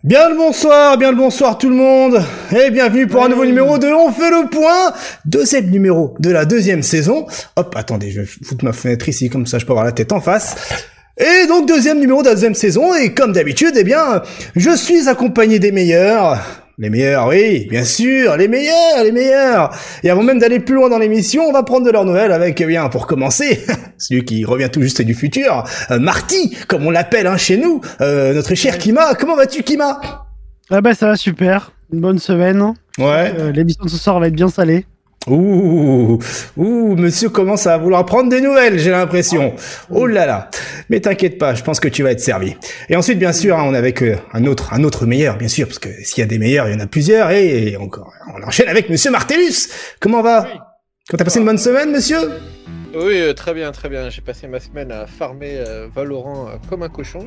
Bien le bonsoir tout le monde, et bienvenue pour un nouveau numéro de On fait le point, deuxième numéro de la deuxième saison. Hop, attendez, je vais foutre ma fenêtre ici, comme ça je peux avoir la tête en face. Et donc deuxième numéro de la deuxième saison, et comme d'habitude, eh bien, je suis accompagné des meilleurs. Les meilleurs, oui, bien sûr, les meilleurs. Et avant même d'aller plus loin dans l'émission, on va prendre de leurs nouvelles avec, eh bien, pour commencer, celui qui revient tout juste du futur, Marty, comme on l'appelle chez nous, notre cher Kima. Comment vas-tu, Kima? Ah bah ça va super, une bonne semaine. Ouais. L'émission de ce soir va être bien salée. Ouh, monsieur commence à vouloir prendre des nouvelles, j'ai l'impression. Oh là là. Mais t'inquiète pas, je pense que tu vas être servi. Et ensuite, bien sûr, on est avec un autre meilleur, bien sûr, parce que s'il y a des meilleurs, il y en a plusieurs. Et encore, on enchaîne avec monsieur Martellus. Comment va? Oui. Quand t'as passé une bonne semaine, monsieur? Oui, très bien. J'ai passé ma semaine à farmer Valorant comme un cochon.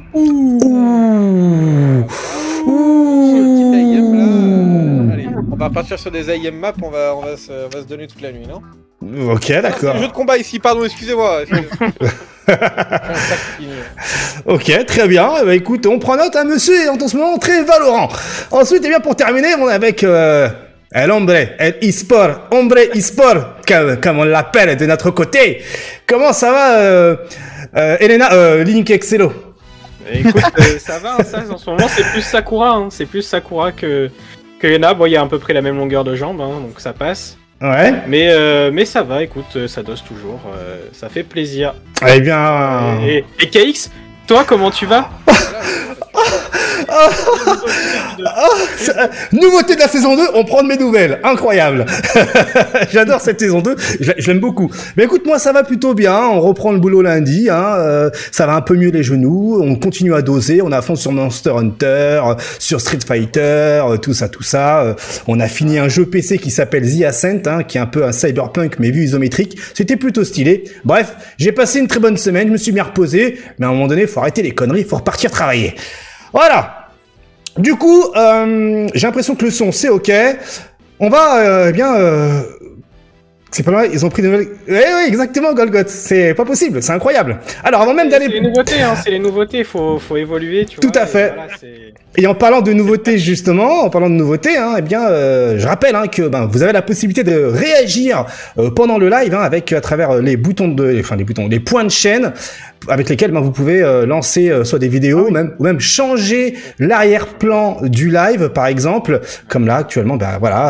Petit IM là. Allez, on va partir sur des IM maps, on va se donner toute la nuit, non? Ok, d'accord. C'est le jeu de combat ici, pardon, excusez-moi. Ok, très bien. Bah, écoute, on prend note, monsieur est en ce moment très Valorant. Ensuite, eh bien, pour terminer, on est avec El e-sport, comme on l'appelle de notre côté. Comment ça va, Elena, Link Excello? Écoute, ça va, ça, en ce moment, c'est plus Sakura, que Elena. Bon, il y a à peu près la même longueur de jambe, donc ça passe. Ouais. Mais ça va, écoute, ça dose toujours, ça fait plaisir. Eh bien... Et KX, toi, comment tu vas? Nouveauté de la saison 2, on prend de mes nouvelles. Incroyable. J'adore cette saison 2, je l'aime beaucoup. Mais écoute, moi ça va plutôt bien, on reprend le boulot lundi, ça va un peu mieux les genoux, on continue à doser, on est à fond sur Monster Hunter, sur Street Fighter, tout ça. On a fini un jeu PC qui s'appelle The Ascent, qui est un peu un cyberpunk mais vu isométrique. C'était plutôt stylé. Bref, j'ai passé une très bonne semaine, je me suis bien reposé, mais à un moment donné, faut arrêter les conneries, faut repartir travailler. Voilà. Du coup, j'ai l'impression que le son c'est ok. On va c'est pas mal, ils ont pris de nouvelles... Oui, exactement, Golgoth. C'est pas possible, c'est incroyable. Alors, avant même d'aller... C'est les nouveautés, faut évoluer, tu vois. Tout à fait. Voilà, et en parlant de nouveautés, justement, eh bien, je rappelle que vous avez la possibilité de réagir pendant le live avec à travers les points de chaîne avec lesquels vous pouvez lancer soit des vidéos ou même changer l'arrière-plan du live, par exemple, comme là actuellement,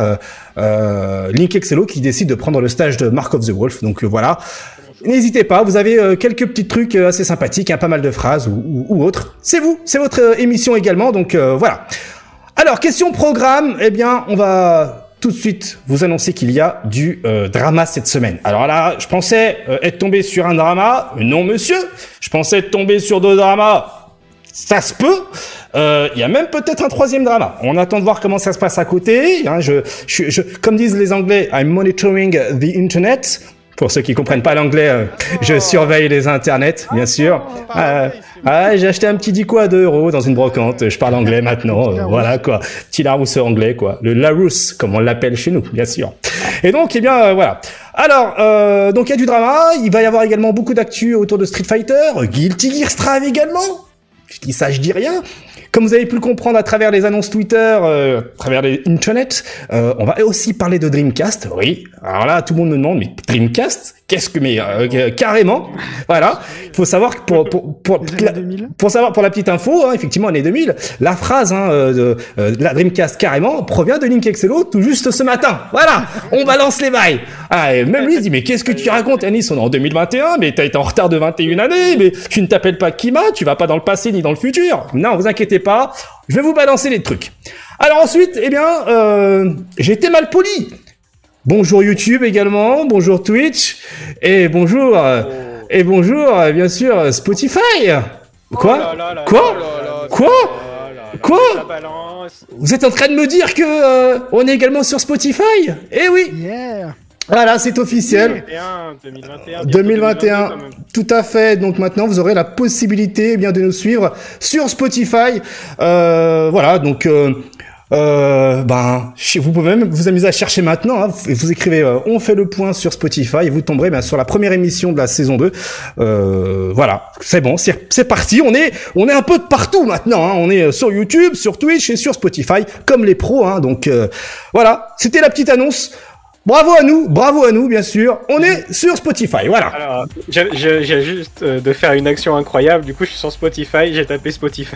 Link Excello qui décide de prendre le stage de Mark of the Wolf. Donc voilà. N'hésitez pas, vous avez quelques petits trucs assez sympathiques, pas mal de phrases ou autres. C'est votre émission également, donc voilà. Alors, question programme, eh bien, on va tout de suite vous annoncer qu'il y a du drama cette semaine. Alors là, je pensais être tombé sur un drama, non monsieur. Je pensais être tombé sur 2 dramas, ça se peut. Il y a même peut-être un 3e drama. On attend de voir comment ça se passe à côté. Comme disent les Anglais, I'm monitoring the internet. Pour ceux qui comprennent pas l'anglais, je surveille les internets, bien sûr. J'ai acheté un petit dico à 2 € dans une brocante. Je parle anglais maintenant. Voilà quoi. Petit Larousse anglais quoi. Le Larousse, comme on l'appelle chez nous, bien sûr. Et donc, eh bien, voilà. Alors, donc il y a du drama. Il va y avoir également beaucoup d'actu autour de Street Fighter. Guilty Gear Strive également. Je dis ça, je dis rien. Comme vous avez pu le comprendre à travers les annonces Twitter, à travers les internets, on va aussi parler de Dreamcast. Oui, alors là, tout le monde me demande, mais Dreamcast, qu'est-ce que... Mais carrément, voilà. Il faut savoir que pour la petite info, effectivement, année 2000, la phrase de la Dreamcast carrément provient de Link Excello tout juste ce matin. Voilà, on balance les bails. Et même lui, il dit, mais qu'est-ce que tu racontes, Anis? On est en 2021, mais t'as été en retard de 21 années, mais tu ne t'appelles pas Kima, tu vas pas dans le passé ni dans le futur. Non, vous inquiétez pas, je vais vous balancer les trucs. Alors ensuite, eh bien, j'ai été mal poli. Bonjour YouTube également, bonjour Twitch, et bonjour, bien sûr, Spotify. Quoi? Quoi? Vous êtes en train de me dire que on est également sur Spotify? Eh oui. Yeah. Voilà, c'est officiel. 2021, tout à fait. Donc maintenant, vous aurez la possibilité de nous suivre sur Spotify. Voilà, donc Vous pouvez même vous amuser à chercher maintenant. Hein. Vous écrivez On fait le point sur Spotify et vous tomberez sur la première émission de la saison 2. Voilà, c'est bon, c'est parti. On est un peu de partout maintenant. Hein. On est sur YouTube, sur Twitch et sur Spotify, comme les pros. Hein. Donc voilà, c'était la petite annonce. Bravo à nous, bien sûr. On est sur Spotify, voilà. Alors, j'ai juste de faire une action incroyable. Du coup, je suis sur Spotify, j'ai tapé Spotify.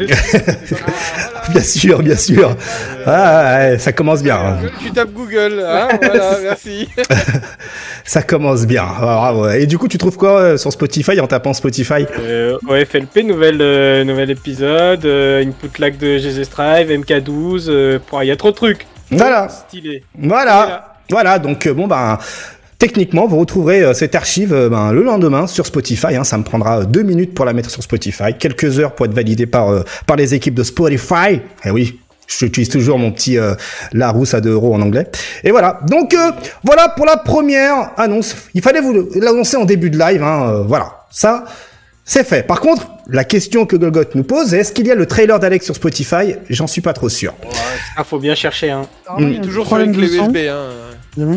Bien sûr. Ah, ça commence bien. Hein. Tu tapes Google, hein, voilà, merci. Ça commence bien. Bravo. Et du coup, tu trouves quoi sur Spotify en tapant Spotify? OFLP, nouvel épisode, input lag de GZ Strive, MK12, il y a trop de trucs. Voilà. Stylé. Voilà, donc techniquement, vous retrouverez cette archive le lendemain sur Spotify. Hein, ça me prendra 2 minutes pour la mettre sur Spotify, quelques heures pour être validé par les équipes de Spotify. Eh oui, j'utilise toujours mon petit Larousse à 2 € en anglais. Et voilà, donc voilà pour la première annonce. Il fallait vous l'annoncer en début de live. Hein, voilà, ça, c'est fait. Par contre, la question que Golgoth nous pose, est-ce qu'il y a le trailer d'Alex sur Spotify? J'en suis pas trop sûr. Ah, faut bien chercher, hein. Il est toujours sur une clé USB, hein.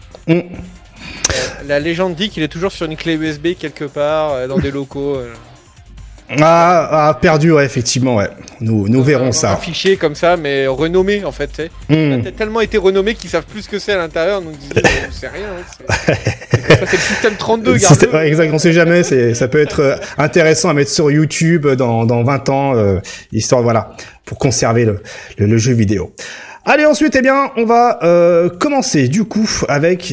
La légende dit qu'il est toujours sur une clé USB quelque part, dans des locaux. Perdu, ouais, effectivement, ouais. Nous verrons ça. Un fichier comme ça, mais renommé, en fait, tu sais. Il a tellement été renommé qu'ils savent plus ce que c'est à l'intérieur, donc ils disent, c'est rien, c'est le système 32, regarde. Ouais, exact, on sait jamais, ça peut être intéressant à mettre sur YouTube dans 20 ans, histoire, voilà, pour conserver le jeu vidéo. Allez, ensuite, on va commencer du coup avec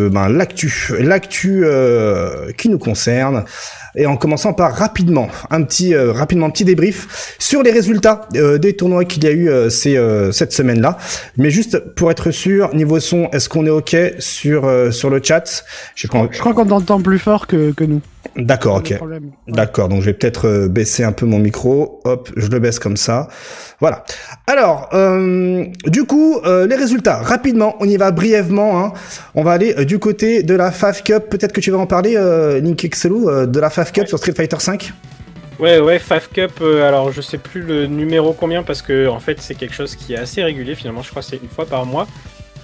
l'actu qui nous concerne. Et en commençant par rapidement un petit débrief sur les résultats des tournois qu'il y a eu cette semaine-là. Mais juste pour être sûr, niveau son, est-ce qu'on est OK sur le chat? Je crois qu'on entend plus fort que nous. D'accord, ok. D'accord, donc je vais peut-être baisser un peu mon micro. Hop, je le baisse comme ça. Voilà. Alors, du coup, les résultats, rapidement, on y va brièvement. Hein. On va aller du côté de la FAF Cup. Peut-être que tu vas en parler, Link Excelou, de la FAF Cup sur Street Fighter V. Ouais, FAF Cup, alors je sais plus le numéro combien, parce que en fait c'est quelque chose qui est assez régulier finalement, je crois que c'est une fois par mois.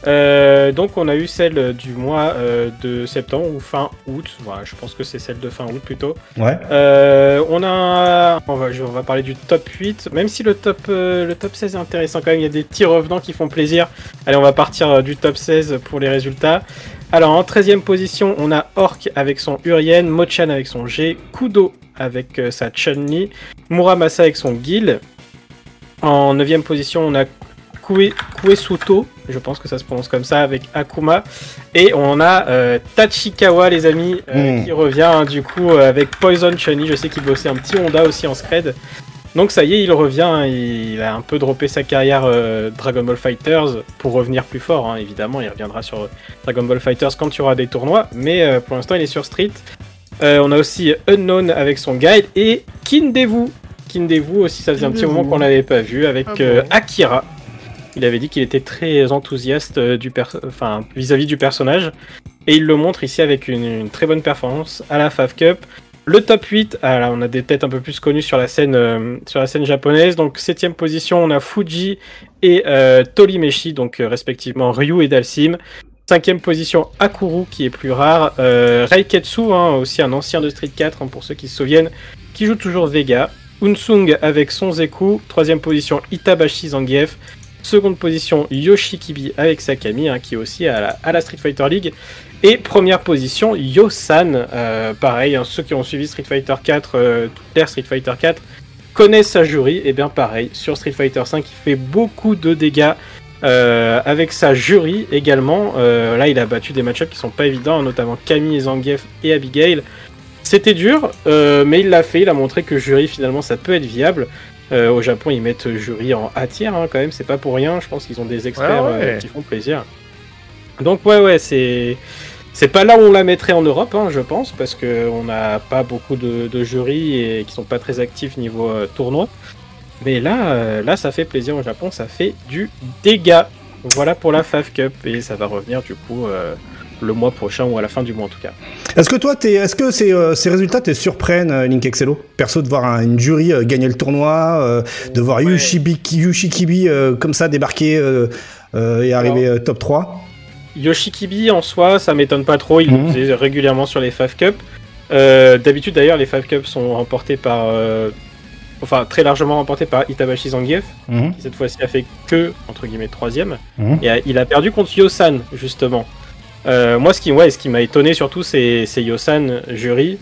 Donc on a eu celle du mois de septembre ou fin août, voilà, je pense que c'est celle de fin août plutôt. Ouais. On va parler du top 8, même si le top 16 est intéressant quand même, il y a des petits revenants qui font plaisir. Allez, on va partir du top 16 pour les résultats. Alors en 13e position, on a Orc avec son Urien, Mochan avec son G, Kudo avec sa Chun-Li, Muramasa avec son Gil. En 9e position, on a Kuesuto, je pense que ça se prononce comme ça, avec Akuma. Et on a Tachikawa, les amis, qui revient du coup avec Poison Chun-Li. Je sais qu'il bossait un petit Honda aussi en scred. Donc ça y est, il revient, il a un peu droppé sa carrière Dragon Ball Fighters pour revenir plus fort, hein. Évidemment, il reviendra sur Dragon Ball Fighters quand il y aura des tournois, mais pour l'instant il est sur Street. On a aussi Unknown avec son guide et Kindevu aussi, ça faisait un petit moment qu'on l'avait pas vu, avec Akira. Il avait dit qu'il était très enthousiaste vis-à-vis du personnage, et il le montre ici avec une très bonne performance à la FAF Cup. Le top 8, alors on a des têtes un peu plus connues sur la scène japonaise. Donc 7ème position, on a Fuji et Torimeshi, donc respectivement Ryu et Dalsim. 5ème position, Akuru, qui est plus rare. Reiketsu, aussi un ancien de Street 4, pour ceux qui se souviennent, qui joue toujours Vega. Unsung avec son Zeku. 3ème position, Itabashi Zangief. 2ème position, Yoshikibi avec Sakami, qui est aussi à la Street Fighter League. Et 1ère position, Yosan. Pareil, ceux qui ont suivi Street Fighter 4, toute l'ère Street Fighter 4, connaissent sa jury. Et bien pareil, sur Street Fighter 5, il fait beaucoup de dégâts avec sa jury également. Là, il a battu des match-ups qui sont pas évidents, notamment Camille, Zangief et Abigail. C'était dur, mais il l'a fait. Il a montré que jury, finalement, ça peut être viable. Au Japon, ils mettent jury en A tier, quand même, c'est pas pour rien. Je pense qu'ils ont des experts qui font plaisir. Donc ouais, c'est pas là où on la mettrait en Europe, je pense, parce qu'on n'a pas beaucoup de jurys et qui sont pas très actifs niveau tournoi. Mais là, ça fait plaisir au Japon, ça fait du dégât. Voilà pour la FAF Cup, et ça va revenir du coup le mois prochain ou à la fin du mois en tout cas. Est-ce que ces résultats te surprennent, Link Excello? Perso, de voir une jury gagner le tournoi, de voir Yoshikibi comme ça débarquer et arriver top 3. Yoshikibi en soi, ça m'étonne pas trop, il le faisait régulièrement sur les Five Cup. D'habitude d'ailleurs, les Five Cup sont remportés par... très largement remporté par Itabashi Zangief, qui cette fois-ci a fait que, entre guillemets, 3ème. Et il a perdu contre Yosan, justement. Moi, ce qui m'a étonné surtout, c'est Yosan, jury.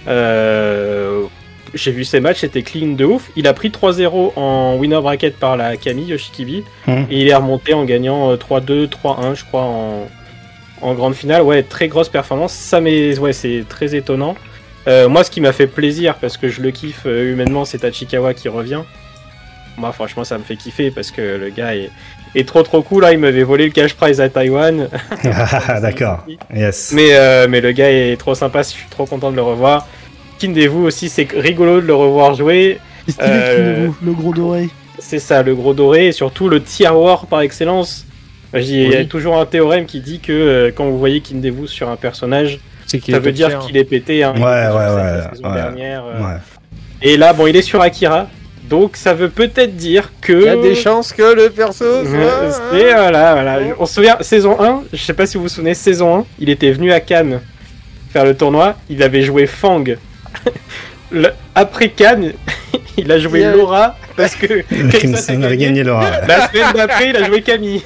J'ai vu ses matchs, c'était clean de ouf. Il a pris 3-0 en winner bracket par la Camille Yoshikibi. Et il est remonté en gagnant 3-2, 3-1, je crois, en grande finale. Ouais, très grosse performance. C'est très étonnant. Moi, ce qui m'a fait plaisir, parce que je le kiffe humainement, c'est Tachikawa qui revient. Moi, franchement, ça me fait kiffer, parce que le gars est trop cool. Là, il m'avait volé le cash prize à Taïwan. Ah, d'accord. Yes. Mais le gars est trop sympa, je suis trop content de le revoir. Kindevu aussi, c'est rigolo de le revoir jouer. C'est stylé, Kindevu, le gros doré. C'est ça, le gros doré, et surtout le tier war par excellence. Il y a toujours un théorème qui dit que quand vous voyez Kindevu sur un personnage, ça veut dire qu'il est pété. Hein, la saison dernière. Et là, bon, il est sur Akira. Donc ça veut peut-être dire que... Il y a des chances que le perso soit... Et voilà. On se souvient, saison 1, je sais pas si vous vous souvenez, saison 1, il était venu à Cannes faire le tournoi. Il avait joué Fang. Après Cannes, il a joué Laura parce que... Crimson a gagné Laura. La semaine d'après, il a joué Camille.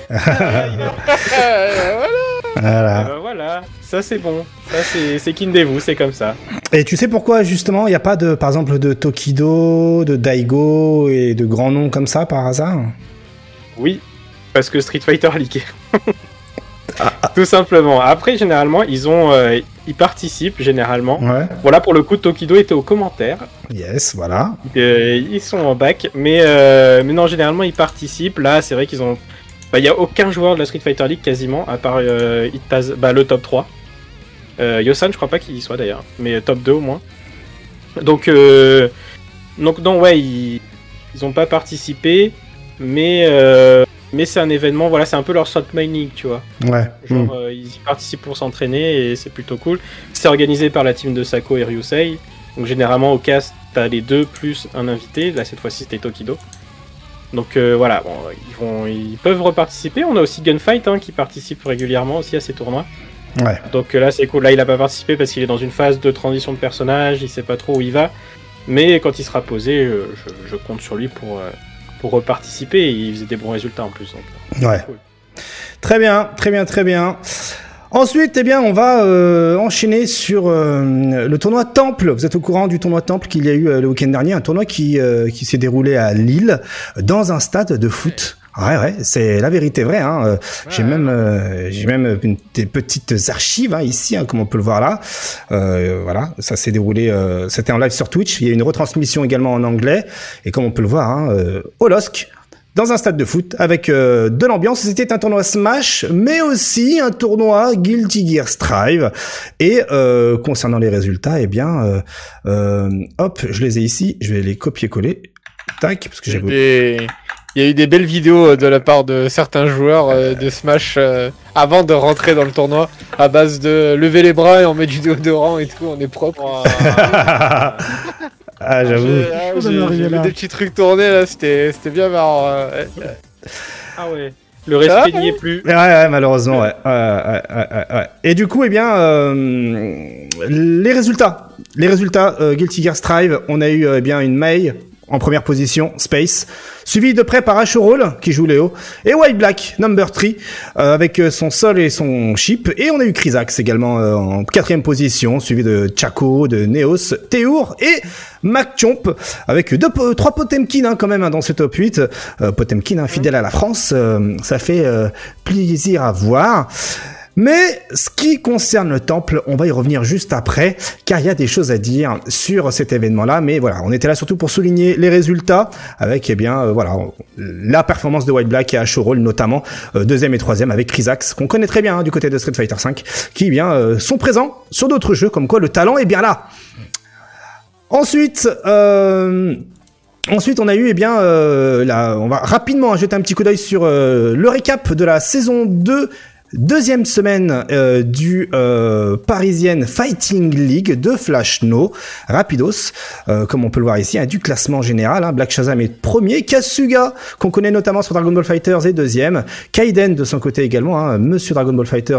Voilà, ça c'est bon. Ça c'est Kindevu, c'est comme ça. Et tu sais pourquoi justement il n'y a pas par exemple de Tokido, de Daigo et de grands noms comme ça par hasard? Oui, parce que Street Fighter a leaké. Tout simplement. Après, généralement, ils participent généralement. Ouais. Voilà, pour le coup, Tokido était aux commentaires. Yes, voilà. Ils sont en bac, mais non, généralement, ils participent. Là, c'est vrai qu'ils ont... Il n'y a aucun joueur de la Street Fighter League quasiment, à part le top 3. Yosan, je crois pas qu'il y soit d'ailleurs, mais top 2 au moins. Donc non, ouais, ils ont pas participé, mais c'est un événement, voilà, c'est un peu leur Salt Mine League, tu vois. Ouais. Genre, ils y participent pour s'entraîner et c'est plutôt cool. C'est organisé par la team de Sako et Ryusei. Donc généralement au cast, t'as les deux plus un invité. Là, cette fois-ci, c'était Tokido. Donc voilà, bon, ils peuvent reparticiper. On a aussi Gunfight qui participe régulièrement aussi à ces tournois. Ouais. Donc là, c'est cool. Là, il a pas participé parce qu'il est dans une phase de transition de personnage. Il sait pas trop où il va. Mais quand il sera posé, je compte sur lui pour reparticiper. Et il faisait des bons résultats en plus. Donc, ouais. Cool. Très bien. Ensuite, on va enchaîner sur le tournoi Temple. Vous êtes au courant du tournoi Temple qu'il y a eu le week-end dernier, un tournoi qui s'est déroulé à Lille, dans un stade de foot. Ouais, c'est la vérité vraie. Hein. J'ai même des petites archives ici, comme on peut le voir là. Voilà, ça s'est déroulé. C'était en live sur Twitch. Il y a une retransmission également en anglais, et comme on peut le voir, au LOSC. Dans un stade de foot, avec de l'ambiance. C'était un tournoi Smash, mais aussi un tournoi Guilty Gear Strive. Et concernant les résultats, hop, je les ai ici. Je vais les copier-coller. Tac, parce que il y a eu des belles vidéos de la part de certains joueurs de Smash avant de rentrer dans le tournoi, à base de lever les bras et on met du déodorant et tout, on est propre. Wow. Ah, j'avoue. J'ai vu des petits trucs tournés là, c'était bien marrant. Ah ouais. Le respect n'y est plus. Ouais, malheureusement, ouais. Et du coup, les résultats. Guilty Gear Strive, on a eu une Mei en première position, Space, suivi de près par Ashurol, qui joue Léo, et White Black, number 3, avec son Sol et son Chip, et on a eu Krisax également en quatrième position, suivi de Chaco, de Neos, Théour et MacChomp, avec trois Potemkin quand même dans ce top 8, Potemkin fidèle à la France, ça fait plaisir à voir. Mais ce qui concerne le temple, on va y revenir juste après, car il y a des choses à dire sur cet événement-là. Mais voilà, on était là surtout pour souligner les résultats, avec la performance de White Black et Ashurol notamment, deuxième et troisième avec Krisax, qu'on connaît très bien du côté de Street Fighter V, qui sont présents sur d'autres jeux, comme quoi le talent est bien là. Ensuite, on a eu, on va rapidement jeter un petit coup d'œil sur le récap de la saison 2 Deuxième semaine du Parisienne Fighting League de Flash No, rapidos, comme on peut le voir ici, du classement général. Black Shazam est premier, Kasuga, qu'on connaît notamment sur Dragon Ball Fighters, est deuxième, Kaiden de son côté également, Monsieur Dragon Ball Fighters,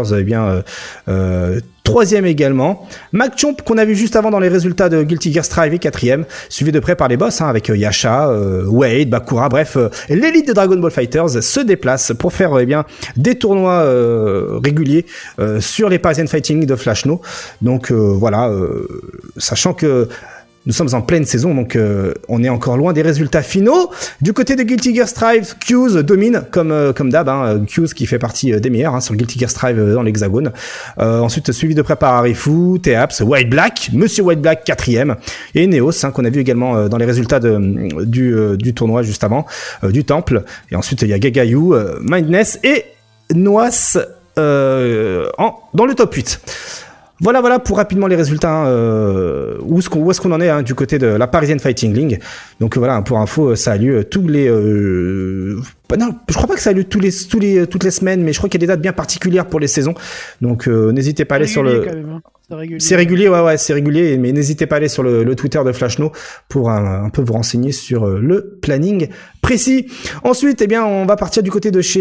troisième également. Macchomp, qu'on a vu juste avant dans les résultats de Guilty Gear Strive, est quatrième, suivi de près par les boss, avec Yasha, Wade, Bakura, bref, l'élite de Dragon Ball Fighters se déplace pour faire des tournois réguliers sur les Parisian Fighting de Flash No. Donc voilà, sachant que nous sommes en pleine saison, donc on est encore loin des résultats finaux. Du côté de Guilty Gear Strive, Q's domine comme d'hab, Q's qui fait partie des meilleurs sur Guilty Gear Strive dans l'Hexagone. Ensuite suivi de près par Arifu, Teaps, White Black, Monsieur White Black quatrième, et Neos qu'on a vu également dans les résultats du tournoi juste avant, du Temple. Et ensuite il y a Gagayu, Mindness et Noas dans le top 8. Voilà pour rapidement les résultats, où est-ce qu'on en est du côté de la Parisian Fighting League. Donc voilà, pour info, ça a lieu tous les non, je crois pas que ça a lieu toutes les semaines, mais je crois qu'il y a des dates bien particulières pour les saisons. Donc n'hésitez pas à aller sur le C'est régulier, ouais, c'est régulier, mais n'hésitez pas à aller sur le Twitter de Flash No pour un peu vous renseigner sur le planning précis. Ensuite, on va partir du côté de chez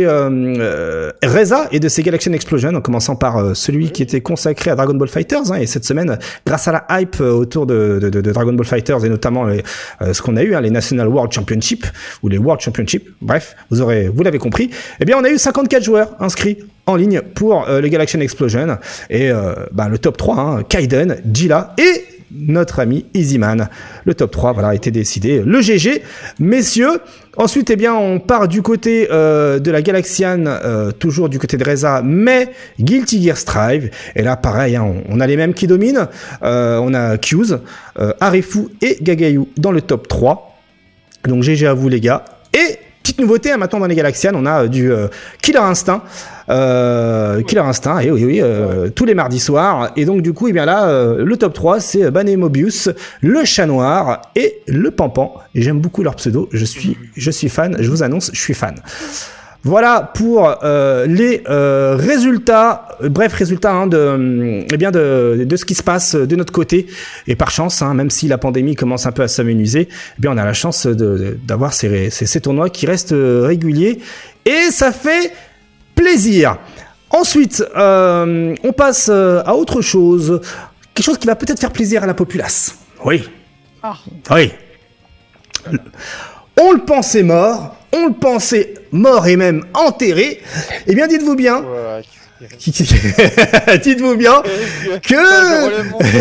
Reza et de ses Galaxian Explosion, en commençant par celui qui était consacré à Dragon Ball Fighters, et cette semaine, grâce à la hype autour de Dragon Ball Fighters et notamment ce qu'on a eu, les National World Championship ou les World Championship, bref, vous l'avez compris. On a eu 54 joueurs inscrits en ligne pour le Galaxian Explosion et le top 3, Kaiden, Jilla et notre ami Easyman. Le top 3 a été décidé. Le GG, messieurs. Ensuite, on part du côté de la Galaxian, toujours du côté de Reza, mais Guilty Gear Strive. Et là, pareil, on a les mêmes qui dominent. On a Q's, Arifu et Gagayu dans le top 3. Donc GG à vous les gars. Et petite nouveauté maintenant dans les Galaxian, on a du Killer Instinct. Et oui, tous les mardis soirs. Et donc du coup, le top 3, c'est Ban et Mobius, le Chat Noir et le Pampan. Et j'aime beaucoup leur pseudo. Je suis fan. Je vous annonce, je suis fan. Voilà pour les résultats, de ce qui se passe de notre côté. Et par chance, même si la pandémie commence un peu à s'amenuiser, on a la chance d'avoir ces tournois qui restent réguliers. Et ça fait plaisir. Ensuite, on passe à autre chose. Quelque chose qui va peut-être faire plaisir à la populace. Oui. Oui. On le pensait mort et même enterré. Dites-vous bien. Dites-vous bien que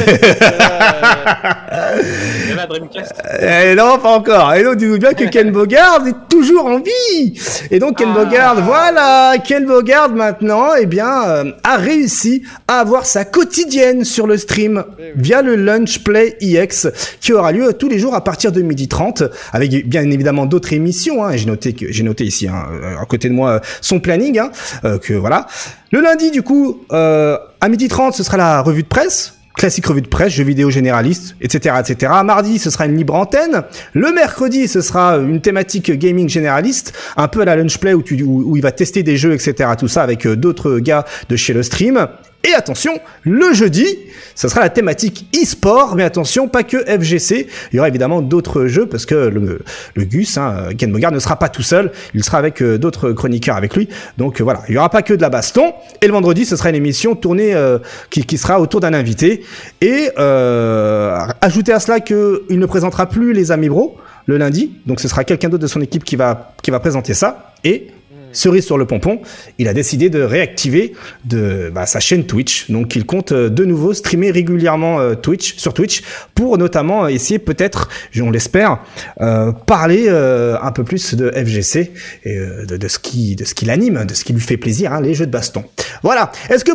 non, pas encore. Et donc dites-vous bien que Ken Bogard est toujours en vie. Et donc Ken Bogard maintenant a réussi à avoir sa quotidienne sur le stream via le Lunch Play EX qui aura lieu tous les jours à partir de 12h30 avec bien évidemment d'autres émissions. J'ai noté ici à côté de moi son planning que voilà. Le lundi, du coup, à 12h30, ce sera la revue de presse, classique revue de presse, jeux vidéo généralistes, etc., etc. Mardi, ce sera une libre antenne. Le mercredi, ce sera une thématique gaming généraliste, un peu à la Lunch Play où il va tester des jeux, etc., tout ça avec d'autres gars de chez le stream. Et attention, le jeudi, ça sera la thématique e-sport, mais attention, pas que FGC. Il y aura évidemment d'autres jeux parce que le Gus, Ken Bogard ne sera pas tout seul. Il sera avec d'autres chroniqueurs avec lui. Donc voilà, il y aura pas que de la baston. Et le vendredi, ce sera une émission tournée qui sera autour d'un invité. Et ajoutez à cela qu'il ne présentera plus les Amibro le lundi. Donc ce sera quelqu'un d'autre de son équipe qui va présenter ça. Et cerise sur le pompon, il a décidé de réactiver sa chaîne Twitch. Donc il compte de nouveau streamer régulièrement sur Twitch pour notamment essayer peut-être, on l'espère, parler un peu plus de FGC et de ce qui l'anime, de ce qui lui fait plaisir, les jeux de baston. Voilà. Est-ce que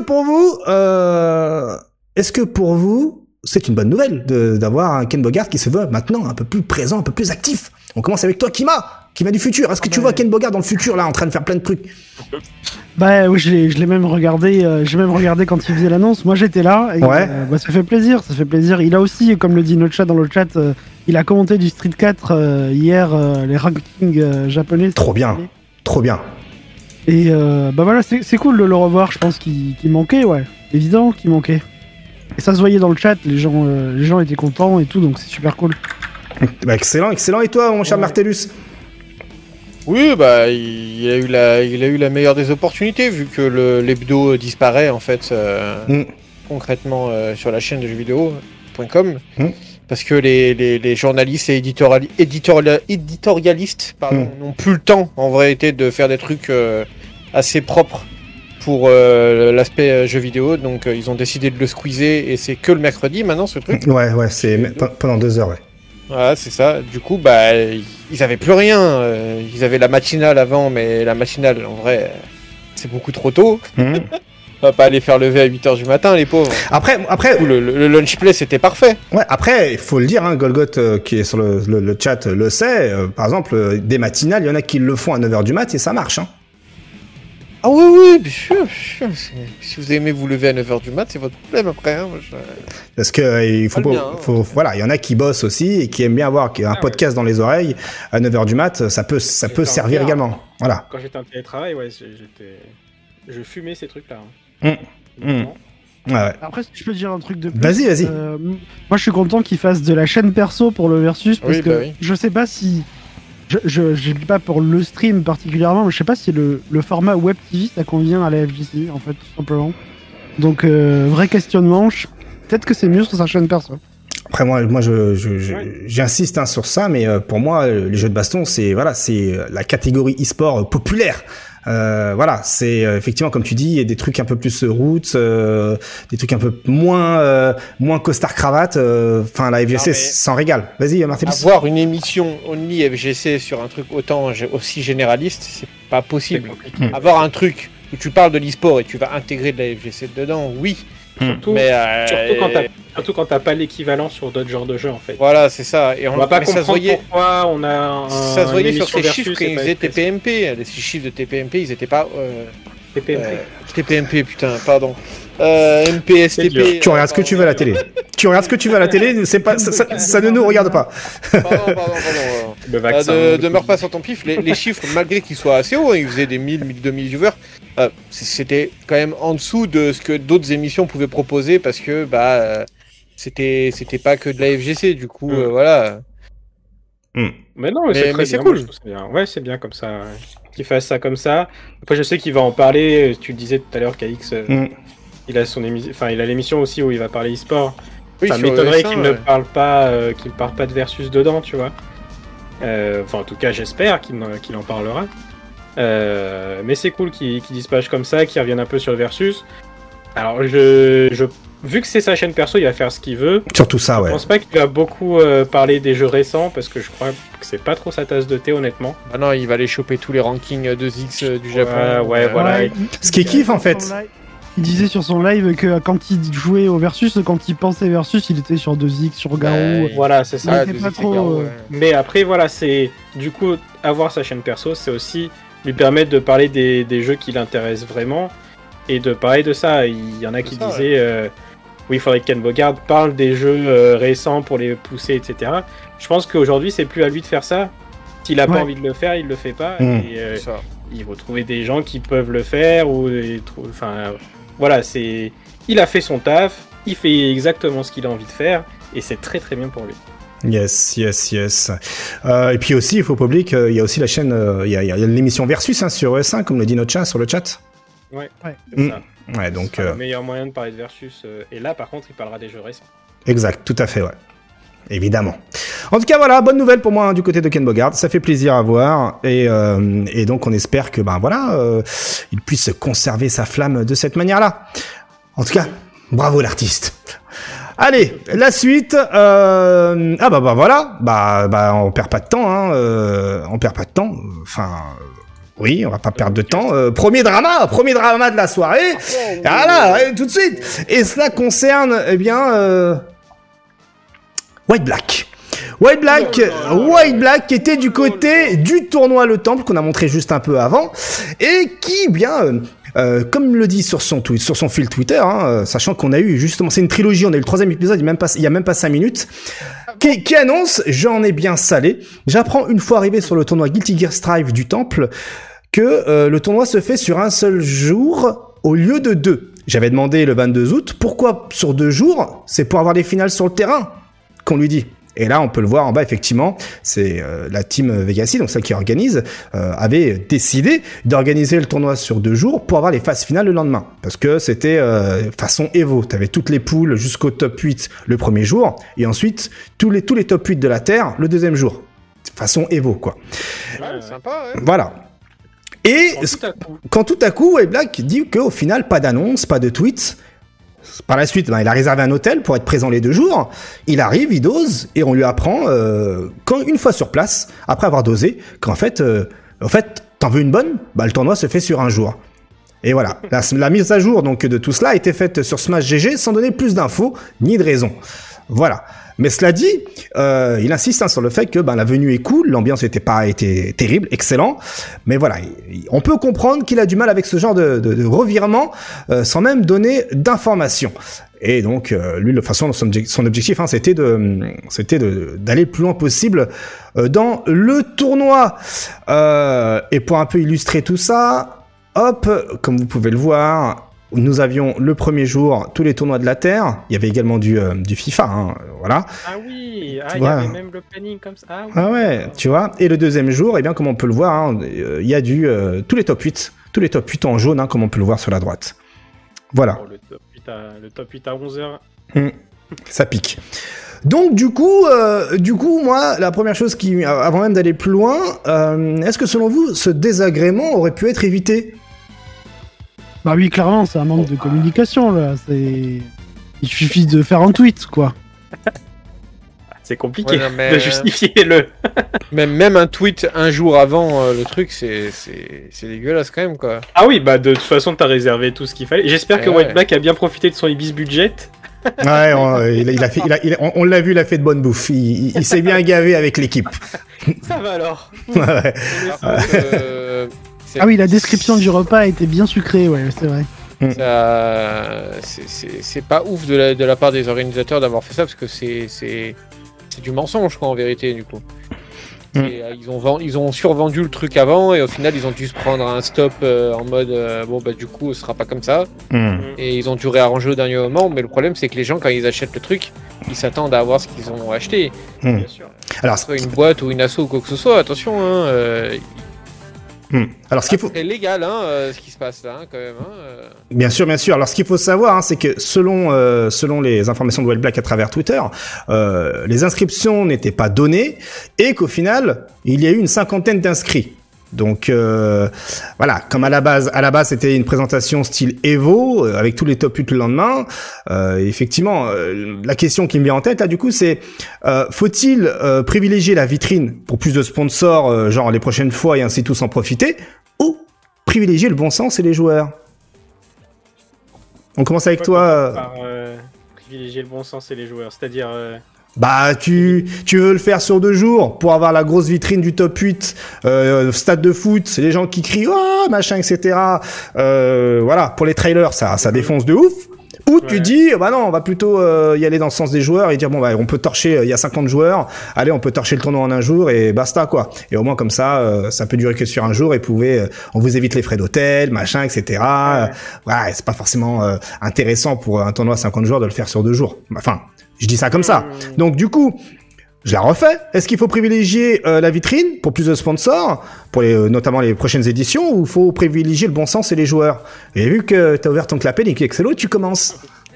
pour vous, c'est une bonne nouvelle d'avoir un Ken Bogard qui se veut maintenant un peu plus présent, un peu plus actif? On commence avec toi, Kima du futur. Est-ce que tu vois Ken Bogard dans le futur là en train de faire plein de trucs? Oui, je l'ai même regardé. J'ai même regardé quand il faisait l'annonce. Moi j'étais là. Et, ça fait plaisir. Il a aussi, comme le dit notre chat dans le chat, il a commenté du Street 4 hier les rankings japonais. Trop bien. Et bah voilà, c'est cool de le revoir. Je pense qu'il manquait, ouais. Évident qu'il manquait. Et ça se voyait dans le chat, les gens étaient contents et tout, donc c'est super cool. Bah excellent. Et toi, mon cher Martellus? Oui, bah il a eu la meilleure des opportunités vu que l'hebdo disparaît en fait concrètement sur la chaîne de jeuxvideo.com parce que les journalistes et éditorialistes n'ont plus le temps en vérité de faire des trucs assez propres pour l'aspect jeu vidéo, donc ils ont décidé de le squeezer et c'est que le mercredi maintenant ce truc. Ouais, c'est pendant 2 heures, ouais. Voilà, c'est ça. Du coup, bah, ils avaient plus rien. Ils avaient la matinale avant, mais la matinale, en vrai, c'est beaucoup trop tôt. On va pas aller faire lever à 8h du matin, les pauvres. Après, le lunch play, c'était parfait. Ouais, après, il faut le dire, hein, Golgoth, qui est sur le chat, le sait. Par exemple, des matinales, il y en a qui le font à 9h du mat et ça marche, hein. Ah oui, bien sûr. Si vous aimez vous lever à 9h du mat, c'est votre problème après. Hein. Parce que il faut voilà, il y en a qui bossent aussi et qui aiment bien avoir un podcast dans les oreilles à 9h du mat, ça peut servir également. Voilà. Quand j'étais en télétravail, ouais, je fumais ces trucs-là. Ouais. Après, si je peux dire un truc de plus. Vas-y. Moi, je suis content qu'ils fassent de la chaîne perso pour le versus parce que je sais pas si. Je dis pas pour le stream particulièrement, mais je sais pas si le format Web TV ça convient à la FGC en fait, tout simplement. Donc vrai questionnement, peut-être que c'est mieux sur sa chaîne perso. Après moi j'insiste hein, sur ça, mais pour moi les jeux de baston c'est la catégorie e-sport populaire. Voilà, c'est effectivement comme tu dis, il y a des trucs un peu plus roots, des trucs un peu moins costard cravate. Enfin, la FGC s'en régale. Vas-y, Martin. Avoir une émission only FGC sur un truc aussi généraliste, c'est pas possible. Avoir un truc où tu parles de l'e-sport et tu vas intégrer de la FGC dedans, oui. Surtout quand t'as pas l'équivalent sur d'autres genres de jeux en fait. Voilà, c'est ça. Et on va pas comprendre pourquoi on a ça se voyait sur ces chiffres quand ils faisaient TPMP. Les chiffres de TPMP, ils étaient pas... TPMP, putain, pardon. MPSTP... Tu regardes ce que tu veux à la télé. C'est pas, ça ne nous regarde pas. Pardon. Demeure pas sur ton pif. Les chiffres, malgré qu'ils soient assez hauts, ils faisaient des 1000, 2000 viewers, c'était quand même en dessous de ce que d'autres émissions pouvaient proposer parce que c'était pas que de la FGC, du coup, voilà. Mais non, mais c'est cool. Ouais, c'est bien comme ça. Qu'il fasse ça comme ça. Après, je sais qu'il va en parler. Tu le disais tout à l'heure qu'AX, il a son émission, enfin, il a l'émission aussi où il va parler e-sport. Oui, ça m'étonnerait qu'il ne parle pas, de versus dedans, tu vois. Enfin, en tout cas, j'espère qu'il en parlera. Mais c'est cool qu'il disparaisse comme ça, qu'il revienne un peu sur le versus. Alors, vu que c'est sa chaîne perso, il va faire ce qu'il veut. Surtout ça, ouais. Je pense pas qu'il va beaucoup parler des jeux récents parce que je crois que c'est pas trop sa tasse de thé, honnêtement. Ah non, il va aller choper tous les rankings 2X du Japon. Ouais, voilà. Ce qui est kiff en fait. Il disait sur son live que quand il jouait au versus, quand il pensait versus, il était sur 2X, sur Garou. Voilà, c'est ça. Il était pas trop. Mais après, voilà, c'est du coup avoir sa chaîne perso, c'est aussi lui permettre de parler des jeux qui l'intéressent vraiment et de parler de ça. Il y en a qui disaient. Oui, il faudrait que Ken Bogard parle des jeux récents pour les pousser, etc. Je pense qu'aujourd'hui, c'est plus à lui de faire ça. S'il a pas envie de le faire, il le fait pas. Et il va trouver des gens qui peuvent le faire. Enfin, voilà, il a fait son taf, il fait exactement ce qu'il a envie de faire, et c'est très très bien pour lui. Yes. Et puis aussi, il faut pas oublier qu'il y a aussi la chaîne, il y a l'émission Versus sur ES1, comme le dit notre chat sur le chat. Ouais, c'est ça. Ouais, donc le meilleur moyen de parler de Versus. Et là, par contre, il parlera des jeux récents. Exact, tout à fait, ouais. Évidemment. En tout cas, voilà, bonne nouvelle pour moi hein, du côté de Ken Bogard. Ça fait plaisir à voir et donc on espère que il puisse conserver sa flamme de cette manière-là. En tout cas, bravo l'artiste. Allez, la suite. On perd pas de temps. Hein, on perd pas de temps. Enfin. Oui, on va pas perdre de temps. Premier drama de la soirée. Voilà, tout de suite. Et cela concerne, White Black. White Black qui était du côté du tournoi Le Temple qu'on a montré juste un peu avant et qui, comme le dit sur son fil Twitter, hein, sachant qu'on a eu justement, c'est une trilogie, on a eu le 3e épisode, il y a même pas 5 minutes, qui annonce, j'en ai bien salé, j'apprends une fois arrivé sur le tournoi Guilty Gear Strive du Temple que le tournoi se fait sur un seul jour au lieu de 2. J'avais demandé le 22 août, pourquoi sur 2 jours? C'est pour avoir les finales sur le terrain, qu'on lui dit. Et là, on peut le voir en bas, effectivement, c'est la team Vegasy, donc celle qui organise, avait décidé d'organiser le tournoi sur 2 jours pour avoir les phases finales le lendemain. Parce que c'était façon Evo. T'avais toutes les poules jusqu'au top 8 le premier jour, et ensuite tous les top 8 de la Terre le deuxième jour. Façon Evo, quoi. Ouais, sympa, ouais. Voilà. Et quand tout à coup, Whiteblack dit qu'au final, pas d'annonce, pas de tweet. Par la suite, il a réservé un hôtel pour être présent les 2 jours. Il arrive, il dose, et on lui apprend, une fois sur place, après avoir dosé, qu'en fait, t'en veux une bonne? Le tournoi se fait sur un jour. Et voilà, la mise à jour donc de tout cela a été faite sur Smash GG sans donner plus d'infos ni de raison. Voilà. Mais cela dit, il insiste sur le fait que la venue est cool, l'ambiance était terrible, excellent. Mais voilà, on peut comprendre qu'il a du mal avec ce genre de revirement sans même donner d'informations. Et donc, lui, de toute façon, son objectif, c'était d'aller le plus loin possible dans le tournoi. Et pour un peu illustrer tout ça, hop, comme vous pouvez le voir. Nous avions le premier jour tous les tournois de la Terre. Il y avait également du FIFA, voilà. Ah oui, il y avait même le planning comme ça. Ah ouais, tu vois. Et le deuxième jour, comme on peut le voir, il y a tous les top 8. Tous les top 8 en jaune, comme on peut le voir sur la droite. Voilà. Oh, le top 8 à 11h. Ça pique. Donc du coup, moi, la première chose avant même d'aller plus loin, est-ce que selon vous, ce désagrément aurait pu être évité ? Bah oui, clairement, c'est un manque de communication, là. Il suffit de faire un tweet, quoi. C'est compliqué de justifier le... même un tweet un jour avant le truc, c'est dégueulasse quand même, quoi. Ah oui, de toute façon, t'as réservé tout ce qu'il fallait. J'espère que Whiteblack a bien profité de son Ibis budget. Ouais, on l'a vu, il a fait de bonne bouffe. Il s'est bien gavé avec l'équipe. Ça va alors. Ouais. Ah oui, la description du repas a été bien sucrée, ouais, c'est vrai. C'est pas ouf de la part des organisateurs d'avoir fait ça, parce que c'est du mensonge, quoi, en vérité, du coup. Ils ont survendu le truc avant, et au final, ils ont dû se prendre un stop en mode du coup, ce sera pas comme ça. Et ils ont dû réarranger au dernier moment, mais le problème, c'est que les gens, quand ils achètent le truc, ils s'attendent à avoir ce qu'ils ont acheté. Bien sûr. Alors, que ce soit une boîte ou une asso ou quoi que ce soit, attention, Alors, ce qu'il faut... C'est légal, ce qui se passe là, quand même. Bien sûr. Alors, ce qu'il faut savoir, c'est que selon les informations de Whiteblack à travers Twitter, les inscriptions n'étaient pas données et qu'au final, il y a eu une 50aine d'inscrits. Donc voilà, comme à la base c'était une présentation style Evo avec tous les top 8 le lendemain. Effectivement, la question qui me vient en tête là du coup c'est faut-il privilégier la vitrine pour plus de sponsors genre les prochaines fois et ainsi tous en profiter, ou privilégier le bon sens et les joueurs? On commence avec toi. Privilégier le bon sens et les joueurs, c'est-à-dire tu veux le faire sur 2 jours pour avoir la grosse vitrine du top 8 stade de foot, c'est les gens qui crient machin, etc. Voilà, pour les trailers ça défonce de ouf. Ou tu dis non, on va plutôt y aller dans le sens des joueurs et dire on peut torcher, il y a 50 joueurs, allez, on peut torcher le tournoi en un jour et basta, quoi. Et au moins comme ça ça peut durer que sur un jour et on vous évite les frais d'hôtel, machin, etc. Voilà, c'est pas forcément intéressant pour un tournoi à 50 joueurs de le faire sur 2 jours. Enfin, je dis ça comme ça. Donc du coup, je la refais. Est-ce qu'il faut privilégier la vitrine pour plus de sponsors, pour notamment les prochaines éditions, ou faut privilégier le bon sens et les joueurs? Et vu que t'as ouvert ton clapet, Nicky Excello, tu commences.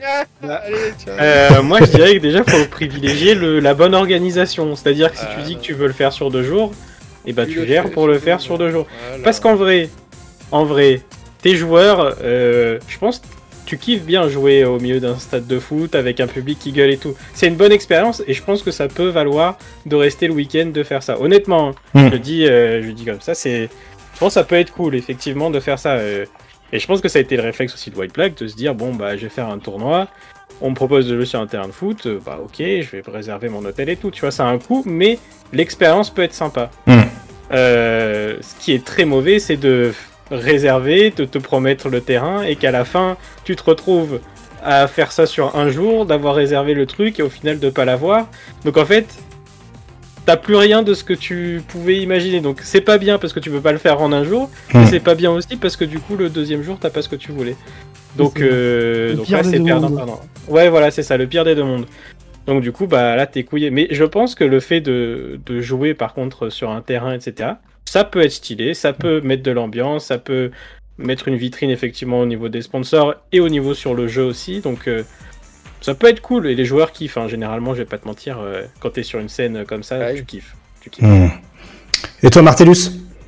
Moi, je dirais que déjà, faut privilégier la bonne organisation. C'est-à-dire que si tu dis que tu veux le faire sur 2 jours, tu gères pour le faire sur 2 jours. Voilà. Parce qu'en vrai, tes joueurs, je pense... Tu kiffes bien jouer au milieu d'un stade de foot avec un public qui gueule et tout. C'est une bonne expérience et je pense que ça peut valoir de rester le week-end de faire ça. Honnêtement, je dis comme ça, je pense que ça peut être cool effectivement de faire ça. Et je pense que ça a été le réflexe aussi de Whiteblack de se dire je vais faire un tournoi, on me propose de jouer sur un terrain de foot, ok, je vais réserver mon hôtel et tout. Tu vois, ça a un coût, mais l'expérience peut être sympa. Ce qui est très mauvais, c'est de réserver, de te promettre le terrain et qu'à la fin tu te retrouves à faire ça sur un jour, d'avoir réservé le truc et au final de pas l'avoir. Donc en fait, t'as plus rien de ce que tu pouvais imaginer. Donc c'est pas bien parce que tu peux pas le faire en un jour, mais c'est pas bien aussi parce que du coup le deuxième jour t'as pas ce que tu voulais. Donc là c'est perdant. Ouais voilà c'est ça, le pire des deux mondes. Donc du coup bah là t'es couillé. Mais je pense que le fait de jouer par contre sur un terrain etc. Ça peut être stylé, ça peut mettre de l'ambiance, ça peut mettre une vitrine effectivement au niveau des sponsors et au niveau sur le jeu aussi. Donc ça peut être cool et les joueurs kiffent. Hein. Généralement, je vais pas te mentir, quand t'es sur une scène comme ça, tu kiffes. Et toi, Martellus ?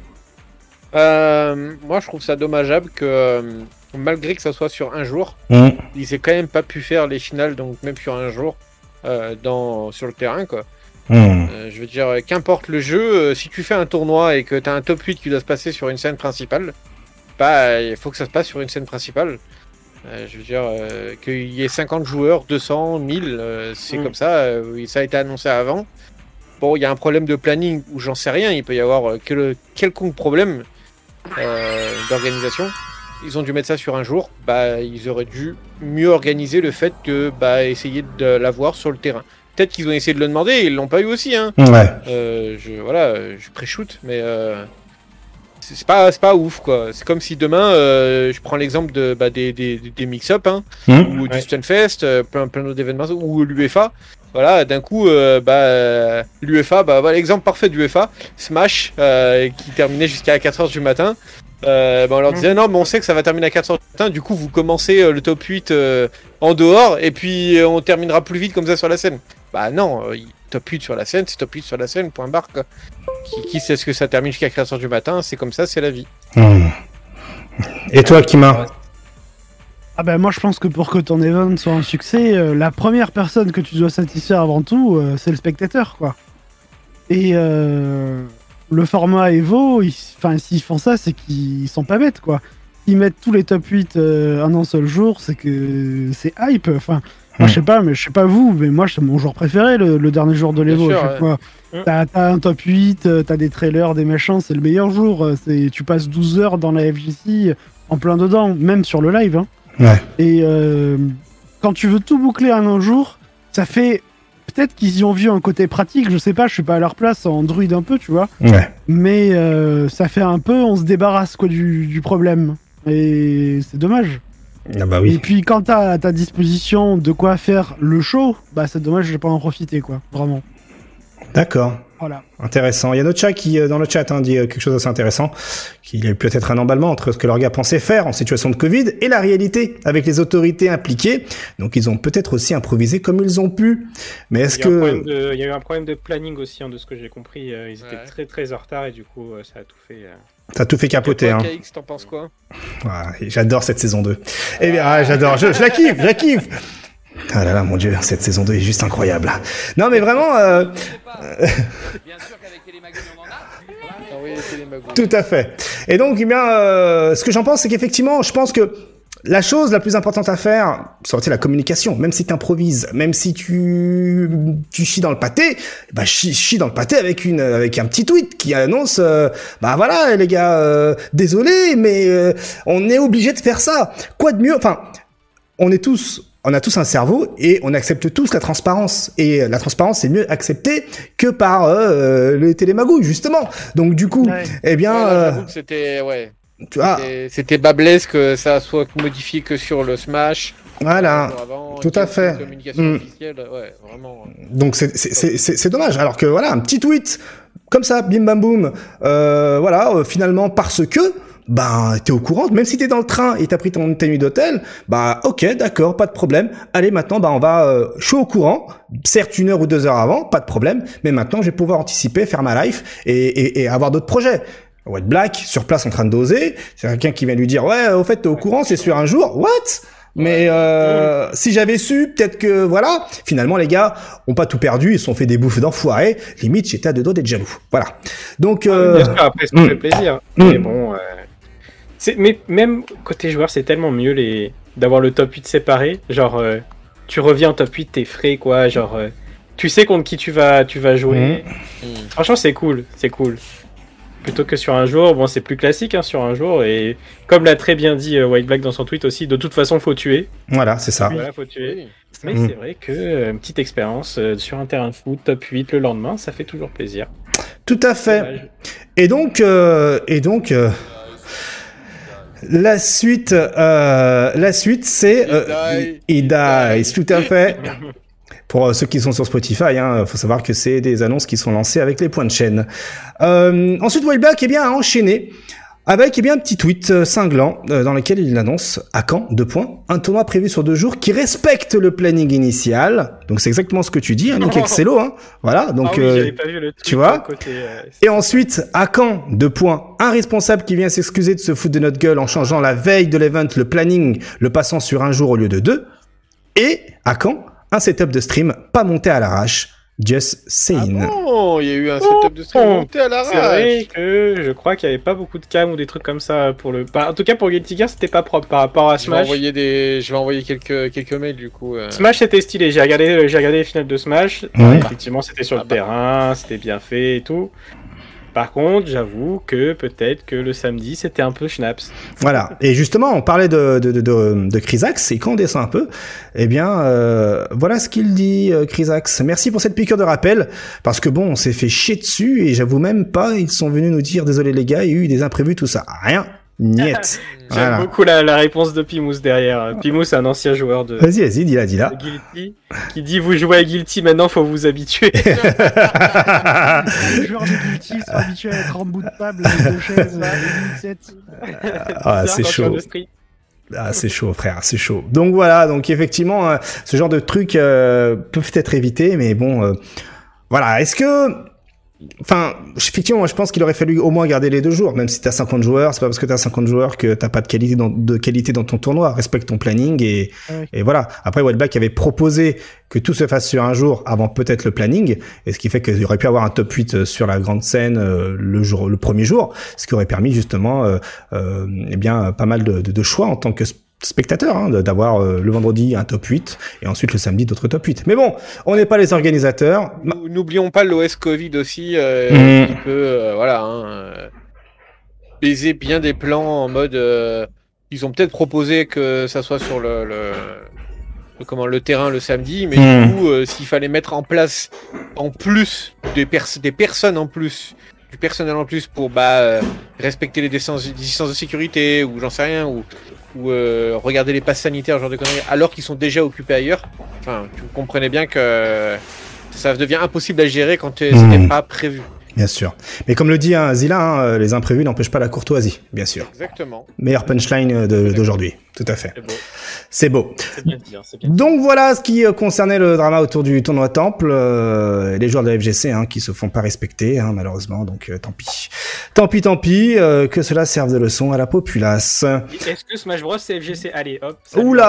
Moi, je trouve ça dommageable que malgré que ça soit sur un jour, ils aient quand même pas pu faire les finales, donc même sur un jour, sur le terrain, quoi. Je veux dire, qu'importe le jeu, si tu fais un tournoi et que t'as un top 8 qui doit se passer sur une scène principale, bah, il faut que ça se passe sur une scène principale. Je veux dire, qu'il y ait 50 joueurs, 200, 1000, c'est comme ça, ça a été annoncé avant. Bon, il y a un problème de planning ou j'en sais rien, il peut y avoir quelconque problème d'organisation. Ils ont dû mettre ça sur un jour, bah, ils auraient dû mieux organiser le fait que, bah, essayer de l'avoir sur le terrain. Peut-être qu'ils ont essayé de le demander et ils l'ont pas eu aussi, hein. Ouais. Je pré-shoot, mais c'est pas ouf, quoi. C'est comme si demain, je prends l'exemple des mix-up, hein, ou du Stunfest, plein d'autres événements, ou l'UEFA. Voilà, d'un coup, l'UEFA, voilà l'exemple parfait de l'UEFA, Smash, qui terminait jusqu'à 4h du matin. On leur disait non, mais on sait que ça va terminer à 4h du matin, du coup, vous commencez le top 8 en dehors, et puis on terminera plus vite comme ça sur la scène. Bah non, top 8 sur la scène, c'est top 8 sur la scène, point barre, quoi. Qui sait ce que ça termine jusqu'à 4h du matin, c'est comme ça, c'est la vie. Et toi, Kima ? Ah ben moi je pense que pour que ton event soit un succès, la première personne que tu dois satisfaire avant tout, c'est le spectateur, quoi. Et le format Evo, s'ils font ça, c'est qu'ils sont pas bêtes, quoi. Ils mettent tous les top 8 en un seul jour, c'est que c'est hype, enfin... Moi, je sais pas vous, mais moi, c'est mon jour préféré, le dernier jour de l'Evo. T'as un top 8, t'as des trailers, des machins, c'est le meilleur jour. Tu passes 12 heures dans la FGC en plein dedans, même sur le live. Hein. Ouais. Et quand tu veux tout boucler en un jour, ça fait... Peut-être qu'ils y ont vu un côté pratique, je sais pas, je suis pas à leur place, en druide un peu, tu vois. Ouais. Mais ça fait un peu, on se débarrasse quoi, du problème. Et c'est dommage. Ah bah oui. Et puis quand t'as à ta disposition de quoi faire le show, bah c'est dommage de pas en profiter, quoi, vraiment. D'accord. Voilà. Intéressant. Il y a notre chat qui, dans le chat, dit quelque chose d'assez intéressant, qu'il y a peut-être un emballement entre ce que leur gars pensait faire en situation de Covid et la réalité avec les autorités impliquées. Donc ils ont peut-être aussi improvisé comme ils ont pu. Mais est-ce que... Il y a eu un problème de planning aussi, hein, de ce que j'ai compris. Ils étaient très très en retard et du coup ça a tout fait... T'as tout fait capoter, hein. KX, t'en penses quoi ? J'adore cette saison 2. Eh bien, j'adore, je la kiffe. Ah là là, mon Dieu, cette saison 2 est juste incroyable. Non, mais vraiment... Bien sûr qu'avec Télémagouille, on en a. Tout à fait. Et donc, eh bien, ce que j'en pense, c'est qu'effectivement, je pense que la chose la plus importante à faire, ça aurait été la communication. Même si t'improvises, même si tu chies dans le pâté, bah chie dans le pâté avec un petit tweet qui annonce, bah voilà les gars, désolé, mais on est obligé de faire ça. Quoi de mieux ? Enfin, on a tous un cerveau et on accepte tous la transparence. Et la transparence, c'est mieux accepté que par les télémagouilles, justement. Donc du coup, eh bien... j'avoue que c'était... Ouais. C'était bablesque que ça soit modifié que sur le Smash. Voilà, tout à fait. Communication officielle, ouais, vraiment. Donc c'est dommage. Alors que voilà, un petit tweet comme ça, bim bam boum, finalement parce que t'es au courant, même si t'es dans le train et t'as pris ta nuit d'hôtel, ok, d'accord, pas de problème. Allez, maintenant, je suis au courant, certes 1 heure ou 2 heures avant, pas de problème, mais maintenant je vais pouvoir anticiper, faire ma life et avoir d'autres projets. White Black, sur place en train de doser, c'est quelqu'un qui vient lui dire, ouais, au fait, t'es au courant, c'est sur un jour, what? Mais si j'avais su, peut-être que, voilà, finalement, les gars ont pas tout perdu, ils se sont fait des bouffes d'enfoirés, limite, j'étais à 2 doigts d'être jaloux. Voilà. Donc... Bien sûr, après, ça me fait plaisir. Mais bon... Mais même côté joueur, c'est tellement mieux d'avoir le top 8 séparé. Genre, tu reviens en top 8, t'es frais, quoi. Genre, tu sais contre qui tu vas jouer. Franchement, c'est cool. Plutôt que sur un jour, bon, c'est plus classique, hein, sur un jour. Et comme l'a très bien dit White Black dans son tweet aussi, de toute façon, faut tuer. Voilà, c'est ça. Voilà, faut tuer. Mais c'est vrai que une petite expérience sur un terrain de foot, top 8 le lendemain, ça fait toujours plaisir. Tout à fait. Dommage. Et donc, la suite, c'est It Dies, tout à fait. Pour ceux qui sont sur Spotify, faut savoir que c'est des annonces qui sont lancées avec les points de chaîne. Ensuite, Wildback a enchaîné avec un petit tweet cinglant dans lequel il annonce à quand un tournoi prévu sur 2 jours qui respecte le planning initial. Donc c'est exactement ce que tu dis, Nick Excello, Voilà, donc j'avais pas vu le tweet, tu vois. Et ensuite, à quand un responsable qui vient s'excuser de se foutre de notre gueule en changeant la veille de l'event, le planning, le passant sur 1 jour au lieu de 2. Et à quand un setup de stream pas monté à l'arrache. Just saying. Ah bon, il y a eu un setup de stream monté à l'arrache. C'est vrai que je crois qu'il n'y avait pas beaucoup de cam ou des trucs comme ça pour le. En tout cas pour Guilty Gear, c'était pas propre par rapport à Smash. Je vais envoyer quelques mails du coup. Smash c'était stylé. J'ai regardé les finales de Smash. Effectivement, c'était sur le terrain, c'était bien fait et tout. Par contre, j'avoue que peut-être que le samedi, c'était un peu schnaps. Voilà. Et justement, on parlait de Chrysax, et quand on descend un peu, voilà ce qu'il dit, Chrysax. Merci pour cette piqûre de rappel, parce que on s'est fait chier dessus, et j'avoue même pas, ils sont venus nous dire, désolé les gars, il y a eu des imprévus, tout ça. Rien. Niet. J'aime beaucoup la réponse de Pimous derrière. Pimous, un ancien joueur de. Vas-y, dis-la. Guilty, qui dit vous jouez à Guilty, maintenant faut vous habituer. Les joueurs de Guilty sont habitués à être en bout de table avec 2 chaises, 2007. C'est chaud. C'est chaud, frère, c'est chaud. Donc voilà, effectivement, ce genre de trucs peuvent être évités, mais voilà. Est-ce que effectivement, moi, je pense qu'il aurait fallu au moins garder les 2 jours, même si t'as 50 joueurs, c'est pas parce que t'as 50 joueurs que t'as pas de qualité dans ton tournoi. Respecte ton planning et voilà. Après, Wildback avait proposé que tout se fasse sur 1 jour avant peut-être le planning, et ce qui fait qu'il aurait pu avoir un top 8 sur la grande scène le premier jour, ce qui aurait permis justement pas mal de choix en tant que spectateurs, d'avoir le vendredi un top 8 et ensuite le samedi d'autres top 8. Mais on n'est pas les organisateurs. N'oublions pas l'OS Covid aussi, qui peut baiser bien des plans en mode ils ont peut-être proposé que ça soit sur le terrain le samedi, mais du coup s'il fallait mettre en place en plus des personnes en plus, du personnel en plus pour respecter les distances de sécurité ou j'en sais rien, ou regarder les passes sanitaires, genre de conneries, alors qu'ils sont déjà occupés ailleurs. Enfin, vous comprenez bien que ça devient impossible à gérer quand c'était pas prévu. Bien sûr. Mais comme le dit Zilla, les imprévus n'empêchent pas la courtoisie, bien sûr. Exactement. Meilleur punchline d'aujourd'hui. Tout à fait. C'est beau. C'est bien de dire, Donc voilà ce qui concernait le drama autour du tournoi Temple. Les joueurs de la FGC qui se font pas respecter, malheureusement. Donc tant pis. Tant pis. Que cela serve de leçon à la populace. Est-ce que Smash Bros c'est FGC? Allez, hop. Oula,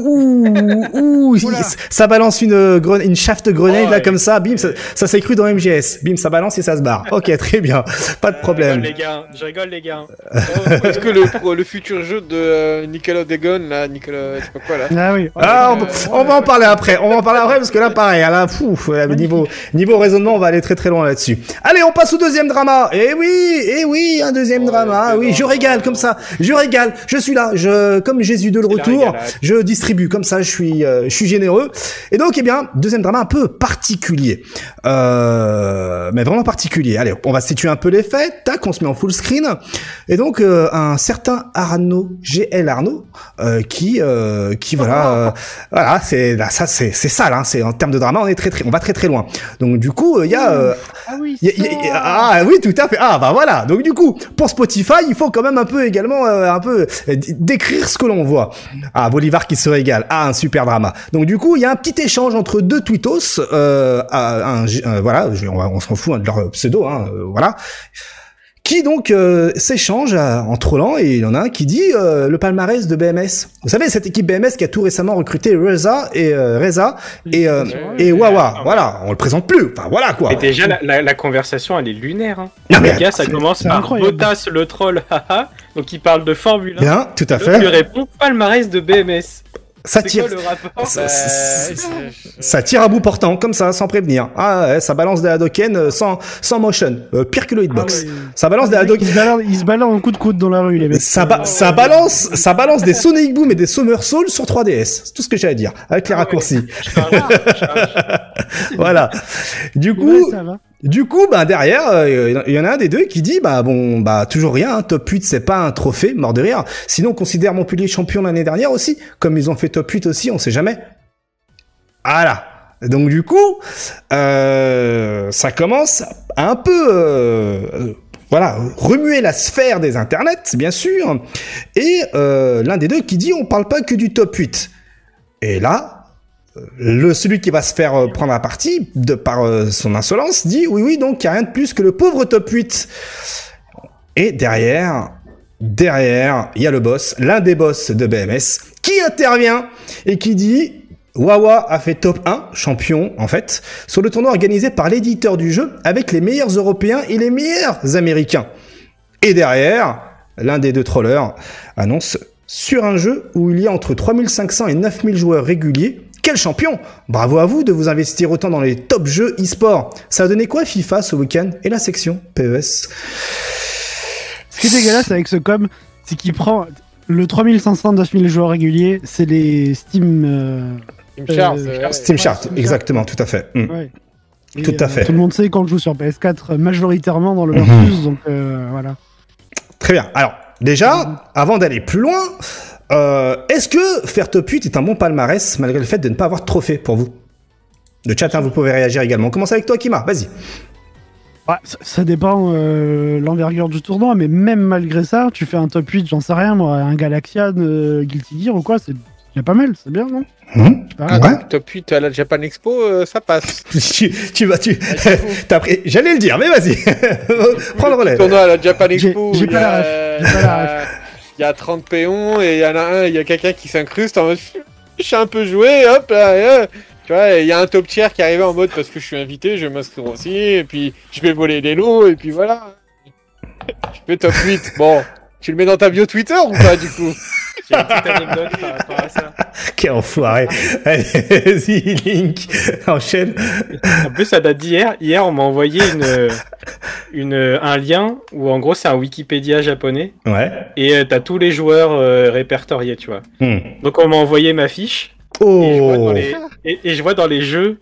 ça balance une shaft grenade là comme ça. Bim, ça s'est cru dans MGS. Bim, ça balance et ça se barre. Ok, très bien. Pas de problème. Je rigole les gars. Est-ce que le futur jeu de Nicolas Degon, là, Nicolas, je sais pas quoi là. Ah oui. On va en parler après. Parce que là, pareil, niveau raisonnement, on va aller très très loin là-dessus. Allez, on passe au deuxième drama. Eh oui, un deuxième drama. Oui, je régale comme ça. Je suis là. Comme Jésus de le retour, je distribue comme ça. Je suis généreux. Et donc, deuxième drama un peu particulier. Mais vraiment particulier. Allez, on va situer un peu les faits. Tac, on se met en full screen. Et donc, un certain GL Arnaud, qui voilà, c'est sale, c'est en termes de drama, on va très très loin. Donc du coup, il y a oui, tout à fait. Voilà. Donc du coup, pour Spotify, il faut quand même un peu également décrire ce que l'on voit. Bolivar qui se régale. Un super drama. Donc du coup, il y a un petit échange entre 2 tweetos, voilà, on s'en fout de leur pseudo, voilà. Qui donc s'échange en trollant, et il y en a un qui dit le palmarès de BMS. Vous savez, cette équipe BMS qui a tout récemment recruté Reza et Wawa. Voilà, on le présente plus. Enfin voilà quoi. Et déjà la conversation elle est lunaire. Non mais les gars, ça commence par Bottas le troll, donc il parle de Formule 1. Bien, tout à fait. Il lui répond palmarès de BMS. Ça tire. C'est quoi le rapport Ça tire à bout portant, comme ça, sans prévenir. Ah ouais, ça balance des Hadoken sans motion. Pire que le hitbox. Ouais. Ça balance des Hadoken. Ils se baladent en coup de coude dans la rue, les mecs. Ça balance des Sonic Boom et des Somersaults sur 3DS. C'est tout ce que j'ai à dire. Avec les raccourcis. Voilà. Du coup, derrière, il y en a un des deux qui dit, toujours rien, hein, top 8, c'est pas un trophée, mort de rire. Sinon, on considère Montpellier champion l'année dernière aussi, comme ils ont fait top 8 aussi, on sait jamais. Voilà. Donc du coup, ça commence à un peu, remuer la sphère des internets, bien sûr. Et l'un des deux qui dit, on parle pas que du top 8. Et là, celui qui va se faire prendre à partie par son insolence dit oui, donc il n'y a rien de plus que le pauvre top 8. Et derrière, il y a le boss, l'un des boss de BMS, qui intervient et qui dit Wawa a fait top 1, champion en fait, sur le tournoi organisé par l'éditeur du jeu avec les meilleurs Européens et les meilleurs Américains. Et derrière, l'un des deux trollers annonce sur un jeu où il y a entre 3500 et 9000 joueurs réguliers. Quel champion! Bravo à vous de vous investir autant dans les top jeux e-sport. Ça a donné quoi FIFA ce week-end et la section PES? Ce qui est dégueulasse avec ce com, c'est qu'il prend le 3500, 9000 joueurs réguliers, c'est les Steam Charts, exactement, tout à fait. Ouais. Et, tout à fait. Tout le monde sait qu'on joue sur PS4 majoritairement dans le versus, donc voilà. Très bien. Alors, déjà, avant d'aller plus loin, est-ce que faire top 8 est un bon palmarès malgré le fait de ne pas avoir de trophée pour vous? Le chat, vous pouvez réagir également. On commence avec toi, Kima, vas-y. Ouais, ça dépend l'envergure du tournoi, mais même malgré ça, tu fais un top 8, j'en sais rien, moi, un Galaxian, Guilty Gear ou quoi, c'est déjà pas mal, c'est bien, non? Donc, top 8 à la Japan Expo, ça passe. J'allais le dire, mais vas-y. Prends le relais. Tournoi à la Japan Expo. J'ai pas la ref. Il y a 30 péons et il y a quelqu'un qui s'incruste en mode je suis un peu joué, hop là, tu vois, il y a un top tier qui est arrivé en mode parce que je suis invité, je vais m'inscrire aussi, et puis je vais voler des lots, et puis voilà. Je fais top 8. Bon, tu le mets dans ta bio Twitter ou pas du coup? J'ai une petite anecdote par rapport à ça. Quel enfoiré. Allez, vas-y, Link, enchaîne. En plus, ça date d'hier. Hier, on m'a envoyé un lien où, en gros, c'est un Wikipédia japonais. Ouais. Et t'as tous les joueurs répertoriés, tu vois. Donc, on m'a envoyé ma fiche. Oh. Et je vois dans les jeux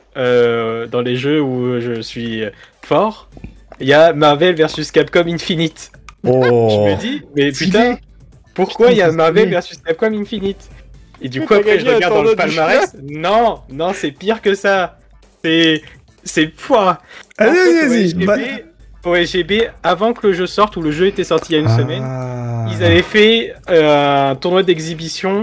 où je suis fort, il y a Marvel versus Capcom Infinite. Oh. Je me dis, mais putain, pourquoi il y a Marvel versus Capcom Infinite? Et du coup, après, je regarde dans le palmarès. Non, c'est pire que ça. C'est foire. Allez, vas-y. OSGB, avant que le jeu sorte, ou le jeu était sorti il y a une semaine, ils avaient fait un tournoi d'exhibition.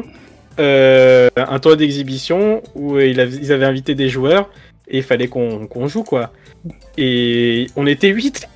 Un tournoi d'exhibition où ils avaient invité des joueurs et il fallait qu'on joue, quoi. Et on était 8.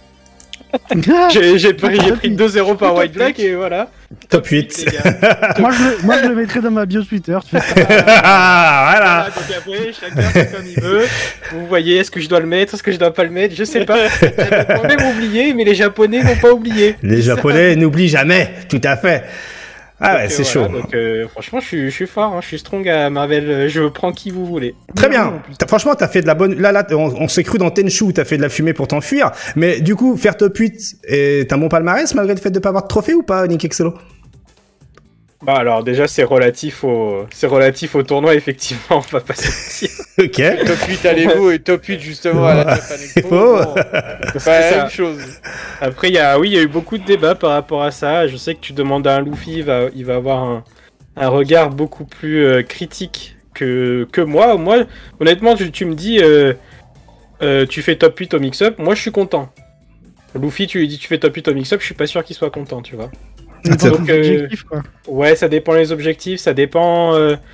J'ai pris 2-0 par White Black et voilà. Top 8. moi je le mettrais dans ma bio Twitter. Tu fais ça. Voilà. Donc après, chacun fait comme il veut. Vous voyez, est-ce que je dois le mettre, est-ce que je dois pas le mettre, je sais pas. On va même oublier, mais les Japonais n'ont pas oublié. Les Japonais n'oublient jamais, tout à fait. Ah ouais, c'est chaud. Donc franchement, je suis fort, hein, je suis strong à Marvel, je prends qui vous voulez. Très bien. Franchement, t'as fait de la bonne... Là, on s'est cru dans Tenchu, t'as fait de la fumée pour t'enfuir. Mais du coup, faire top 8, t'as un bon palmarès malgré le fait de pas avoir de trophée ou pas, Nick Exolo? Bah alors déjà c'est relatif au tournoi, effectivement, on va pas se mentir. Ok. Top 8 à l'Evo et top 8 justement à la Japan Expo. Bon, c'est pas la même chose. Après il y a eu beaucoup de débats par rapport à ça. Je sais que tu demandes à un Luffy, il va avoir un regard beaucoup plus critique que moi. Moi honnêtement tu me dis tu fais top 8 au mix-up, moi je suis content. Luffy tu lui dis tu fais top 8 au mix-up, je suis pas sûr qu'il soit content, tu vois. Donc, quoi. Ouais, ça dépend les objectifs, ça dépend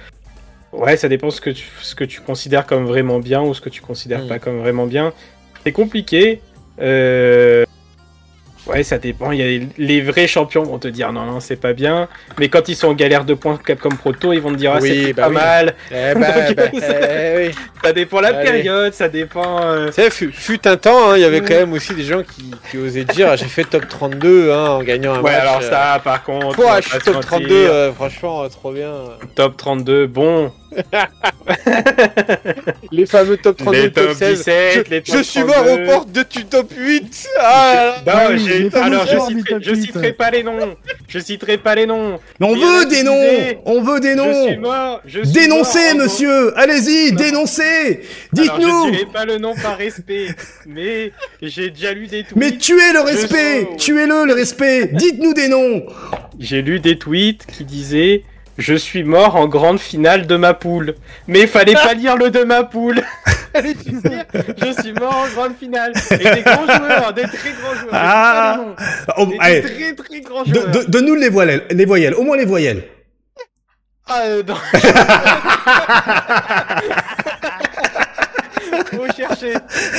ce que tu considères comme vraiment bien ou ce que tu considères pas comme vraiment bien. C'est compliqué. Ouais, Ouais, ça dépend. Il y a les vrais champions vont te dire non, c'est pas bien. Mais quand ils sont en galère de points Capcom Pro Tour, ils vont te dire c'est pas mal. Oui. Ça dépend la période, ça dépend. Tu sais, fut un temps, il y avait quand même aussi des gens qui osaient dire j'ai fait top 32 en gagnant un match. Ouais, alors ça, par contre. Je suis top 32, franchement, trop bien. Top 32, bon. Les fameux top 32, les top 16. 17, je suis mort aux portes de tu top 8. Je citerai pas les noms. Je citerai pas les noms. Mais on veut des noms. On veut des noms. Je suis mort. Dénoncez, monsieur. Allez-y, dénoncez. Dites-nous. Je dirai pas le nom par respect, mais j'ai déjà lu des tweets. Mais tuez le respect. Tuez-le respect. Dites-nous des noms. J'ai lu des tweets qui disaient je suis mort en grande finale de ma poule. Mais il fallait pas lire le de ma poule. Fallait dire je suis mort en grande finale. Et des grands joueurs, des très grands joueurs. Des très grands joueurs. Donne-nous les voyelles, au moins les voyelles. Non. Faut chercher.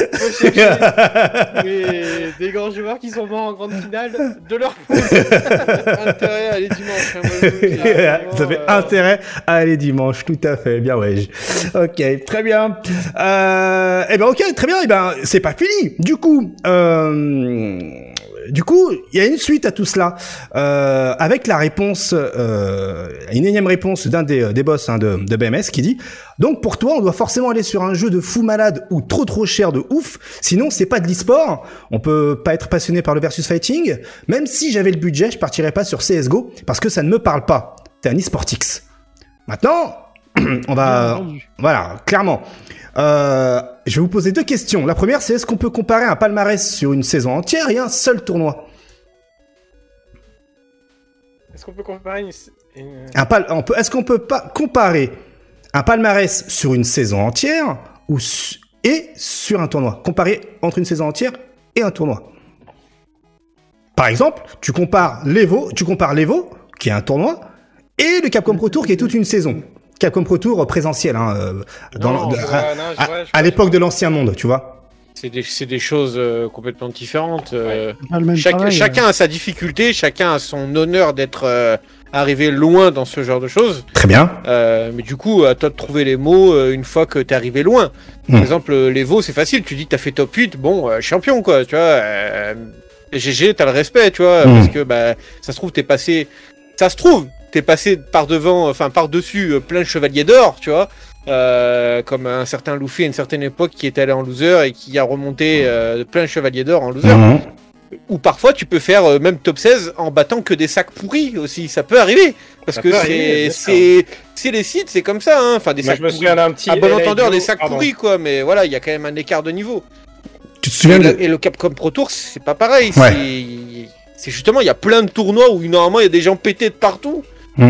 Des grands joueurs qui sont morts en grande finale de leur poule. Intérêt à aller dimanche. Ça fait intérêt à aller dimanche, tout à fait. Bien ouais. Ok, très bien. Ok, très bien. C'est pas fini. Du coup, il y a une suite à tout cela, avec la réponse, une énième réponse d'un des boss de BMS qui dit donc pour toi on doit forcément aller sur un jeu de fou malade ou trop cher de ouf, sinon c'est pas de l'e-sport, on peut pas être passionné par le versus fighting, même si j'avais le budget je partirais pas sur CSGO parce que ça ne me parle pas, t'es un e-sportix. Maintenant, on va, voilà, clairement. Je vais vous poser 2 questions. La première, c'est est-ce qu'on peut comparer un palmarès sur une saison entière et un seul tournoi? Est-ce qu'on peut comparer Est-ce qu'on peut pas comparer un palmarès sur une saison entière et sur un tournoi? Comparer entre une saison entière et un tournoi. Par exemple, tu compares l'Evo, qui est un tournoi, et le Capcom Pro Tour, qui est toute une saison. Capcom Pro Tour présentiel, à l'époque de l'ancien monde, tu vois. C'est des choses complètement différentes. Chacun a sa difficulté, chacun a son honneur d'être arrivé loin dans ce genre de choses. Très bien. Mais du coup, à toi de trouver les mots une fois que t'es arrivé loin. Par exemple, l'Evo, c'est facile. Tu dis que t'as fait top 8, champion, quoi, tu vois. GG, t'as le respect, tu vois, parce que ça se trouve, t'es passé... Ça se trouve, t'es passé par-dessus plein de chevaliers d'or, tu vois, comme un certain Luffy à une certaine époque qui est allé en loser et qui a remonté plein de chevaliers d'or en loser. Ou parfois tu peux faire même top 16 en battant que des sacs pourris aussi, ça peut arriver. Parce que c'est les sites, c'est comme ça, hein. Enfin, des sacs pourris. À bon entendeur, des sacs pourris, quoi, mais voilà, il y a quand même un écart de niveau. Tu te souviens et le Capcom Pro Tour, c'est pas pareil. Ouais. C'est justement, il y a plein de tournois où normalement il y a des gens pétés de partout.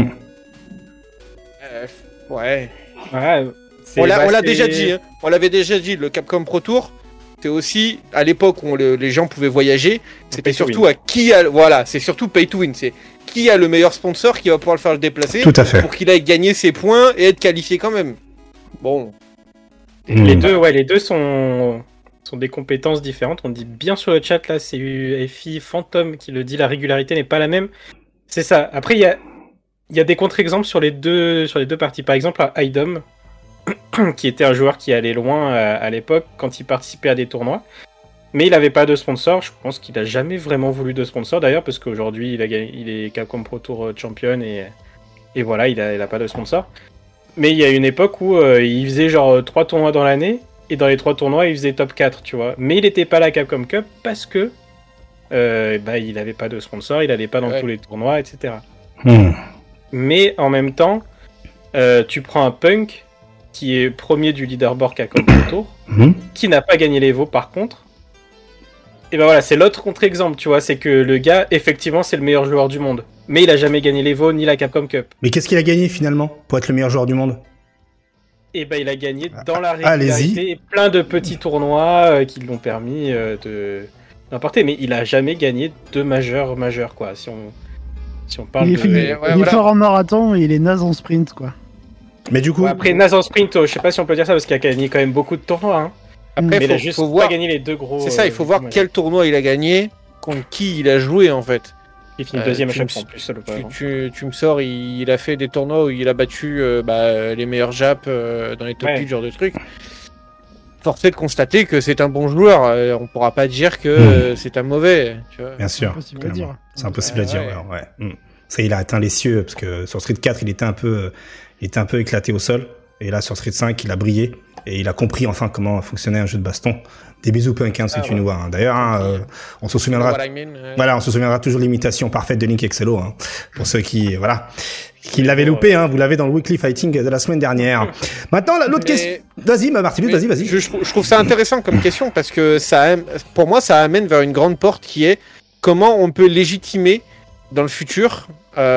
Ouais. On l'a déjà dit, hein. On l'avait déjà dit, le Capcom Pro Tour, c'est aussi, à l'époque où les gens pouvaient voyager, c'était surtout c'est surtout pay to win. C'est qui a le meilleur sponsor qui va pouvoir le faire le déplacer. Tout à fait. Pour qu'il aille gagner ses points et être qualifié quand même. Bon. Les deux sont des compétences différentes. On dit bien sur le chat, là, c'est UFI Phantom qui le dit, la régularité n'est pas la même. C'est ça. Après, il y a des contre-exemples sur les deux parties. Par exemple, à Idom, qui était un joueur qui allait loin à l'époque quand il participait à des tournois. Mais il n'avait pas de sponsor. Je pense qu'il n'a jamais vraiment voulu de sponsor d'ailleurs, parce qu'aujourd'hui, il est Capcom Pro Tour champion et voilà, il a pas de sponsor. Mais il y a une époque où il faisait genre 3 tournois dans l'année. Et dans les 3 tournois, il faisait top 4, tu vois. Mais il n'était pas à la Capcom Cup parce que il n'avait pas de sponsor, il n'allait pas dans tous les tournois, etc. Mais en même temps, tu prends un Punk qui est premier du leaderboard Capcom Pro Tour, qui n'a pas gagné l'Evo par contre. Et ben voilà, c'est l'autre contre-exemple, tu vois. C'est que le gars, effectivement, c'est le meilleur joueur du monde. Mais il a jamais gagné l'Evo ni la Capcom Cup. Mais qu'est-ce qu'il a gagné finalement pour être le meilleur joueur du monde ? Et ben il a gagné dans la régularité plein de petits tournois qui l'ont permis d'emporter, mais il a jamais gagné de majeur quoi. Si on parle il est fort en marathon et il est naze en sprint quoi. Mais du coup après naze en sprint, je sais pas si on peut dire ça parce qu'il a gagné quand même beaucoup de tournois. Hein. Après il a juste pas gagné les 2 gros. C'est ça, il faut voir quel tournoi il a gagné, contre qui il a joué en fait. Il finit deuxième à chaque fois en plus. Tu me sors, il a fait des tournois où il a battu les meilleurs Japs dans les top 8, genre de trucs. Force est de constater que c'est un bon joueur. On pourra pas dire que c'est un mauvais. Tu vois. Bien sûr. C'est impossible à dire. Ouais. Ça, il a atteint les cieux parce que sur Street 4, il était un peu éclaté au sol. Et là, sur Street 5, il a brillé et il a compris enfin comment fonctionnait un jeu de baston. Des bisous Punk, si tu nous vois. Hein. D'ailleurs, on se souviendra. Voilà, on se souviendra toujours l'imitation parfaite de Link Excello. Hein, pour ceux qui l'avaient loupé. Hein, vous l'avez dans le Weekly Fighting de la semaine dernière. Maintenant, l'autre question. Vas-y, Martine, vas-y. Je trouve ça intéressant comme question parce que pour moi, ça amène vers une grande porte qui est comment on peut légitimer dans le futur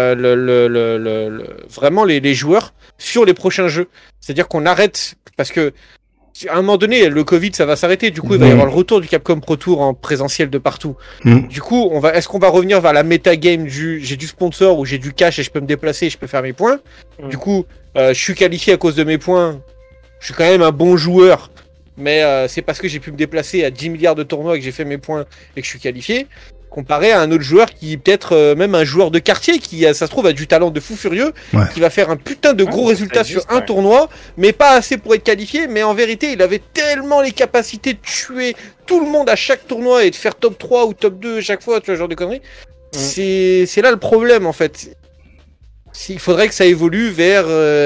vraiment les joueurs sur les prochains jeux. C'est-à-dire qu'on arrête parce que à un moment donné, le Covid, ça va s'arrêter. Du coup, il va y avoir le retour du Capcom Pro Tour en présentiel de partout. Du coup, est-ce qu'on va revenir vers la metagame j'ai du sponsor ou j'ai du cash et je peux me déplacer et je peux faire mes points. Du coup, je suis qualifié à cause de mes points. Je suis quand même un bon joueur. Mais c'est parce que j'ai pu me déplacer à 10 milliards de tournois et que j'ai fait mes points et que je suis qualifié. Comparé à un autre joueur qui peut-être même un joueur de quartier qui ça se trouve a du talent de fou furieux, qui va faire un putain de gros résultat sur un tournoi, mais pas assez pour être qualifié, mais en vérité il avait tellement les capacités de tuer tout le monde à chaque tournoi et de faire top 3 ou top 2 à chaque fois, tu vois, ce genre de conneries. C'est là le problème en fait. Il faudrait que ça évolue vers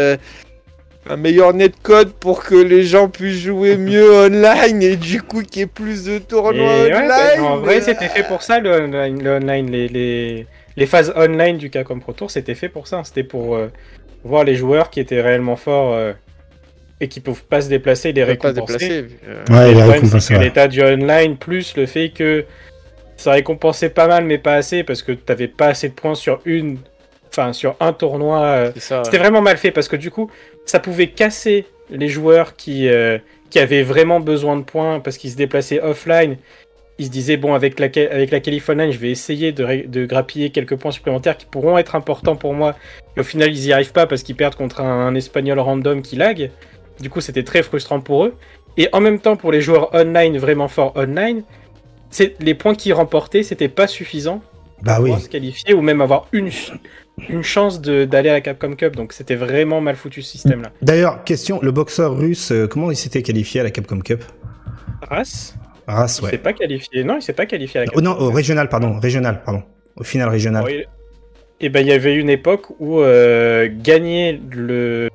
un meilleur netcode pour que les gens puissent jouer mieux online et du coup qu'il y ait plus de tournois online. En vrai, c'était fait pour ça le online. Les phases online du Capcom Pro Tour, c'était fait pour ça. C'était pour voir les joueurs qui étaient réellement forts et qui peuvent pas se déplacer et les récompenser. Les récompenser. L'état du online plus le fait que ça récompensait pas mal mais pas assez parce que t'avais pas assez de points sur un tournoi. C'était vraiment mal fait parce que du coup, ça pouvait casser les joueurs qui avaient vraiment besoin de points parce qu'ils se déplaçaient offline. Ils se disaient, bon, avec la qualif online, je vais essayer de grappiller quelques points supplémentaires qui pourront être importants pour moi. Et au final, ils y arrivent pas parce qu'ils perdent contre un espagnol random qui lag. Du coup, c'était très frustrant pour eux. Et en même temps, pour les joueurs online, vraiment forts online, les points qu'ils remportaient, c'était pas suffisant pour se qualifier ou même avoir une chance d'aller à la Capcom Cup, donc c'était vraiment mal foutu ce système-là. D'ailleurs, question, le boxeur russe, comment il s'était qualifié à la Capcom Cup? Ras, ouais. Il s'est pas qualifié. Non, il s'est pas qualifié à la Capcom Cup. Au régional, pardon. Au final régional. Et ben il y avait une époque où gagner le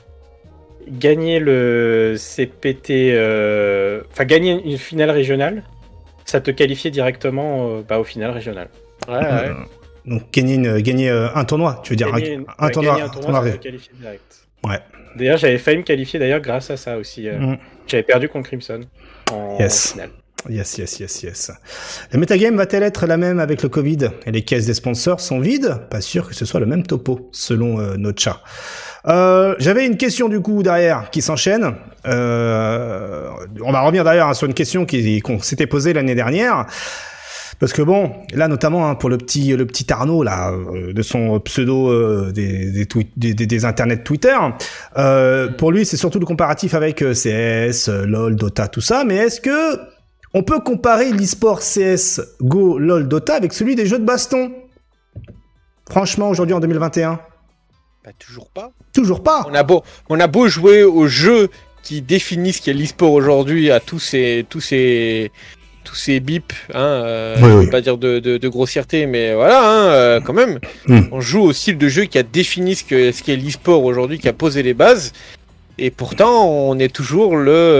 CPT, gagner une finale régionale, ça te qualifiait directement au final régional. Ouais. Donc gagner un tournoi, tu veux dire un tournoi, ça te qualifiait direct. Ouais. D'ailleurs, j'avais failli me qualifier grâce à ça aussi. J'avais perdu contre Crimson en finale. Yes. La metagame va-t-elle être la même avec le Covid et les caisses des sponsors sont vides? Pas sûr que ce soit le même topo, selon notre chat. J'avais une question du coup derrière qui s'enchaîne. On va revenir d'ailleurs sur une question qu'on s'était posée l'année dernière. Parce que bon, là notamment pour le petit Arnaud là de son pseudo des internets Twitter, pour lui c'est surtout le comparatif avec CS, LoL, Dota, tout ça. Mais est-ce que on peut comparer l'e-sport CS, Go, LoL, Dota avec celui des jeux de baston? Franchement, aujourd'hui en 2021. Toujours pas. Toujours pas. On a beau jouer aux jeux qui définissent ce qu'est l'e-sport aujourd'hui à tous ces bips, je veux pas dire de grossièreté, mais voilà, quand même. On joue au style de jeu qui a défini ce qu'est l'e-sport aujourd'hui, qui a posé les bases, et pourtant on est toujours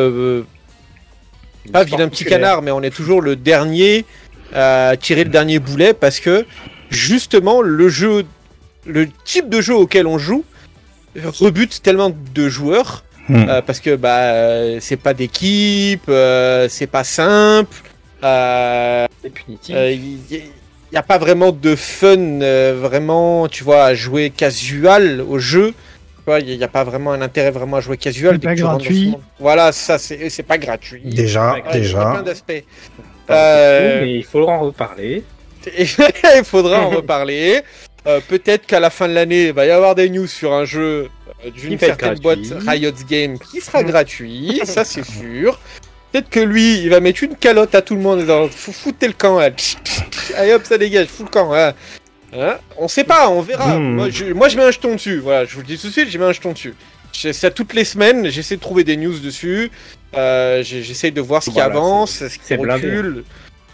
pas vilain petit canard, mais on est toujours le dernier à tirer le dernier boulet, parce que justement le type de jeu auquel on joue rebute tellement de joueurs, parce que c'est pas d'équipe, c'est pas simple. C'est punitif. Il n'y a pas vraiment de fun, vraiment, tu vois, à jouer casual au jeu. Il n'y a pas vraiment un intérêt vraiment à jouer casual. C'est pas gratuit. Voilà, ça, c'est pas gratuit. Déjà. Il y a plein d'aspects. Mais il faudra en reparler. Il faudra en reparler. Peut-être qu'à la fin de l'année, il va y avoir des news sur un jeu d'une certaine boîte Riot Games qui sera gratuit, ça c'est sûr. Peut-être que lui, il va mettre une calotte à tout le monde et dire « Foutez le camp, Allez hop, ça dégage, fous le camp. Hein, on sait pas, on verra. Moi, je mets un jeton dessus. Voilà, je vous le dis tout de suite, j'ai mis un jeton dessus. Ça toutes les semaines, j'essaie de trouver des news dessus. J'essaie de voir ce qui avance, ce qui recule.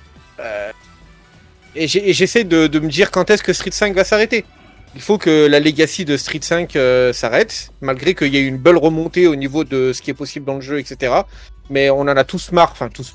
Et j'essaie de me dire quand est-ce que Street 5 va s'arrêter. Il faut que la legacy de Street 5 s'arrête, malgré qu'il y ait une belle remontée au niveau de ce qui est possible dans le jeu, etc. Mais on en a tous marre,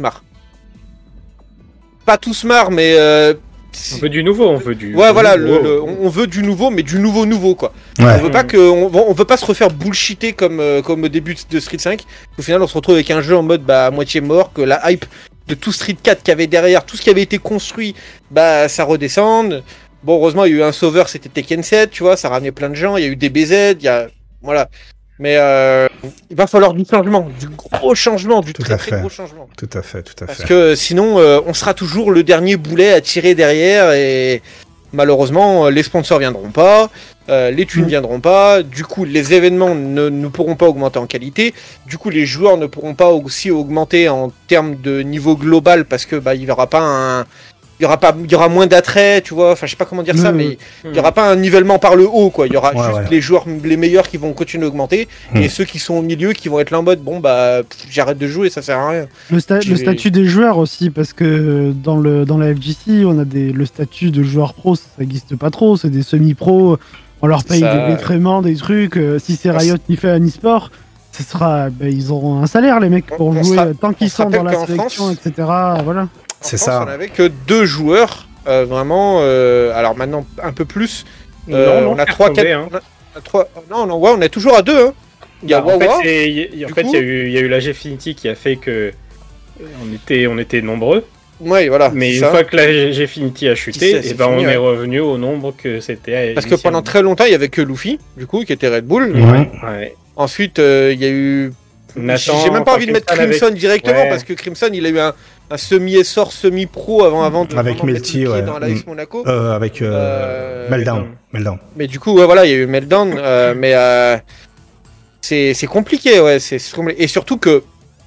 Pas tous marre, mais... on veut du nouveau, on veut du... Ouais, voilà, on veut du nouveau, mais du nouveau, quoi. Ouais. On veut pas se refaire bullshiter comme au début de Street 5. Au final, on se retrouve avec un jeu en mode à moitié mort, que la hype de tout Street 4 qu'il y avait derrière, tout ce qui avait été construit, ça redescende. Bon, heureusement, il y a eu un sauveur, c'était Tekken 7, tu vois, ça ramenait plein de gens, il y a eu DBZ, voilà. Mais il va falloir du changement, du gros changement, du très gros changement. Tout à fait. Parce que sinon, on sera toujours le dernier boulet à tirer derrière et malheureusement, les sponsors viendront pas, les thunes viendront pas, du coup, les événements ne pourront pas augmenter en qualité, du coup, les joueurs ne pourront pas aussi augmenter en termes de niveau global parce que il y aura pas il y aura moins d'attrait, tu vois, enfin je sais pas comment dire ça, mais il y aura pas un nivellement par le haut, quoi. Il y aura juste les joueurs les meilleurs qui vont continuer à augmenter et ceux qui sont au milieu qui vont être là en mode j'arrête de jouer, ça sert à rien. Le statut des joueurs aussi, parce que dans la FGC on a le statut de joueur pro, ça n'existe pas trop, c'est des semi-pros, on leur paye des décréments, des trucs, si c'est Riot qui fait un e-sport, ce sera, ils auront un salaire les mecs pour jouer tant qu'ils sont dans la sélection, France, etc. Voilà. C'est ça. On avait que 2 joueurs, vraiment. Alors maintenant un peu plus. On a 3, 4. On est toujours à 2. Hein. Il y a Wawa. Il y a eu la Gfinity qui a fait que on était nombreux. Ouais, voilà. Mais une fois que la Gfinity a chuté, on est revenu au nombre que c'était. Parce que pendant très longtemps, il y avait que Luffy, du coup, qui était Red Bull. Ouais. Ensuite, il y a eu. J'ai même pas envie de mettre Crimson directement parce que Crimson, il a eu un semi-essor, semi-pro avant de avec Melty, dans la X Monaco. Avec Meltdown. Mais du coup, voilà, il y a eu Meltdown, mais c'est compliqué, ouais. Et surtout que.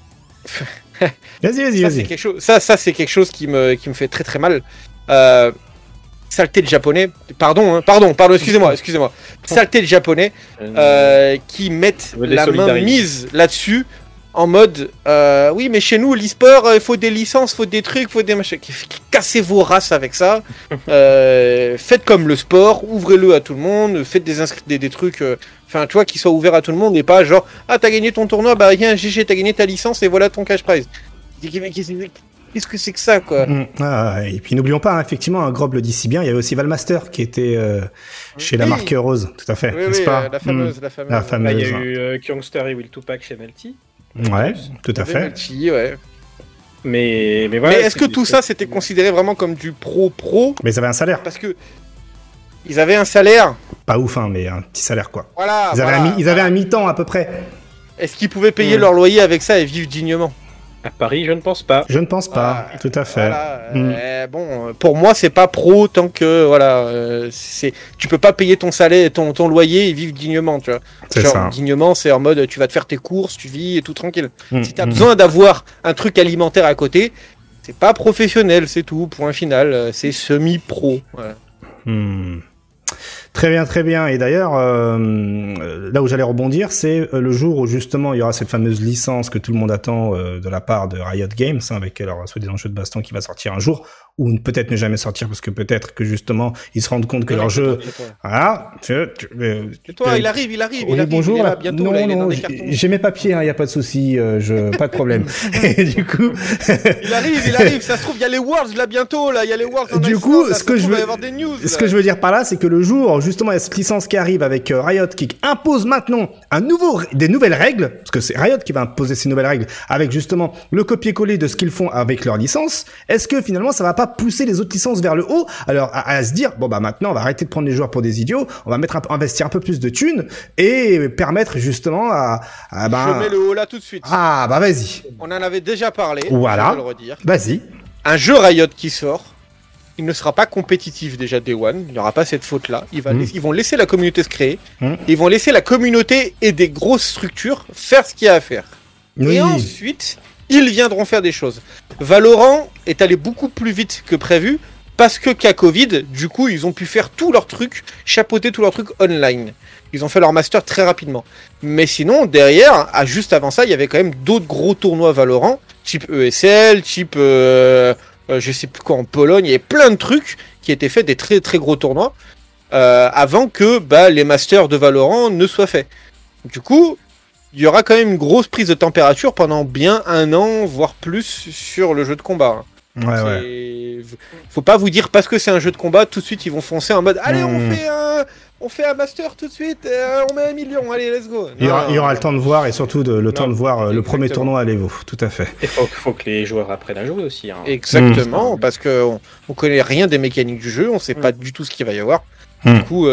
Vas-y. Ça, c'est quelque chose qui me fait très très mal. Saleté de japonais, pardon, excusez-moi. Saleté de japonais qui mettent la main mise là-dessus en mode oui, mais chez nous, l'e-sport, il faut des licences, faut des trucs, faut des machins. Cassez vos races avec ça. Faites comme le sport, ouvrez-le à tout le monde, faites des trucs, tu vois, qui soient ouverts à tout le monde et pas genre, t'as gagné ton tournoi, viens, GG, t'as gagné ta licence et voilà ton cash prize. Qu'est-ce que c'est que ça, quoi? Et puis n'oublions pas, effectivement, Grob le dit si bien, il y avait aussi Valmaster qui était chez la marque Rose, tout à fait, n'est-ce pas? La fameuse. Il y a eu Kyongster et Will Tupac chez Melty. Ouais, tout à fait. Melty, ouais. Mais voilà. Mais est-ce que tout ça, c'était considéré vraiment comme du pro? Mais ils avaient un salaire. Parce que ils avaient un salaire. Pas ouf, mais un petit salaire, quoi. Voilà. Ils avaient un mi-temps, à peu près. Est-ce qu'ils pouvaient payer leur loyer avec ça et vivre dignement? À Paris, je ne pense pas. Tout à fait. Voilà, bon, pour moi, c'est pas pro tant que tu peux pas payer ton salaire, ton loyer et vivre dignement, tu vois. Ça. Dignement, c'est en mode tu vas te faire tes courses, tu vis et tout tranquille. Si t'as besoin d'avoir un truc alimentaire à côté, c'est pas professionnel, c'est tout. Point final, c'est semi-pro. Voilà. Très bien. Et d'ailleurs, là où j'allais rebondir, c'est le jour où justement il y aura cette fameuse licence que tout le monde attend de la part de Riot Games, avec leur soi-disant jeu de baston qui va sortir un jour, ou peut-être ne jamais sortir parce que peut-être que justement ils se rendent compte que leur jeu... Voilà. Il arrive. Bonjour. Il est là bientôt. Non, j'ai mes papiers, il n'y a pas de souci, pas de problème. Et du coup... il arrive. Ça se trouve, il y a les Worlds là bientôt, là. Il y a les Worlds. Du coup, ce que je veux dire par là, c'est que le jour, justement, il y a cette licence qui arrive avec Riot qui impose maintenant des nouvelles règles, parce que c'est Riot qui va imposer ces nouvelles règles avec justement le copier-coller de ce qu'ils font avec leur licence. Est-ce que finalement ça va pas pousser les autres licences vers le haut, alors à se dire maintenant on va arrêter de prendre les joueurs pour des idiots, on va investir un peu plus de thunes et permettre justement je mets le haut là tout de suite. Vas-y. On en avait déjà parlé. Voilà. Je vais le redire. Vas-y. Un jeu Riot qui sort, il ne sera pas compétitif déjà Day One, il n'y aura pas cette faute-là. Ils vont laisser la communauté se créer, ils vont laisser la communauté et des grosses structures faire ce qu'il y a à faire. Oui. Et ensuite, ils viendront faire des choses. Valorant est allé beaucoup plus vite que prévu parce que qu'à Covid, du coup, ils ont pu faire tous leurs trucs, chapeauter tous leurs trucs online. Ils ont fait leur master très rapidement. Mais sinon, derrière, juste avant ça, il y avait quand même d'autres gros tournois Valorant, type ESL, type, je sais plus quoi, en Pologne. Il y avait plein de trucs qui étaient faits, des très très gros tournois, avant que les masters de Valorant ne soient faits. Du coup, il y aura quand même une grosse prise de température pendant bien 1 an, voire plus, sur le jeu de combat. Ouais. Faut pas vous dire parce que c'est un jeu de combat, tout de suite ils vont foncer en mode allez, on fait un master tout de suite, on met 1 million, allez, let's go. Il y aura le temps de voir et surtout le temps de voir le premier tournoi à l'Evo, tout à fait. Il faut que les joueurs apprennent à jouer aussi. Hein. Exactement, parce qu'on connaît rien des mécaniques du jeu, on sait pas du tout ce qu'il va y avoir. Du coup,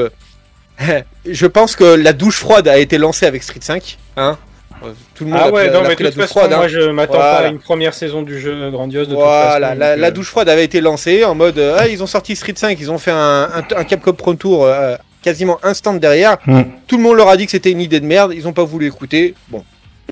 je pense que la douche froide a été lancée avec Street 5, hein. Tout le monde mais de toute façon, moi je m'attends pas à une première saison du jeu grandiose de toute façon. La douche froide avait été lancée en mode ils ont sorti Street 5, ils ont fait un Capcom Pro Tour quasiment instant derrière. Tout le monde leur a dit que c'était une idée de merde, ils ont pas voulu écouter. Bon.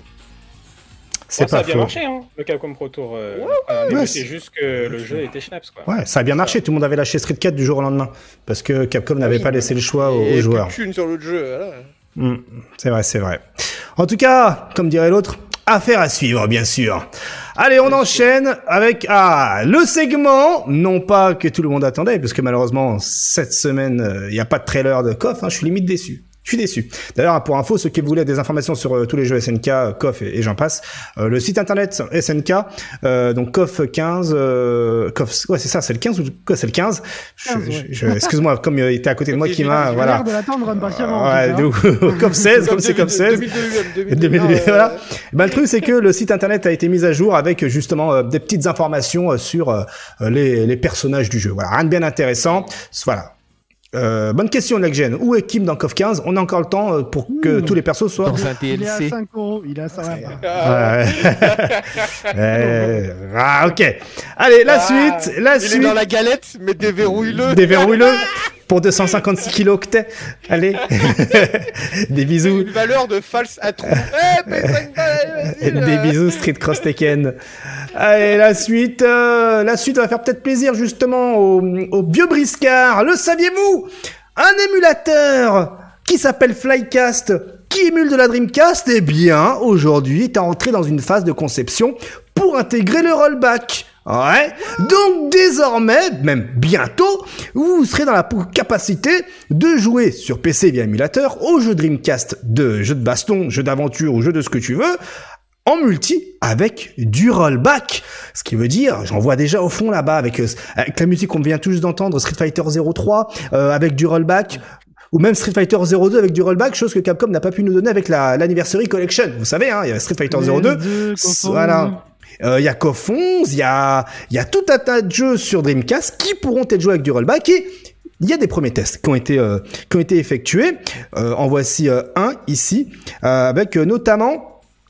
Ça a bien marché, hein, le Capcom Pro Tour. C'est juste que le jeu était schnaps, quoi. Ouais, ça a bien marché. Tout le monde avait lâché Street 4 du jour au lendemain parce que Capcom n'avait pas laissé le choix aux joueurs. Et plus sur l'autre jeu. Voilà. C'est vrai. En tout cas, comme dirait l'autre, affaire à suivre, bien sûr. Allez, on enchaîne avec le segment, non pas que tout le monde attendait, parce que malheureusement, cette semaine, il n'y a pas de trailer de KOF, je suis limite déçu. Je suis déçu. D'ailleurs, pour info, ceux qui voulaient des informations sur tous les jeux SNK, KOF et j'en passe, le site internet SNK, donc KOF 15, KOF, ouais, c'est ça, c'est le 15 ou quoi, c'est le 15? Excuse-moi, comme il était à côté de moi qui m'a, voilà. J'ai l'air de l'attendre impatiemment. Ouais, donc, KOF 16, comme c'est comme 16. 2002, voilà. Le truc, c'est que le site internet a été mis à jour avec, justement, des petites informations sur les personnages du jeu. Voilà. Rien de bien intéressant. Voilà. Bonne question, Legend. Où est Kim dans KOF 15? On a encore le temps pour que tous les persos soient... Dans un TLC. Il est à 5 €, il est à 100 €. Ok. Allez, la suite. Il est dans la galette, mais déverrouille-le. Déverrouille-le. Pour 256 kilooctets. Allez. Des bisous. Une valeur de false à trou. Des bisous, Street Cross Tekken. Allez, la suite va faire peut-être plaisir justement aux vieux briscards. Le saviez-vous? Un émulateur qui s'appelle Flycast, qui émule de la Dreamcast, eh bien, aujourd'hui, est entré dans une phase de conception pour intégrer le rollback. Ouais. Donc, désormais, même bientôt, vous serez dans la capacité de jouer sur PC via émulateur aux jeux Dreamcast de jeux de baston, jeux d'aventure ou jeux de ce que tu veux, en multi avec du rollback. Ce qui veut dire, j'en vois déjà au fond là-bas avec la musique qu'on vient tout juste d'entendre, Street Fighter 03 avec du rollback, ou même Street Fighter 02 avec du rollback, chose que Capcom n'a pas pu nous donner avec l'Anniversary Collection. Vous savez, hein, il y a Street Fighter 02, voilà. Il y a KOF 11, il y a tout un tas de jeux sur Dreamcast qui pourront être joués avec du rollback et il y a des premiers tests qui ont été effectués. En voici un ici, avec notamment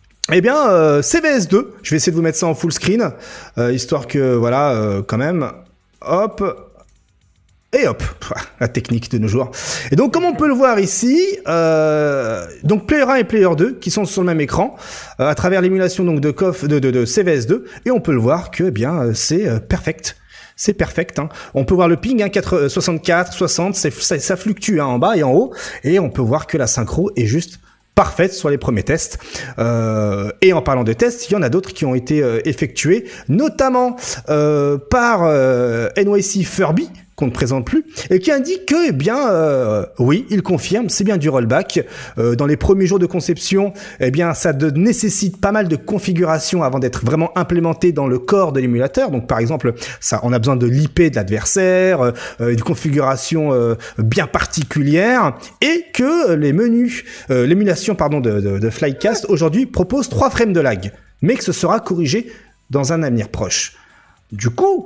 CVS2. Je vais essayer de vous mettre ça en full screen, histoire que, voilà, quand même, hop, et hop, la technique de nos jours. Et donc, comme on peut le voir ici, donc Player 1 et Player 2, qui sont sur le même écran, à travers l'émulation donc de KOF, de CVS2, et on peut le voir que, c'est perfect. C'est perfect, hein. On peut voir le ping, 64, 60, ça fluctue, en bas et en haut, et on peut voir que la synchro est juste parfaite sur les premiers tests. Et en parlant de tests, il y en a d'autres qui ont été effectués, notamment par NYC Furby, qu'on ne présente plus, et qui indique que, oui, il confirme, c'est bien du rollback. Dans les premiers jours de conception, ça nécessite pas mal de configuration avant d'être vraiment implémenté dans le corps de l'émulateur. Donc, par exemple, on a besoin de l'IP de l'adversaire, une configuration bien particulière, et que les menus, l'émulation, de Flycast aujourd'hui propose 3 frames de lag, mais que ce sera corrigé dans un avenir proche. Du coup,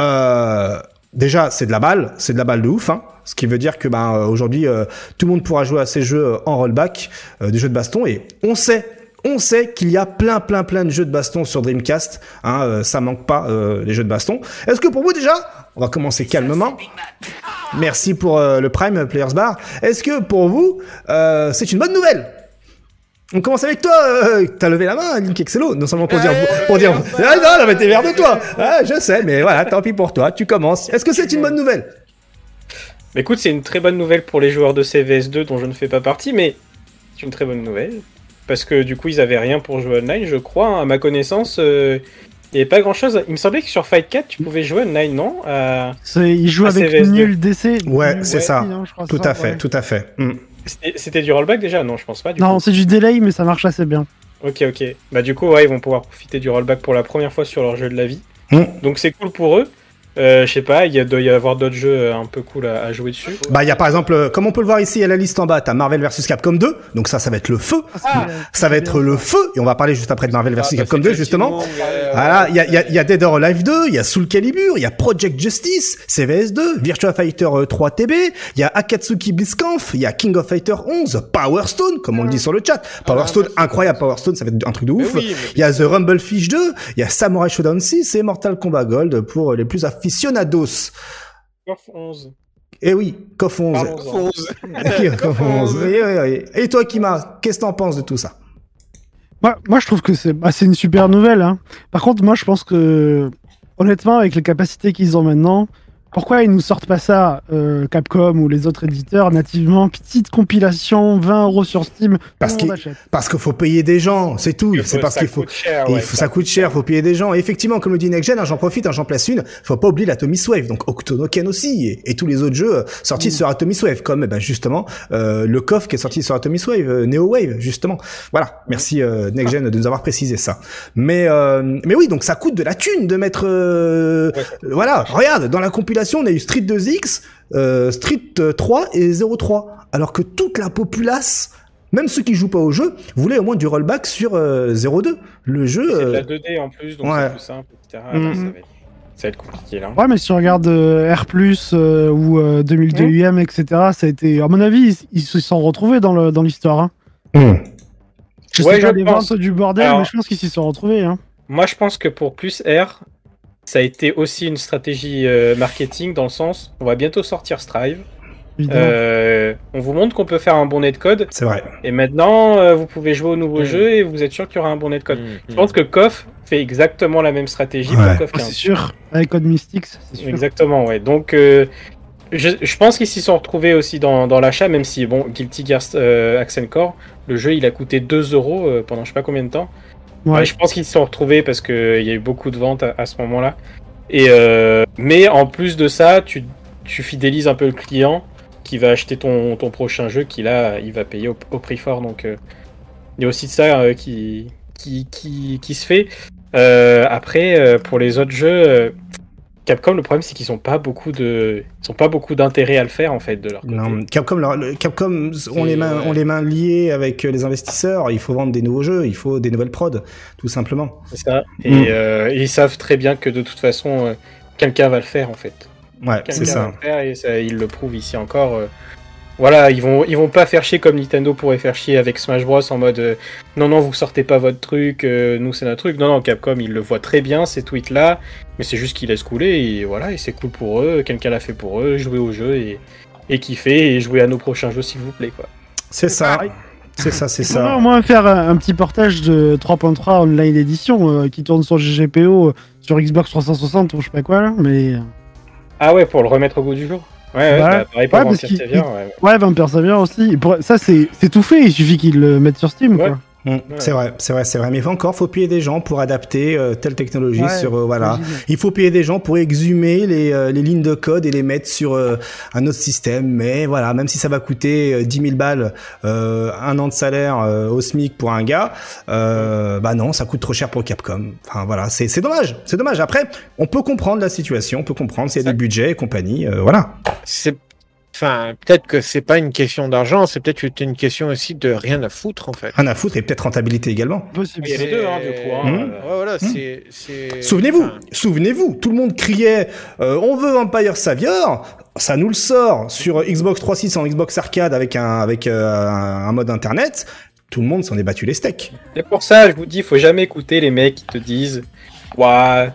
déjà, c'est de la balle de ouf, hein. Ce qui veut dire que aujourd'hui, tout le monde pourra jouer à ces jeux en rollback, des jeux de baston, et on sait qu'il y a plein de jeux de baston sur Dreamcast, hein, ça manque pas les jeux de baston. Est-ce que pour vous déjà, on va commencer calmement. Merci pour le Prime Players Bar. Est-ce que pour vous, c'est une bonne nouvelle? On commence avec toi, t'as levé la main, Link Excello, non seulement pour dire, ah non, mais t'es vers de toi. Ah, je sais, mais voilà, tant pis pour toi, tu commences. Est-ce que c'est une bonne nouvelle? Bah écoute, c'est une très bonne nouvelle pour les joueurs de CVS2 dont je ne fais pas partie, mais c'est une très bonne nouvelle. Parce que du coup, ils avaient rien pour jouer online, je crois, hein. À ma connaissance, il n'y avait pas grand chose. Il me semblait que sur Fight 4, tu pouvais jouer online, non? Ils jouent avec CVS2. nul DC. Ouais, c'est ça. Hein, je crois, Tout à fait, tout à fait. C'était du rollback déjà? Non, je pense pas. Non, c'est du delay, mais ça marche assez bien. Ok. Bah du coup, ouais, ils vont pouvoir profiter du rollback pour la première fois sur leur jeu de la vie. Donc c'est cool pour eux. Je sais pas, il doit y avoir d'autres jeux un peu cool à jouer dessus. Bah, il y a par exemple, comme on peut le voir ici à la liste en bas, t'as Marvel vs Capcom 2, donc ça va être le feu. Ça va être le feu, et on va parler juste après de Marvel vs Capcom 2, justement. Voilà, il y a Dead or Alive 2, il y a Soul Calibur, il y a Project Justice, CVS2, Virtua Fighter 3 TB, il y a Akatsuki Blitzkampf, il y a King of Fighter 11, Power Stone, comme on le dit sur le chat. Power Stone, incroyable, Power Stone, ça va être un truc de ouf. Il y a The Rumble Fish 2, il y a Samurai Shodown 6 et Mortal Kombat Gold pour les plus aficionados. KOF 11. Eh oui, KOF 11. KOF 11. Oui. Et toi, Kima, qu'est-ce que t'en penses de tout ça? Moi, je trouve que c'est une super nouvelle. Hein. Par contre, moi, je pense que, honnêtement, avec les capacités qu'ils ont maintenant, pourquoi ils nous sortent pas ça, Capcom ou les autres éditeurs, nativement, petite compilation, 20€ sur Steam, parce qu'il faut payer des gens, c'est tout. C'est parce qu'il faut. Ça coûte cher, faut payer des gens. Et effectivement, comme le dit Next Gen, j'en profite, j'en place une. Faut pas oublier l'Atomic Wave, donc Octonoken aussi, et tous les autres jeux sortis sur Atomic Wave, comme justement le KOF qui est sorti sur Atomic Wave, Neo Wave, justement. Voilà, merci Next Gen de nous avoir précisé ça. Mais oui, donc ça coûte de la thune de mettre. Voilà, regarde, dans la compilation. On a eu Street 2X, Street 3 et 03. Alors que toute la populace, même ceux qui jouent pas au jeu, voulaient au moins du rollback sur 02. Le jeu... C'est de la 2D en plus, donc c'est plus simple, etc. Ça va être compliqué là. Ouais, mais si tu regardes R+, ou 2002 UM, etc., ça a été... À mon avis, ils se sont retrouvés dans l'histoire. Hein. Je sais pas les ventes du bordel, mais je pense qu'ils s'y sont retrouvés. Hein. Moi, je pense que pour plus R... Ça a été aussi une stratégie marketing dans le sens, on va bientôt sortir Strive. On vous montre qu'on peut faire un bon netcode. C'est vrai. Et maintenant, vous pouvez jouer au nouveau jeu et vous êtes sûr qu'il y aura un bon netcode. Je pense que KOF fait exactement la même stratégie pour KOF 15. C'est sûr, avec Code Mystics, c'est sûr. Exactement, ouais. Donc, je pense qu'ils s'y sont retrouvés aussi dans l'achat, même si, bon, Guilty Gear Accent Core, le jeu, il a coûté 2€ pendant je sais pas combien de temps. Ouais, je pense qu'ils se sont retrouvés parce qu'il y a eu beaucoup de ventes à ce moment-là. Mais en plus de ça, tu fidélises un peu le client qui va acheter ton prochain jeu, qui là, il va payer au prix fort. Donc, il y a aussi de ça qui se fait. Après, pour les autres jeux, Capcom, le problème c'est qu'ils n'ont pas beaucoup d'intérêt à le faire en fait de leur côté. Non, Capcom ont les mains liées avec les investisseurs. Il faut vendre des nouveaux jeux, il faut des nouvelles prods, tout simplement. C'est ça. Et ils savent très bien que de toute façon, quelqu'un va le faire en fait. Ouais, c'est ça. Va le faire et ça, ils le prouvent ici encore. Voilà, ils vont pas faire chier comme Nintendo pourrait faire chier avec Smash Bros en mode non vous sortez pas votre truc, nous c'est notre truc. Non, Capcom ils le voient très bien ces tweets là, mais c'est juste qu'ils laissent couler et voilà, et c'est cool pour eux, quelqu'un l'a fait pour eux, jouer au jeu et kiffer et jouer à nos prochains jeux s'il vous plaît quoi. C'est ça. C'est ça. On va au moins faire un petit portage de 3.3 Online Edition qui tourne sur GGPO, sur Xbox 360 ou je sais pas quoi là, mais... Ah ouais, pour le remettre au goût du jour. Ouais, pareil pour Vampire Savior. Ouais, Vampire Savior aussi. Ça, c'est tout fait, il suffit qu'ils le mettent sur Steam, quoi. C'est vrai. Mais faut payer des gens pour adapter telle technologie voilà. Il faut payer des gens pour exhumer les lignes de code et les mettre sur un autre système. Mais voilà, même si ça va coûter 10 000 balles, un an de salaire au SMIC pour un gars, non, ça coûte trop cher pour Capcom. Enfin voilà, c'est dommage. C'est dommage. Après, on peut comprendre la situation, on peut comprendre s'il y a des budgets et compagnie. Voilà. Enfin, peut-être que c'est pas une question d'argent, c'est peut-être une question aussi de rien à foutre, en fait. Rien à foutre et peut-être rentabilité également. Il y a les deux, du coup. Voilà, c'est... Souvenez-vous, tout le monde criait on veut Vampire Savior, ça nous le sort sur Xbox 360 en Xbox Arcade avec un mode internet. Tout le monde s'en est battu les steaks. Et pour ça, je vous dis, faut jamais écouter les mecs qui te disent ouais,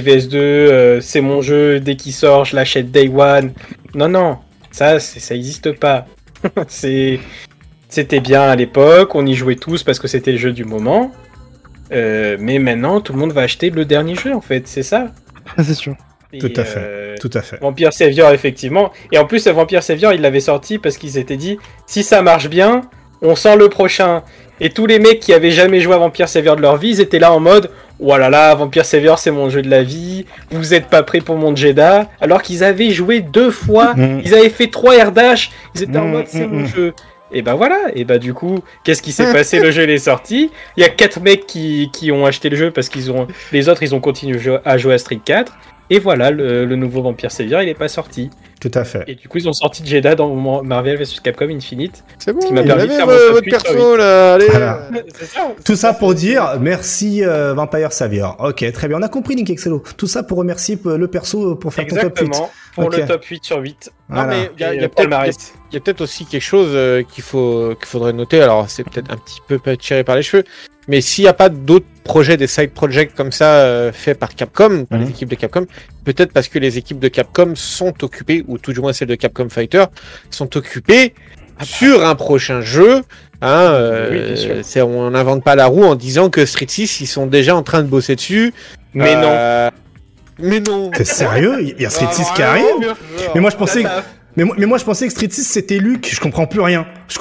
CVS2, c'est mon jeu, dès qu'il sort, je l'achète Day One. Non. Ça existe pas. c'est C'était bien à l'époque, on y jouait tous parce que c'était le jeu du moment. Mais maintenant, tout le monde va acheter le dernier jeu, en fait, c'est ça. C'est sûr. Tout à fait, tout à fait. Vampire Savior, effectivement. Et en plus, Vampire Savior, ils l'avaient sorti parce qu'ils s'étaient dit, si ça marche bien, on sent le prochain. Et tous les mecs qui avaient jamais joué à Vampire Savior de leur vie, ils étaient là en mode, oh là là, Vampire Savior, c'est mon jeu de la vie, vous êtes pas prêts pour mon Jeddah. Alors qu'ils avaient joué 2 fois, ils avaient fait 3 air dash, ils étaient en mode, c'est mon jeu. Et bah voilà, et bah du coup, qu'est-ce qui s'est passé? Le jeu il est sorti. Il y a 4 mecs qui ont acheté le jeu parce qu'ils ont. Les autres ils ont continué à jouer à Street 4. Et voilà, le nouveau Vampire Savior il est pas sorti. Tout à fait. Et du coup ils ont sorti Jeddah dans Marvel vs Capcom Infinite. C'est bon, ce qui m'a permis de faire votre perso là, allez. Voilà. Tout ça pour dire merci Vampire Savior. Ok, très bien, on a compris Nick Excello. Tout ça pour remercier le perso pour faire ton top 8. Exactement, pour le top 8 sur 8. Voilà. Non mais il y a peut-être aussi quelque chose qu'il faudrait noter. Alors c'est peut-être un petit peu tiré par les cheveux, mais s'il n'y a pas d'autres projets, des side projects comme ça faits par Capcom, par les équipes de Capcom, peut-être parce que les équipes de Capcom sont occupées, ou tout du moins celles de Capcom Fighter, sont occupées sur un prochain jeu. Oui, on n'invente pas la roue en disant que Street 6, ils sont déjà en train de bosser dessus. Mais non. Mais non. T'es sérieux? Il y a Street 6 qui arrive? Mais moi je pensais que... Mais moi je pensais que Street 6 c'était Luke, je comprends plus rien. Tu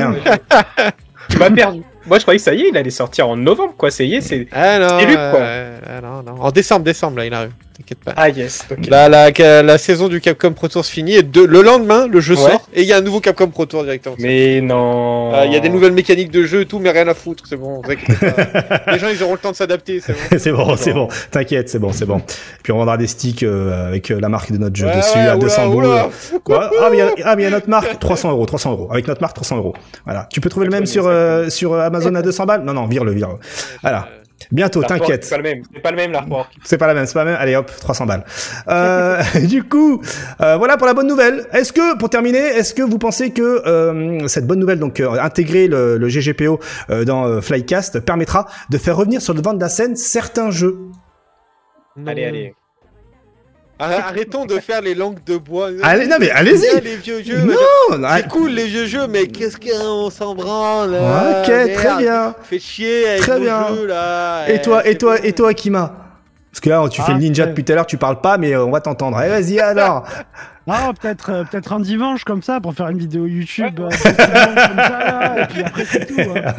m'as perdu. Moi je croyais que ça y est, il allait sortir en novembre quoi, c'est Luke quoi. Non. En décembre là il arrive. T'inquiète pas. Ah yes, ok. La saison du Capcom Pro Tour se finit et le lendemain le jeu sort et il y a un nouveau Capcom Pro Tour directement. Mais non. Il y a des nouvelles mécaniques de jeu et tout, mais rien à foutre, c'est bon. Les gens ils auront le temps de s'adapter, c'est bon. c'est bon. T'inquiète, c'est bon. Puis on vendra des sticks avec la marque de notre jeu dessus à 200 boules. Quoi? Ah mais il y a notre marque 300 €. Avec notre marque 300 €. Voilà. Tu peux trouver le même sur Amazon à 200 balles? Non, vire-le. Voilà. Bientôt, t'inquiète. C'est pas le même l'artwork. C'est pas la même. Allez hop, 300 balles. Du coup, voilà pour la bonne nouvelle. Pour terminer, est-ce que vous pensez que cette bonne nouvelle, donc intégrer le GGPO dans Flycast, permettra de faire revenir sur le devant de la scène certains jeux? Allez. Arrêtons de faire les langues de bois. Allez-y. Les vieux jeux. Non, c'est cool les vieux jeux, mais qu'est-ce qu'on s'en branle? Ok, très bien. Fait chier avec vos jeux là. Et toi, Kima? Parce que là, tu fais le ninja depuis tout à l'heure, tu parles pas, mais on va t'entendre. Allez, vas-y alors. Non, peut-être un dimanche comme ça pour faire une vidéo YouTube. Comme ça, là, et puis après c'est tout. Hein.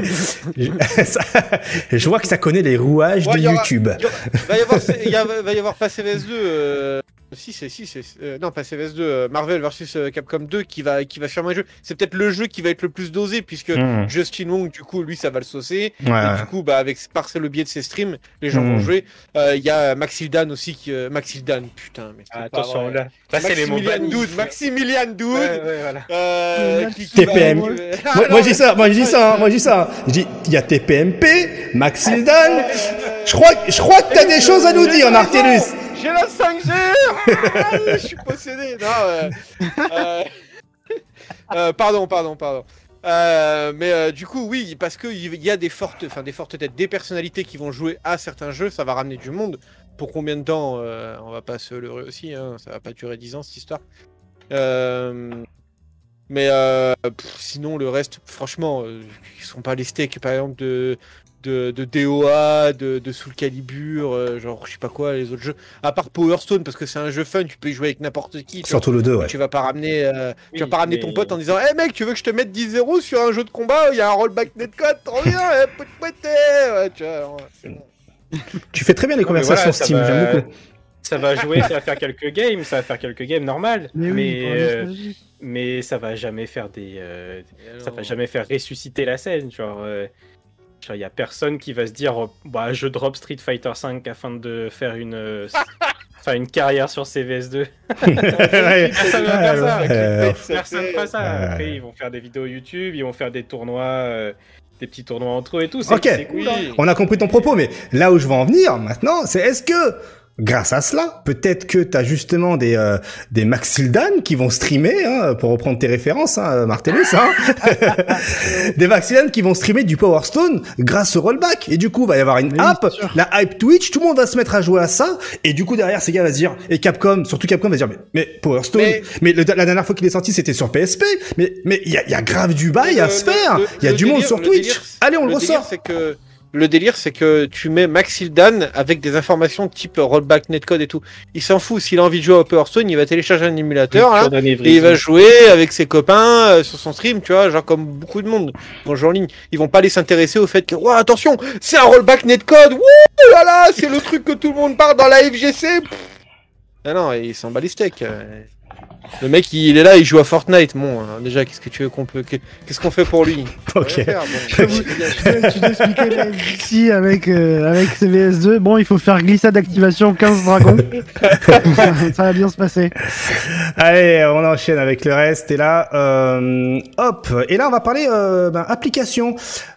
Ok. Je vois que ça connaît les rouages de YouTube. Il va y avoir pas CVS2. Non, pas CVS2. Marvel vs Capcom 2 qui va sûrement jouer. C'est peut-être le jeu qui va être le plus dosé puisque Justin Wong, du coup, lui, ça va le saucer. Et du coup, par le biais de ses streams, les gens vont jouer. Il y a Maxildan aussi Maxildan, putain. Mais attention là. C'est les mots Maximilian Doud. Voilà. TPM. Moi je dis ça. Je dis il y a TPMP, Maxildan. Je crois que t'as des choses à nous dire, Martellus. J'ai la 5G. Je suis possédé. Pardon. Mais du coup, oui, parce qu'il y a des fortes têtes, des personnalités qui vont jouer à certains jeux, ça va ramener du monde. Pour combien de temps on va pas se leurrer aussi, hein, ça va pas durer 10 ans cette histoire. Sinon, le reste, franchement, ils sont pas les steaks, par exemple, de DOA, de Soul Calibur, genre je sais pas quoi, les autres jeux. À part Power Stone, parce que c'est un jeu fun, tu peux y jouer avec n'importe qui. Surtout le 2, ouais. Tu vas pas ramener, ton pote en disant hey mec, tu veux que je te mette 10 € sur un jeu de combat où il y a un rollback netcode, trop bien, tu vois. Tu fais très bien les conversations Steam, j'aime beaucoup. Ça va jouer, ça va faire quelques games normales, mais ça va jamais faire ça va jamais faire ressusciter la scène, genre il y a personne qui va se dire je drop Street Fighter 5 afin de faire une carrière sur CVS2. Personne va faire ça. Personne fera ça. Après, ils vont faire des vidéos YouTube, ils vont faire des tournois, des petits tournois entre eux et tout. C'est cool. On a compris ton propos, mais là où je veux en venir maintenant, c'est est-ce que grâce à cela, peut-être que t'as justement des Maxildan qui vont streamer, hein, pour reprendre tes références, hein, Martellus, hein, des Maxildan qui vont streamer du Power Stone grâce au rollback. Et du coup, il va y avoir une app, la hype Twitch, tout le monde va se mettre à jouer à ça. Et du coup, derrière, ces gars vont se dire, et Capcom, surtout Capcom va se dire, mais Power Stone, mais la dernière fois qu'il est sorti, c'était sur PSP. Mais il y a grave du bail à se faire. Il y a du monde sur Twitch. Allez, on le ressort. Le délire, c'est que tu mets Maxildan avec des informations type rollback, netcode et tout. Il s'en fout. S'il a envie de jouer au Power Stone, il va télécharger un émulateur, là, et il va jouer avec ses copains sur son stream, tu vois, genre comme beaucoup de monde. Bon, en ligne, ils vont pas aller s'intéresser au fait que, ouais, attention, c'est un rollback netcode. Wouh là là, c'est le truc que tout le monde parle dans la FGC. Ah non, il s'en bat les steaks. Le mec, il est là, il joue à Fortnite. Bon, déjà, qu'est-ce que tu veux qu'est-ce qu'on fait pour lui? Ok. Tu t'expliquais la FGC avec CVS2. Bon, il faut faire glissade d'activation 15 dragons. Ça va bien se passer. Allez, on enchaîne avec le reste. Et là, hop. Et là, on va parler application.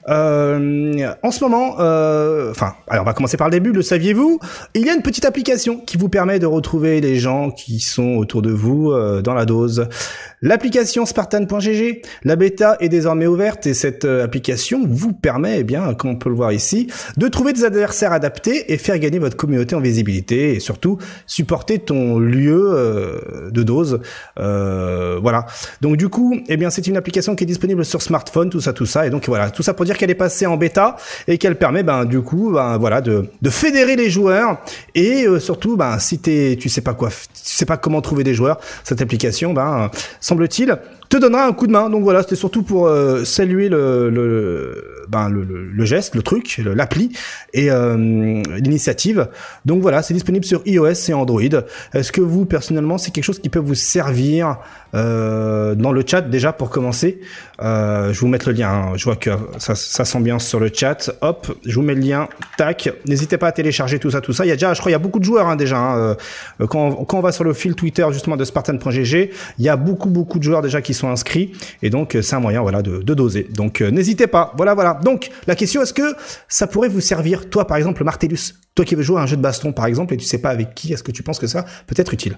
En ce moment, allez, on va commencer par le début. Le saviez-vous? Il y a une petite application qui vous permet de retrouver les gens qui sont autour de vous dans la dose. L'application Spartan.gg, la bêta est désormais ouverte et cette application vous permet, eh bien, comme on peut le voir ici, de trouver des adversaires adaptés et faire gagner votre communauté en visibilité et surtout supporter ton lieu de dose. Voilà. Donc du coup, eh bien, c'est une application qui est disponible sur smartphone, tout ça, et donc voilà, tout ça pour dire qu'elle est passée en bêta et qu'elle permet, du coup, voilà, de fédérer les joueurs et surtout, si tu sais pas comment trouver des joueurs, cette application, semble-t-il, te donnera un coup de main. Donc voilà, c'était surtout pour saluer le geste, le truc, l'appli et l'initiative. Donc voilà, c'est disponible sur iOS et Android. Est-ce que vous, personnellement, c'est quelque chose qui peut vous servir dans le chat déjà pour commencer? Je vais vous mettre le lien, hein. Je vois que ça s'ambiance sur le chat. Hop, je vous mets le lien. Tac. N'hésitez pas à télécharger tout ça. Il y a déjà, je crois, il y a beaucoup de joueurs, hein, déjà. Hein. Quand on va sur le fil Twitter justement de Spartan.gg, il y a beaucoup de joueurs déjà qui sont inscrits et donc c'est un moyen, voilà, de doser. Donc n'hésitez pas. Voilà. Donc la question, est-ce que ça pourrait vous servir, toi par exemple, Martellus, toi qui veux jouer à un jeu de baston par exemple et tu sais pas avec qui, est-ce que tu penses que ça peut être utile?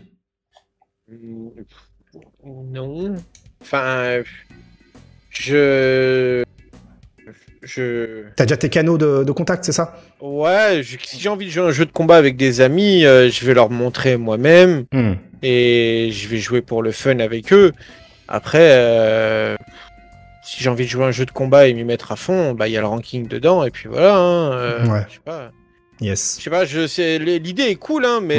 Non. Enfin, T'as déjà tes canaux de contact, c'est ça? Ouais, si j'ai envie de jouer à un jeu de combat avec des amis, je vais leur montrer moi-même et je vais jouer pour le fun avec eux. Après, si j'ai envie de jouer à un jeu de combat et m'y mettre à fond, il y a le ranking dedans et puis voilà. Hein, ouais. Je sais pas. Yes. Je sais pas. L'idée est cool, hein, mais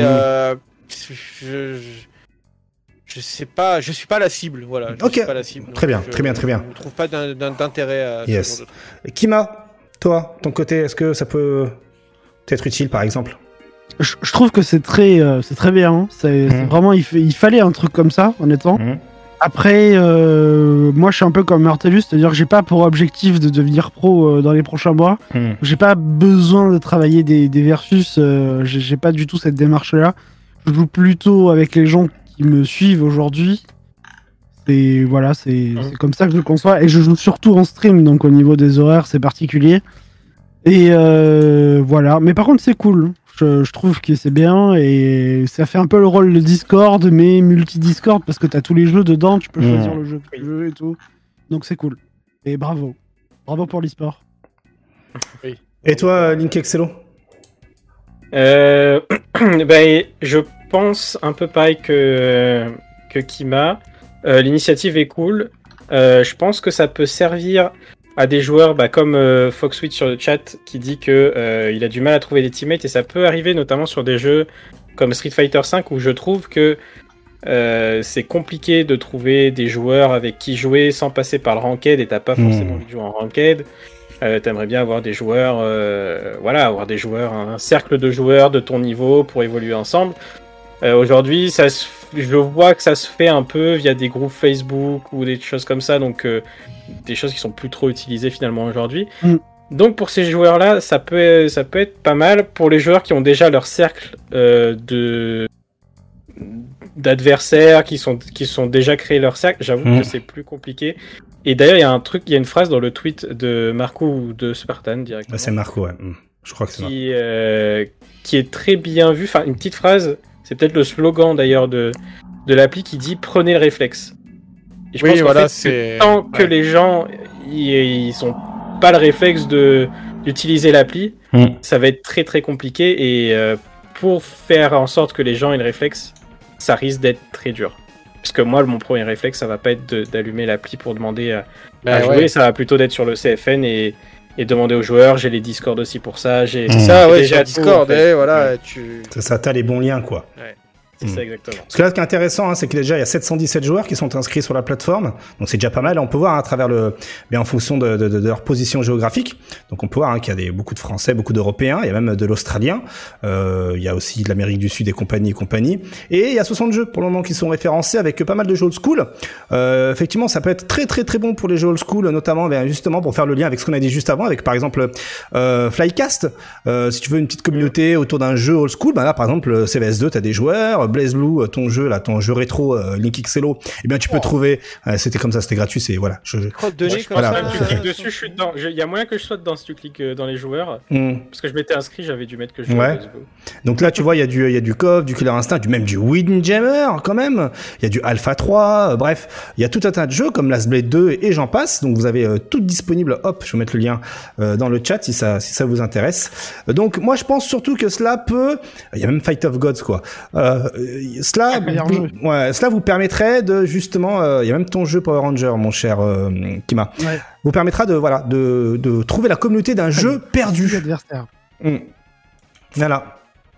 je sais pas. Je suis pas la cible, voilà. Je suis pas la cible, très bien. Je ne trouve pas d'intérêt à ce genre de truc. Kima, toi, ton côté, est-ce que ça peut être utile, par exemple? Je trouve que c'est très bien. Hein. C'est vraiment, il fallait un truc comme ça, honnêtement. Après, moi, je suis un peu comme Martellus, c'est-à-dire que j'ai pas pour objectif de devenir pro dans les prochains mois. J'ai pas besoin de travailler des versus. J'ai pas du tout cette démarche-là. Je joue plutôt avec les gens qui me suivent aujourd'hui. Et voilà, c'est comme ça que je le conçois. Et je joue surtout en stream, donc au niveau des horaires, c'est particulier. Et voilà. Mais par contre, c'est cool. Je trouve que c'est bien et ça fait un peu le rôle de Discord, mais multi-Discord parce que t'as tous les jeux dedans, tu peux choisir le jeu que tu veux et tout. Donc c'est cool. Et bravo. Bravo pour l'e-sport. Oui. Et toi, Link Excello? Je pense un peu pareil que Kima. L'initiative est cool. Je pense que ça peut servir à des joueurs comme Foxwitch sur le chat qui dit que il a du mal à trouver des teammates et ça peut arriver notamment sur des jeux comme Street Fighter V où je trouve que c'est compliqué de trouver des joueurs avec qui jouer sans passer par le ranked et t'as pas forcément envie de jouer en ranked. T'aimerais bien avoir des joueurs, un cercle de joueurs de ton niveau pour évoluer ensemble. Aujourd'hui, je vois que ça se fait un peu via des groupes Facebook ou des choses comme ça, donc des choses qui sont plus trop utilisées finalement aujourd'hui. Donc pour ces joueurs-là, ça peut être pas mal. Pour les joueurs qui ont déjà leur cercle d'adversaires, qui sont déjà créés leur cercle, j'avoue que c'est plus compliqué. Et d'ailleurs, il y a une phrase dans le tweet de Marco ou de Spartan directement. C'est Marco, ouais. Je crois que c'est qui est très bien vu. Enfin, une petite phrase, c'est peut-être le slogan d'ailleurs de l'appli qui dit « Prenez le réflexe ». Et je pense qu'en fait, tant que les gens ils sont pas le réflexe d'utiliser l'appli, ça va être très très compliqué. Et pour faire en sorte que les gens aient le réflexe, ça risque d'être très dur. Parce que moi, mon premier réflexe, ça va pas être d'allumer l'appli pour demander à jouer, ça va plutôt d'être sur le CFN et demander aux joueurs. J'ai les Discord aussi pour ça. J'ai déjà Discord, voilà. Ça, t'as les bons liens, quoi. Ouais. C'est ça, exactement. Parce que là, ce qui est intéressant, c'est que déjà, il y a 717 joueurs qui sont inscrits sur la plateforme. Donc, c'est déjà pas mal. On peut voir à travers en fonction de leur position géographique. Donc, on peut voir qu'il y a beaucoup de Français, beaucoup d'Européens. Il y a même de l'Australien. Il y a aussi de l'Amérique du Sud et compagnie. Et il y a 60 jeux pour le moment qui sont référencés avec pas mal de jeux old school. Effectivement, ça peut être très, très, très bon pour les jeux old school, notamment, justement, pour faire le lien avec ce qu'on a dit juste avant, avec, par exemple, Flycast. Si tu veux une petite communauté autour d'un jeu old school, là, par exemple, CVS2, t'as des joueurs. BlazBlue, ton jeu rétro Link XLO, tu peux trouver, c'était comme ça, c'était gratuit, c'est voilà. Je crois que Denis, quand tu cliques dessus, je suis dedans. Il y a moyen que je sois dedans si tu cliques dans les joueurs, parce que je m'étais inscrit, j'avais dû mettre que je jouais à BlazBlue. Donc là, tu vois, il y a du KOF, du Killer Instinct, même du Windjammer quand même. Il y a du Alpha 3, bref, il y a tout un tas de jeux comme Last Blade 2 et j'en passe. Donc vous avez tout disponible. Hop, je vais mettre le lien dans le chat si ça vous intéresse. Donc moi, je pense surtout que cela peut. Il y a même Fight of Gods quoi. Cela vous permettrait de justement, il y a même ton jeu Power Ranger, mon cher Kima, vous permettra de trouver la communauté d'un jeu perdu. Voilà.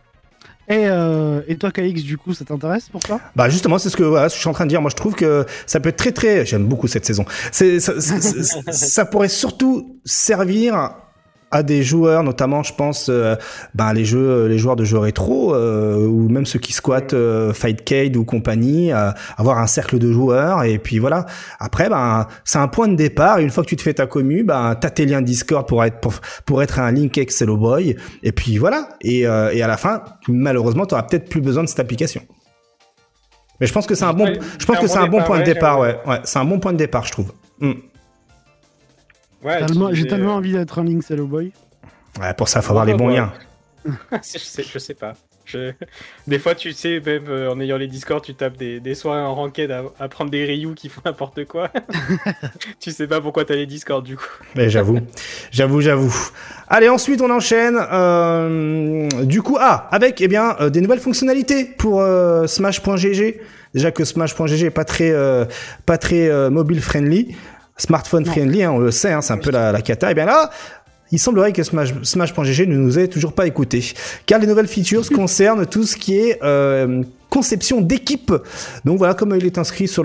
Et toi, KX, du coup, ça t'intéresse pour toi ? Bah justement, c'est ce que je suis en train de dire. Moi, je trouve que ça peut être très très. J'aime beaucoup cette saison. Ça pourrait surtout servir à des joueurs, notamment, je pense, les joueurs de jeux rétro, ou même ceux qui squattent Fightcade ou compagnie, avoir un cercle de joueurs, et puis voilà. Après, c'est un point de départ, et une fois que tu te fais ta commu, t'as tes liens Discord pour être un Link XLO Boy, et puis voilà. Et à la fin, malheureusement, t'auras peut-être plus besoin de cette application. Mais je pense que c'est un bon point de départ, ouais. C'est un bon point de départ, je trouve. Ouais, j'ai tellement envie d'être un Link Hello Boy. Ouais, pour ça, faut avoir les bons liens. Je sais pas. Des fois, tu sais, même en ayant les Discord, tu tapes des soirées en ranked à prendre des Ryu qui font n'importe quoi. Tu sais pas pourquoi t'as les Discord, du coup. Mais j'avoue. Allez, ensuite, on enchaîne. Du coup, avec des nouvelles fonctionnalités pour Smash.gg. Déjà que Smash.gg est pas très mobile friendly. Smartphone friendly, on le sait, c'est un peu la cata. Et bien là, il semblerait que Smash.gg ne nous ait toujours pas écoutés, car les nouvelles features concernent tout ce qui est conception d'équipe. Donc voilà, comme il est inscrit sur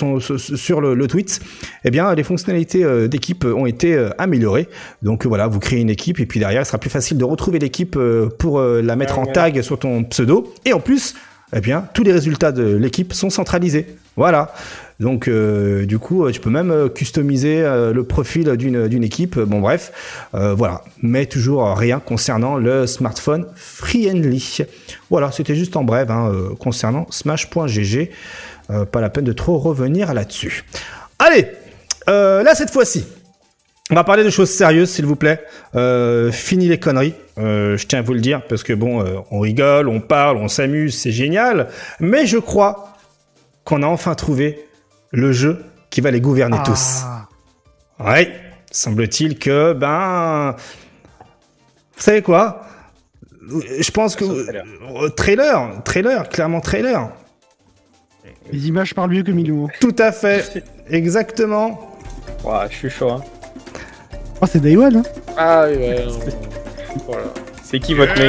le tweet, les fonctionnalités d'équipe ont été améliorées. Donc voilà, vous créez une équipe et puis derrière, il sera plus facile de retrouver l'équipe pour la mettre en tag sur ton pseudo. Et en plus, tous les résultats de l'équipe sont centralisés. Voilà. Donc du coup, tu peux même customiser le profil d'une équipe. Bon bref, voilà. Mais toujours rien concernant le smartphone friendly. Voilà, c'était juste en bref concernant Smash.gg. Pas la peine de trop revenir là-dessus. Allez, là cette fois-ci, on va parler de choses sérieuses, s'il vous plaît. Fini les conneries. Je tiens à vous le dire parce que on rigole, on parle, on s'amuse, c'est génial. Mais je crois qu'on a enfin trouvé le jeu qui va les gouverner tous. Ouais, semble-t-il que, vous savez quoi ? Je pense que... Trailer, clairement trailer. Les images parlent mieux que mille mots. Tout à fait, exactement. Ouah, je suis chaud, c'est Day One, Ah oui, ouais. Voilà. C'est qui votre mail ?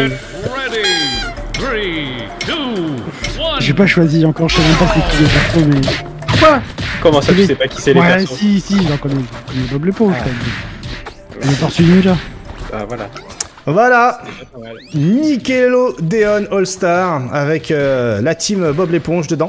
J'ai pas choisi encore, je sais même pas c'est qui les persos, mais... Quoi ? Comment ça, tu sais pas qui c'est les persos ? Si, j'en connais Bob l'éponge, je l'ai tortue ninja. Ah, voilà. Voilà, Nickelodeon All-Star avec la team Bob l'éponge dedans.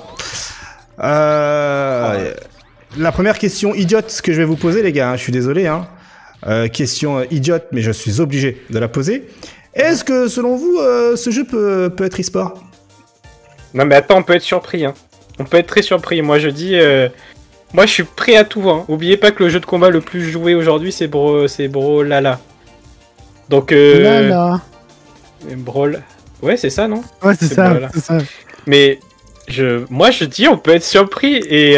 La première question idiote que je vais vous poser, les gars, je suis désolé, question idiote, mais je suis obligé de la poser. Est-ce que, selon vous, ce jeu peut être e-sport ? Non, mais attends, on peut être surpris, On peut être très surpris. Moi, je dis... Moi, je suis prêt à tout, Oubliez pas que le jeu de combat le plus joué aujourd'hui, c'est Brawlhalla. Donc, Brawl. Ouais, c'est ça, non? Ouais, c'est ça, c'est ça. Mais moi, je dis, on peut être surpris et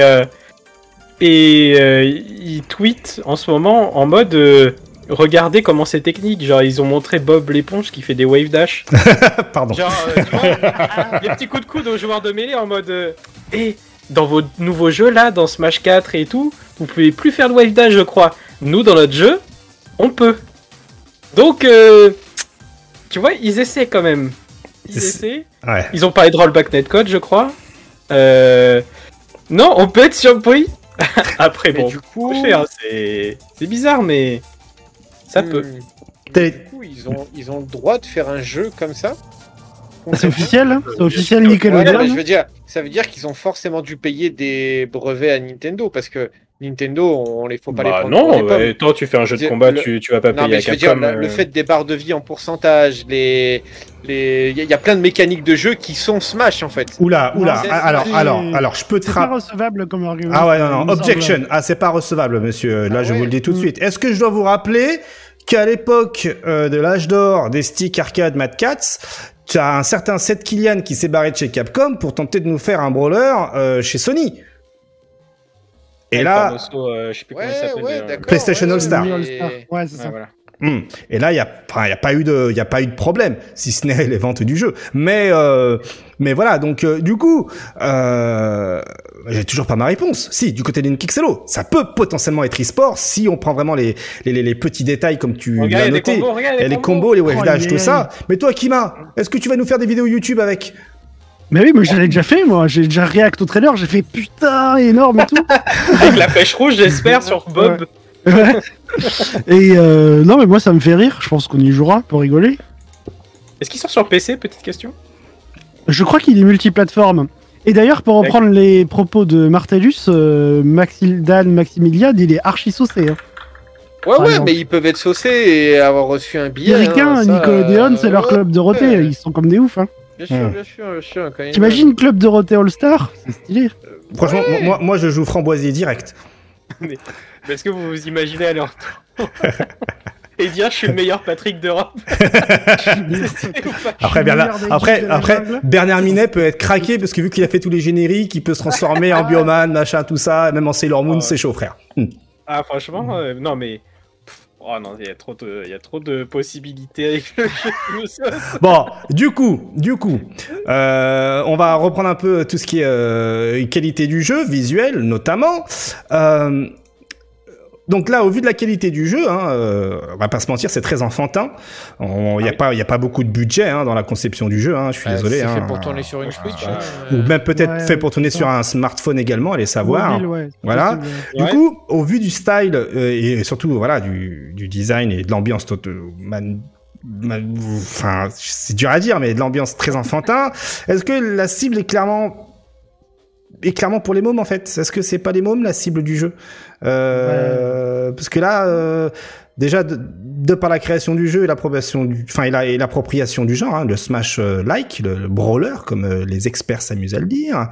ils tweetent en ce moment en mode regardez comment c'est technique. Genre, ils ont montré Bob l'éponge qui fait des wave dash. Pardon. Genre, tu vois, des petits coups de coude aux joueurs de mêlée en mode dans vos nouveaux jeux là, dans Smash 4 et tout, vous pouvez plus faire de wave dash, je crois. Nous, dans notre jeu, on peut. Donc, tu vois, ils essaient quand même. Ils essaient. Ouais. Ils ont parlé de rollback netcode, je crois. Non, on peut être surpris. Après, mais bon, du coup, c'est bizarre, mais ça peut. Du coup, ils ont le droit de faire un jeu comme ça. C'est officiel, hein. C'est officiel, Nickelodeon. Ouais, je veux dire, ça veut dire qu'ils ont forcément dû payer des brevets à Nintendo parce que Nintendo, faut pas les prendre. Non, toi tu fais un jeu de combat, tu vas pas payer à Capcom. Le fait des barres de vie en pourcentage, il y a plein de mécaniques de jeu qui sont Smash en fait. Oula, alors je peux te C'est pas recevable comme argument. Ah ouais, non, objection. Ah, c'est pas recevable, monsieur. Là, je vous le dis tout de suite. Est-ce que je dois vous rappeler qu'à l'époque de l'âge d'or des sticks arcade Mad Cats, tu as un certain Seth Killian qui s'est barré de chez Capcom pour tenter de nous faire un brawler chez Sony. Et là, je sais plus comment il s'appelle. PlayStation All-Star. Ouais, c'est ça. Voilà. Et là, il y a pas eu de problème, si ce n'est les ventes du jeu. Mais voilà, donc du coup, j'ai toujours pas ma réponse. Si, du côté d'Inkixelo, ça peut potentiellement être e-sport si on prend vraiment les petits détails comme tu l'as noté, les combos, les wave dash, tout ça. Mais toi, Kima, est-ce que tu vas nous faire des vidéos YouTube avec? Mais oui, moi je l'ai déjà fait, j'ai déjà react au trailer, j'ai fait putain, énorme et tout. Avec la pêche rouge, j'espère, sur Bob. Ouais. Et non, mais moi ça me fait rire, je pense qu'on y jouera pour rigoler. Est-ce qu'ils sont sur PC, petite question? Je crois qu'il est multiplateforme. Et d'ailleurs, pour reprendre les propos de Martellus, Maximilian, il est archi saucé. Hein. Ouais, mais ils peuvent être saucés et avoir reçu un billet. Ricain, Nickelodeon, c'est leur club Dorothée, ils sont comme des oufs. Hein. Bien sûr. T'imagines Club Dorothée All-Star? C'est stylé. Franchement, moi je joue Framboisier direct. Mais est-ce que vous vous imaginez à leur tour et dire je suis le meilleur Patrick d'Europe? Après, Bernard Minet peut être craqué parce que vu qu'il a fait tous les génériques, il peut se transformer en Bioman, machin, tout ça, même en Sailor Moon, c'est chaud, frère. Ah, franchement, non, mais. Oh non, il y a trop de possibilités avec le jeu. Bon, du coup, on va reprendre un peu tout ce qui est qualité du jeu, visuel notamment. Donc là, au vu de la qualité du jeu, on va pas se mentir, c'est très enfantin. Il y a pas beaucoup de budget dans la conception du jeu. Je suis désolé. C'est fait pour tourner sur une Switch. Ou même peut-être fait pour tourner sur un smartphone également, allez savoir. Mobile, ouais, voilà. Du coup, au vu du style et surtout voilà du design et de l'ambiance, enfin c'est dur à dire, mais de l'ambiance très enfantin. Est-ce que la cible est clairement pour les mômes en fait? Est-ce que c'est pas les mômes la cible du jeu? Parce que là, déjà de par la création du jeu et l'appropriation du genre, le Smash like, le brawler comme les experts s'amusent à le dire.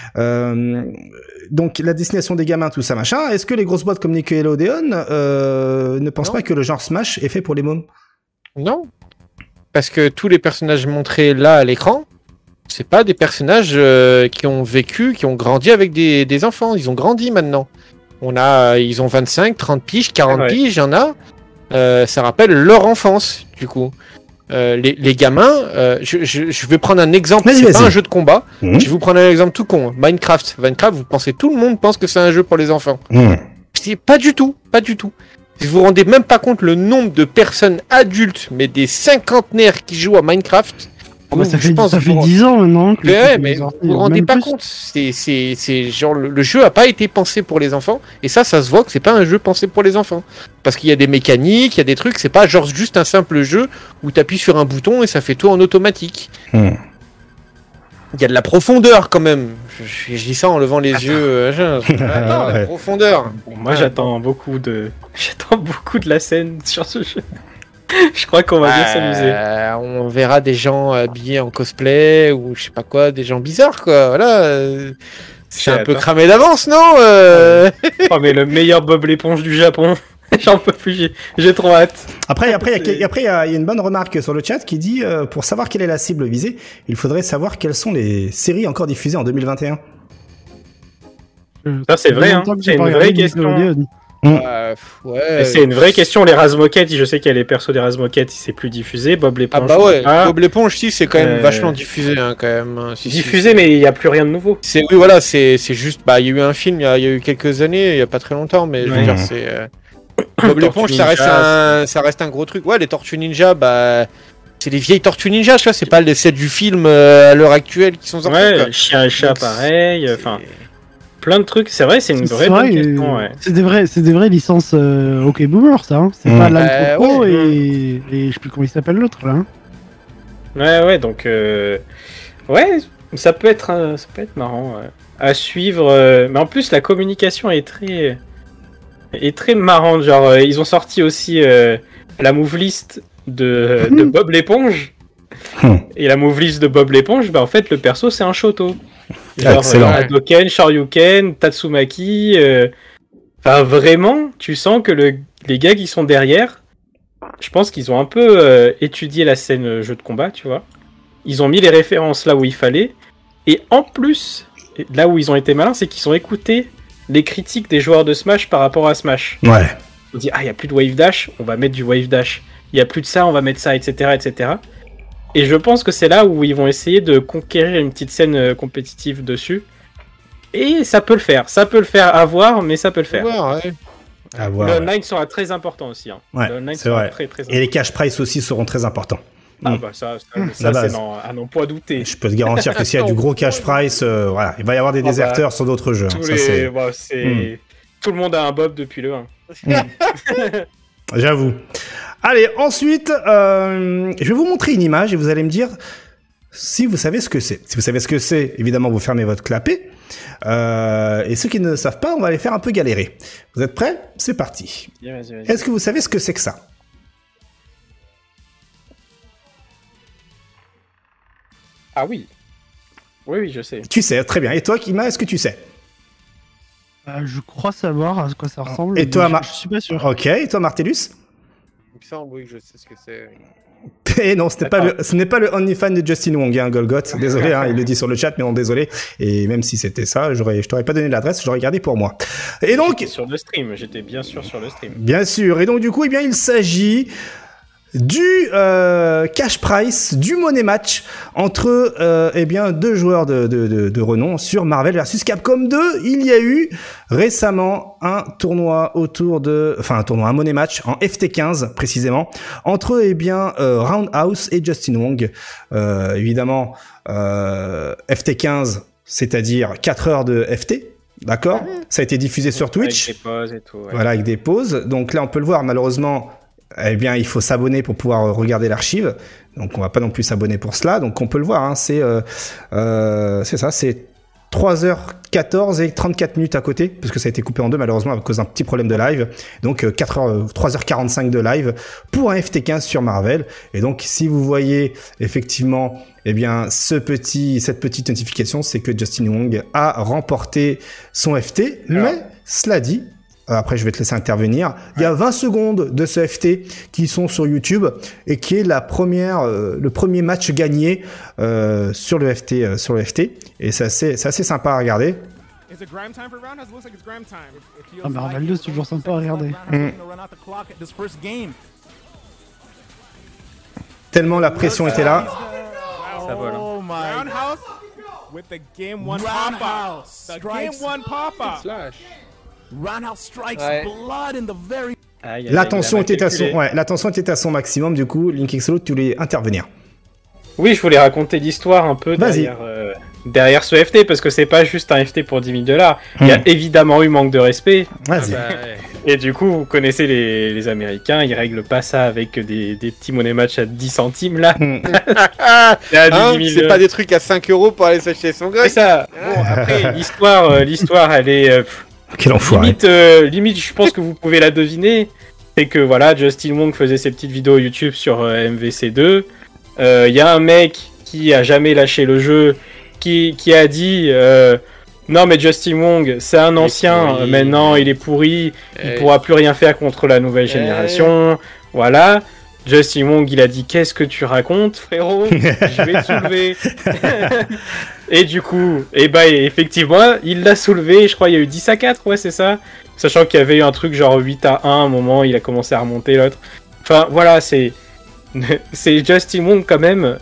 Donc la destination des gamins, tout ça machin. Est-ce que les grosses boîtes comme Nickelodeon ne pensent pas que le genre Smash est fait pour les mômes? Non, parce que tous les personnages montrés là à l'écran, c'est pas des personnages qui ont vécu, qui ont grandi avec des enfants. Ils ont grandi maintenant. Ils ont 25, 30 piges, 40 piges, il y en a. Ça rappelle leur enfance, du coup. Les gamins, je vais prendre un exemple. C'est pas un jeu de combat. Je vais vous prendre un exemple tout con. Minecraft, tout le monde pense que c'est un jeu pour les enfants. C'est pas du tout. Vous vous rendez même pas compte le nombre de personnes adultes, mais des cinquantenaires qui jouent à Minecraft. Ça fait 10 ans maintenant. Mais vous vous rendez pas compte. C'est genre le jeu a pas été pensé pour les enfants, et ça se voit que c'est pas un jeu pensé pour les enfants. Parce qu'il y a des mécaniques, il y a des trucs, c'est pas genre juste un simple jeu où t'appuies sur un bouton et ça fait tout en automatique. Il y a de la profondeur quand même. Je dis ça en levant les yeux. La profondeur. Moi j'attends beaucoup de la scène sur ce jeu. Je crois qu'on va bien s'amuser. On verra des gens habillés en cosplay ou je sais pas quoi, des gens bizarres quoi. Voilà. C'est un peu cramé d'avance, non Oh mais le meilleur Bob l'éponge du Japon. J'en peux plus, j'ai trop hâte. Après, il y a une bonne remarque sur le chat qui dit pour savoir quelle est la cible visée, il faudrait savoir quelles sont les séries encore diffusées en 2021. Ça c'est vrai, hein. C'est une vraie question. Ouais. C'est une vraie question. Les Razmoquettes, je sais qu'il y a les persos des Razmoquettes, c'est plus diffusé. Bob l'éponge. Ah bah ouais, Bob l'éponge, si, c'est quand même vachement diffusé, hein, quand même. Diffusé, mais il n'y a plus rien de nouveau. Oui, voilà, c'est juste. Bah, il y a eu un film il y a eu quelques années, il y a pas très longtemps, mais je veux dire, c'est. Bob l'éponge, ça reste un gros truc. Ouais, les Tortues Ninja, bah. C'est les vieilles Tortues Ninja, tu vois, c'est pas les sets du film à l'heure actuelle qui sont sortis. Ouais, Chien et Chat, pareil. Enfin. Plein de trucs, c'est vrai, c'est une vraie bonne question. Ouais. C'est des vraies licences OK Boomer, ça. Hein. C'est pas l'Alpro et je sais plus comment il s'appelle l'autre là. Hein. Ouais, donc ouais, ça peut être marrant à suivre. Mais en plus, la communication est très marrante. Genre, ils ont sorti aussi la move list de Bob l'éponge. Et la move list de Bob l'éponge, bah en fait, le perso c'est un Shoto. Genre Hadoken, Shoryuken, Tatsumaki. Enfin, vraiment, tu sens que les gars qui sont derrière, je pense qu'ils ont un peu étudié la scène jeu de combat, tu vois. Ils ont mis les références là où il fallait. Et en plus, là où ils ont été malins, c'est qu'ils ont écouté les critiques des joueurs de Smash par rapport à Smash. Ouais. On dit, il n'y a plus de Wave Dash, on va mettre du Wave Dash. Il n'y a plus de ça, on va mettre ça, etc., etc. Et je pense que c'est là où ils vont essayer de conquérir une petite scène compétitive dessus. Et ça peut le faire. Ça peut le faire à voir, mais ça peut le faire. Ouais. À voir, le online sera très important aussi. Hein. Ouais, c'est vrai. Très, très et les cash price aussi seront très importants. Ah bah ça c'est à n'en pas douter. Je peux te garantir que s'il y a du gros cash price, voilà, il va y avoir des déserteurs sur d'autres jeux. Tout le monde a un Bob depuis le 1. J'avoue. Allez, ensuite, je vais vous montrer une image et vous allez me dire si vous savez ce que c'est. Si vous savez ce que c'est, évidemment, vous fermez votre clapet. Et ceux qui ne savent pas, on va les faire un peu galérer. Vous êtes prêts ? C'est parti. Vas-y. Est-ce que vous savez ce que c'est que ça ? Ah oui. Oui, je sais. Tu sais, très bien. Et toi, Kima, est-ce que tu sais ? Je crois savoir à quoi ça ressemble. Et toi, je suis pas sûr. Ok. Et toi, Martellus ? Il me semble, oui, que je sais ce que c'est. Et non, ce n'est pas le OnlyFans de Justin Wong, hein, Golgoth. Désolé, hein, il le dit sur le chat, mais non, désolé. Et même si c'était ça, je t'aurais pas donné l'adresse, j'aurais gardé pour moi. Et donc. J'étais bien sûr sur le stream. Bien sûr. Et donc, du coup, eh bien, il s'agit du cash price, du money match entre eh bien deux joueurs de renom sur Marvel vs Capcom 2. Il y a eu récemment un tournoi un money match en FT15 précisément entre eh bien Roundhouse et Justin Wong. Évidemment FT15, c'est-à-dire 4 heures de FT. D'accord, ça a été diffusé sur Twitch. Avec des pauses et tout. Ouais. Voilà, avec des pauses. Donc là, on peut le voir. Malheureusement, eh bien, il faut s'abonner pour pouvoir regarder l'archive. Donc, on va pas non plus s'abonner pour cela. Donc, on peut le voir. Hein, c'est ça. C'est 3h14 et 34 minutes à côté, parce que ça a été coupé en deux malheureusement à cause d'un petit problème de live. Donc 3h45 de live pour un FT15 sur Marvel. Et donc, si vous voyez effectivement, eh bien, cette petite notification, c'est que Justin Wong a remporté son FT. Mais cela dit, après je vais te laisser intervenir. Il y a 20 secondes de ce FT qui sont sur YouTube et qui est le premier match gagné sur le FT et c'est assez sympa à regarder. Marvel 2 c'est toujours sympa à regarder. Tellement la pression était là. Ça vole. Roundhouse with the game one pop-up. The game one pop-up. Slash. Roundhouse strikes blood in the very. La tension était à son maximum. Du coup, LinkXLO, tu voulais intervenir. Oui, je voulais raconter l'histoire un peu derrière ce FT, parce que c'est pas juste un FT pour $10,000. Il y a évidemment eu manque de respect. Vas-y. Et du coup, vous connaissez les Américains, ils règlent pas ça avec des petits money match à 10 centimes là. C'est pas des trucs à 5 € pour aller s'acheter son grec. C'est ça. Bon, après, l'histoire, elle est. Quel enfoiré. Limite, je pense que vous pouvez la deviner. C'est que voilà, Justin Wong faisait ses petites vidéos YouTube sur MVC2. Il y a un mec qui a jamais lâché le jeu, qui a dit non mais Justin Wong, c'est un ancien, maintenant il est pourri, il pourra plus rien faire contre la nouvelle génération, voilà. Justin Wong, il a dit, qu'est-ce que tu racontes, frérot? Je vais te soulever. Et du coup, effectivement, il l'a soulevé, je crois il y a eu 10-4, ouais c'est ça. Sachant qu'il y avait eu un truc genre 8-1, à un moment, il a commencé à remonter l'autre. Enfin, voilà, c'est Justin Wong quand même.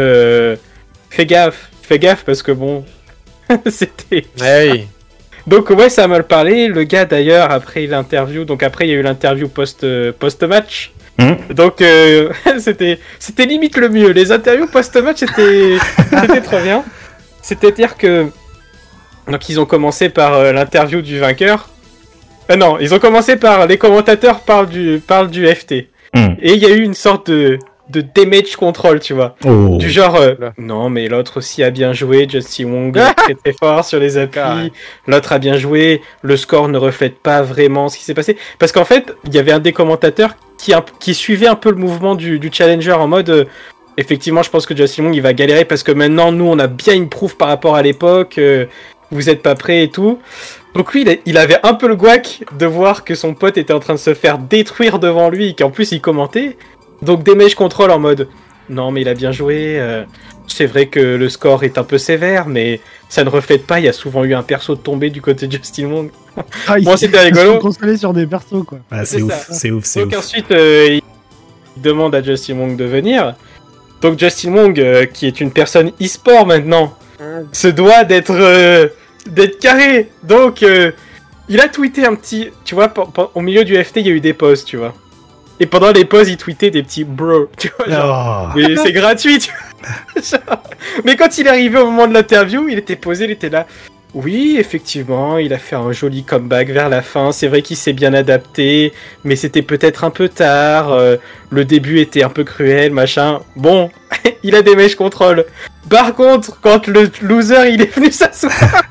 Fais gaffe, parce que bon, c'était... Hey. Donc ouais, ça a mal parlé. Le gars d'ailleurs, après l'interview, donc après il y a eu l'interview post-match. Donc c'était limite le mieux. Les interviews post-match c'était trop bien. C'est-à-dire que donc ils ont commencé par l'interview du vainqueur. Non, ils ont commencé par les commentateurs parlent du FT. Et il y a eu une sorte de damage control, tu vois. Du genre, non, mais l'autre aussi a bien joué, Justin Wong est très très fort sur les appuis, l'autre a bien joué, le score ne reflète pas vraiment ce qui s'est passé. Parce qu'en fait, il y avait un des commentateurs qui suivait un peu le mouvement du challenger en mode, effectivement, je pense que Justin Wong il va galérer parce que maintenant, nous, on a bien une proof par rapport à l'époque, vous êtes pas prêts et tout. Donc lui, il avait un peu le gouac de voir que son pote était en train de se faire détruire devant lui et qu'en plus il commentait. Donc damage control en mode non mais il a bien joué, c'est vrai que le score est un peu sévère mais ça ne reflète pas, il y a souvent eu un perso tombé du côté de Justin Wong. Moi c'était rigolo. Consolé sur des persos quoi. Ah, c'est ouf. Donc ensuite il demande à Justin Wong de venir. Donc Justin Wong qui est une personne e-sport maintenant se doit d'être carré. Donc il a tweeté un petit, tu vois, au milieu du FT il y a eu des pauses, tu vois. Et pendant les pauses, il tweetait des petits bro, tu vois, genre, mais c'est gratuit, tu vois. Mais quand il est arrivé au moment de l'interview, il était posé, il était là. Oui, effectivement, il a fait un joli comeback vers la fin. C'est vrai qu'il s'est bien adapté, mais c'était peut-être un peu tard. Le début était un peu cruel, machin. Bon, il a des mèches contrôle. Par contre, quand le loser, il est venu s'asseoir...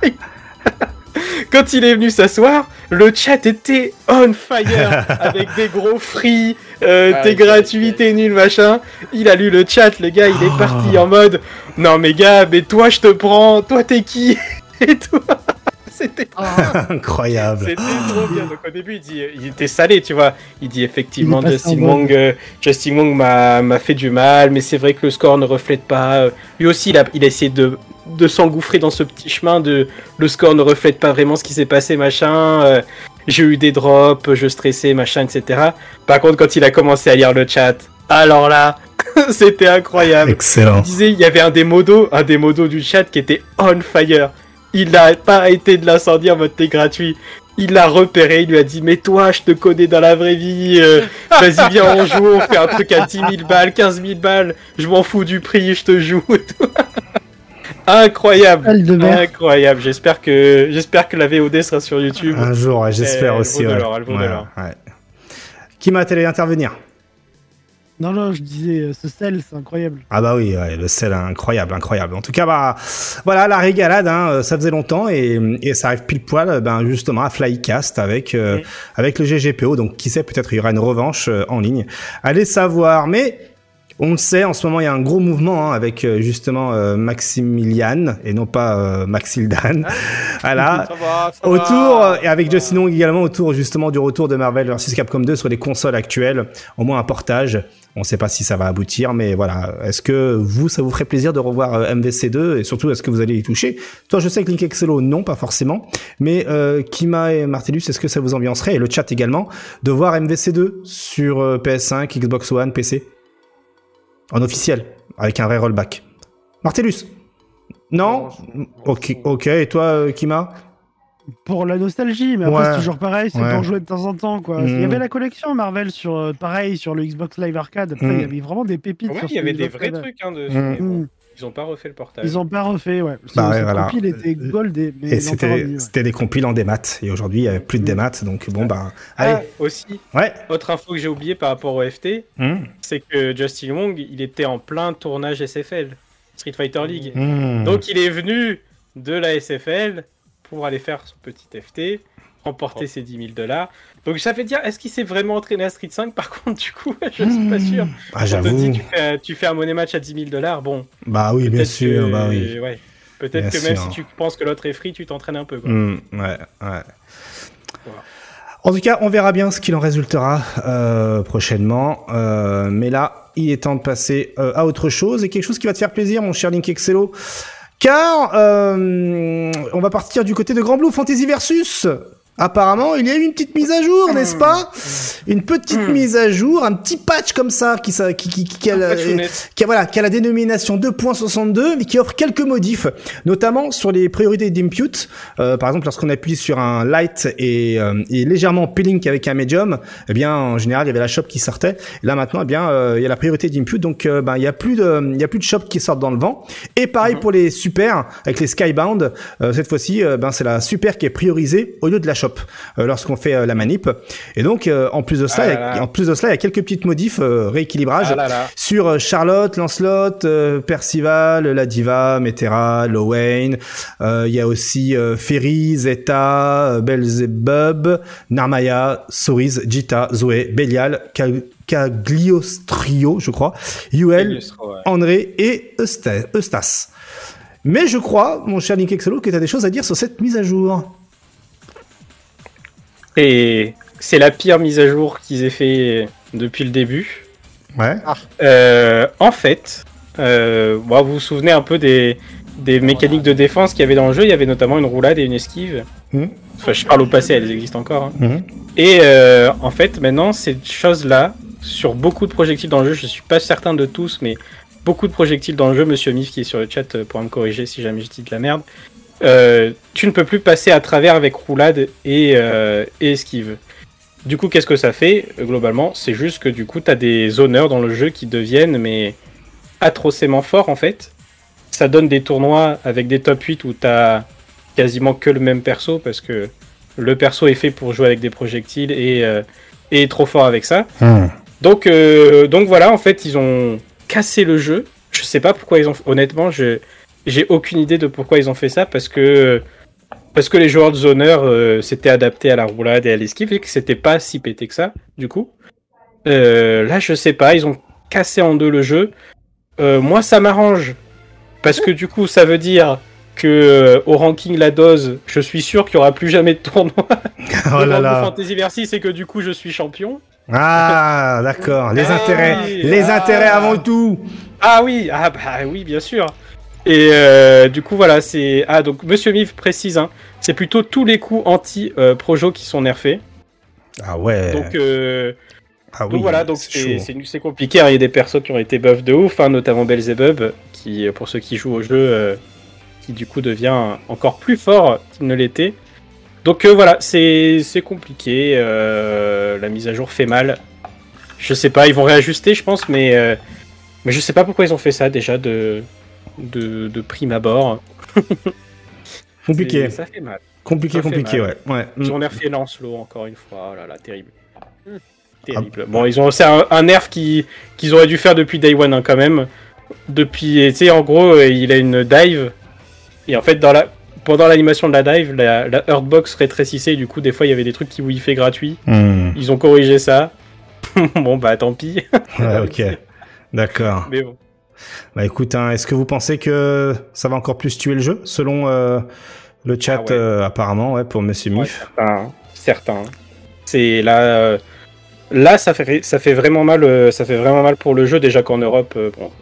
Quand il est venu s'asseoir, le chat était on fire avec des gros free, t'es gratuit, t'es nul, machin. Il a lu le chat, le gars, il est parti en mode non mais gars, mais toi je te prends, toi t'es qui? Et toi, c'était incroyable. C'était trop bien. Donc au début il était salé, tu vois. Il dit effectivement Justin Wong m'a fait du mal, mais c'est vrai que le score ne reflète pas. Lui aussi il a essayé de s'engouffrer dans ce petit chemin de le score ne reflète pas vraiment ce qui s'est passé, machin. J'ai eu des drops, je stressais, machin, etc. Par contre, quand il a commencé à lire le chat, alors là, c'était incroyable. Excellent. Il disait, il y avait un des modos du chat qui était on fire. Il n'a pas arrêté de l'incendier en mode t'es gratuit. Il l'a repéré, il lui a dit mais toi je te connais dans la vraie vie, vas-y viens on joue, on fait un truc à 10 000 balles, 15 000 balles, je m'en fous du prix, je te joue et tout. Incroyable, incroyable. J'espère que la VOD sera sur YouTube. Un jour, ouais, j'espère aussi. Elle vaut de l'or. Qui m'a télé intervenir? Non, je disais, ce sel, c'est incroyable. Ah bah oui, ouais, le sel, incroyable. En tout cas, bah voilà, la régalade, ça faisait longtemps et ça arrive pile poil, justement à Flycast avec le GGPO. Donc qui sait, peut-être il y aura une revanche en ligne. Allez savoir, mais on le sait, en ce moment, il y a un gros mouvement avec justement Maximilian et non pas Maxildan. Voilà. Ça va. Et avec Justin Wong également autour justement du retour de Marvel vs Capcom 2 sur les consoles actuelles, au moins un portage. On ne sait pas si ça va aboutir, mais voilà. Est-ce que ça vous ferait plaisir de revoir MVC2 et surtout, est-ce que vous allez y toucher? Toi, je sais que Link Excello, non, pas forcément. Mais Kima et Martellus, est-ce que ça vous ambiancerait, et le chat également, de voir MVC2 sur PS5, Xbox One, PC? En officiel, avec un vrai rollback. Martellus? Non? Ok. Et toi, Kima? Pour la nostalgie, mais après c'est toujours pareil, c'est pour jouer de temps en temps, quoi. Il y avait la collection Marvel sur le Xbox Live Arcade. Après, il y avait vraiment des pépites. Ouais, il y avait des vrais trucs dessus. Ils ont pas refait le portage. Ils ont pas refait, ouais. Voilà. Compile était gold et c'était des compiles en démat. Et aujourd'hui, il n'y avait plus de démat, donc bon, allez. Aussi. Ouais. Autre info que j'ai oublié par rapport au FT, c'est que Justin Wong, il était en plein tournage SFL, Street Fighter League. Donc il est venu de la SFL pour aller faire son petit FT, remporter ses $10,000. Donc ça fait dire, est-ce qu'il s'est vraiment entraîné à Street 5? Par contre, du coup, je suis pas sûr. Ah, j'avoue. Tu fais un money match à $10,000, bon. Bah oui, bien sûr. Ouais. Peut-être que même si tu penses que l'autre est free, tu t'entraînes un peu. Quoi. Ouais. Voilà. En tout cas, on verra bien ce qu'il en résultera prochainement. Mais là, il est temps de passer à autre chose et quelque chose qui va te faire plaisir, mon cher Link Excello. Car on va partir du côté de Grand Blue Fantasy Versus. Apparemment, il y a eu une petite mise à jour, n'est-ce pas? Une petite mise à jour, un petit patch comme ça qui a la dénomination 2.62 mais qui offre quelques modifs, notamment sur les priorités d'impute. Par exemple, lorsqu'on appuie sur un light et légèrement peeling avec un medium, eh bien en général, il y avait la shop qui sortait. Et là maintenant, eh bien il y a la priorité d'impute, donc il y a plus de shop qui sortent dans le vent. Et pareil pour les super avec les Skybound, cette fois-ci c'est la super qui est priorisée au lieu de la shop lorsqu'on fait la manip. Et donc en plus de cela, il y a quelques petites modifs rééquilibrage sur Charlotte, Lancelot, Percival, la Diva, Metera, Lowain. Il y a aussi Ferry, Zeta, Belzebub, Narmaya, Cerise, Jita, Zoé, Belial, Cagliostrio, je crois, Yuel, André et Eustas. Mais je crois, mon cher Link Excello, que tu as des choses à dire sur cette mise à jour. Et c'est la pire mise à jour qu'ils aient fait depuis le début. Ouais. En fait, vous vous souvenez un peu des mécaniques de défense qu'il y avait dans le jeu. Il y avait notamment une roulade et une esquive. Enfin, je parle au passé, elles existent encore. Et en fait, maintenant, ces choses-là, sur beaucoup de projectiles dans le jeu, je suis pas certain de tous, mais beaucoup de projectiles dans le jeu, Monsieur Mif qui est sur le chat pourra me corriger si jamais je dis de la merde. Tu ne peux plus passer à travers avec roulade et esquive. Du coup, qu'est-ce que ça fait globalement? C'est juste que du coup, t'as des honneurs dans le jeu qui deviennent mais atrocement forts en fait. Ça donne des tournois avec des top 8 où t'as quasiment que le même perso parce que le perso est fait pour jouer avec des projectiles et est trop fort avec ça. Donc voilà, en fait, ils ont cassé le jeu. Je sais pas pourquoi ils ont... Honnêtement, j'ai aucune idée de pourquoi ils ont fait ça, parce que les joueurs de zoneur s'étaient adaptés à la roulade et à l'esquive et que c'était pas si pété que ça, du coup. Là, je sais pas, ils ont cassé en deux le jeu. Moi, ça m'arrange, parce que du coup, ça veut dire que au ranking la dose, je suis sûr qu'il y aura plus jamais de tournoi. Oh là là. Fantasy Versus, c'est que du coup, je suis champion. Ah, d'accord. Les intérêts avant tout. Ah oui, oui, bien sûr. Et du coup voilà, c'est donc Monsieur Mif précise, hein, c'est plutôt tous les coups anti Projo qui sont nerfés. Ah ouais. Donc voilà, donc c'est compliqué. Il y a des persos qui ont été buff de ouf, hein, notamment Belzebub, qui pour ceux qui jouent au jeu, qui du coup devient encore plus fort qu'il ne l'était. Donc voilà, c'est compliqué. La mise à jour fait mal. Je sais pas, ils vont réajuster, je pense, mais je sais pas pourquoi ils ont fait ça déjà de prime abord. Compliqué. Ça fait mal. Compliqué, mal. Ouais. Ils ont nerfé Lancelot encore une fois. Oh là là, terrible. Terrible. Bon, ils ont aussi un nerf qu'ils auraient dû faire depuis Day One, hein, quand même. Depuis, tu sais, en gros, il a une dive. Et en fait, pendant l'animation de la dive, la Hurtbox rétrécissait. Et du coup, des fois, il y avait des trucs qui wiffaient gratuits. Ils ont corrigé ça. Bon, bah, tant pis. Ouais, ok. D'accord. Mais bon. Bah écoute, hein, est-ce que vous pensez que ça va encore plus tuer le jeu, selon le chat apparemment, ouais, pour Monsieur Mif? Certain. C'est là, ça fait vraiment mal. Ça fait vraiment mal pour le jeu déjà qu'en Europe,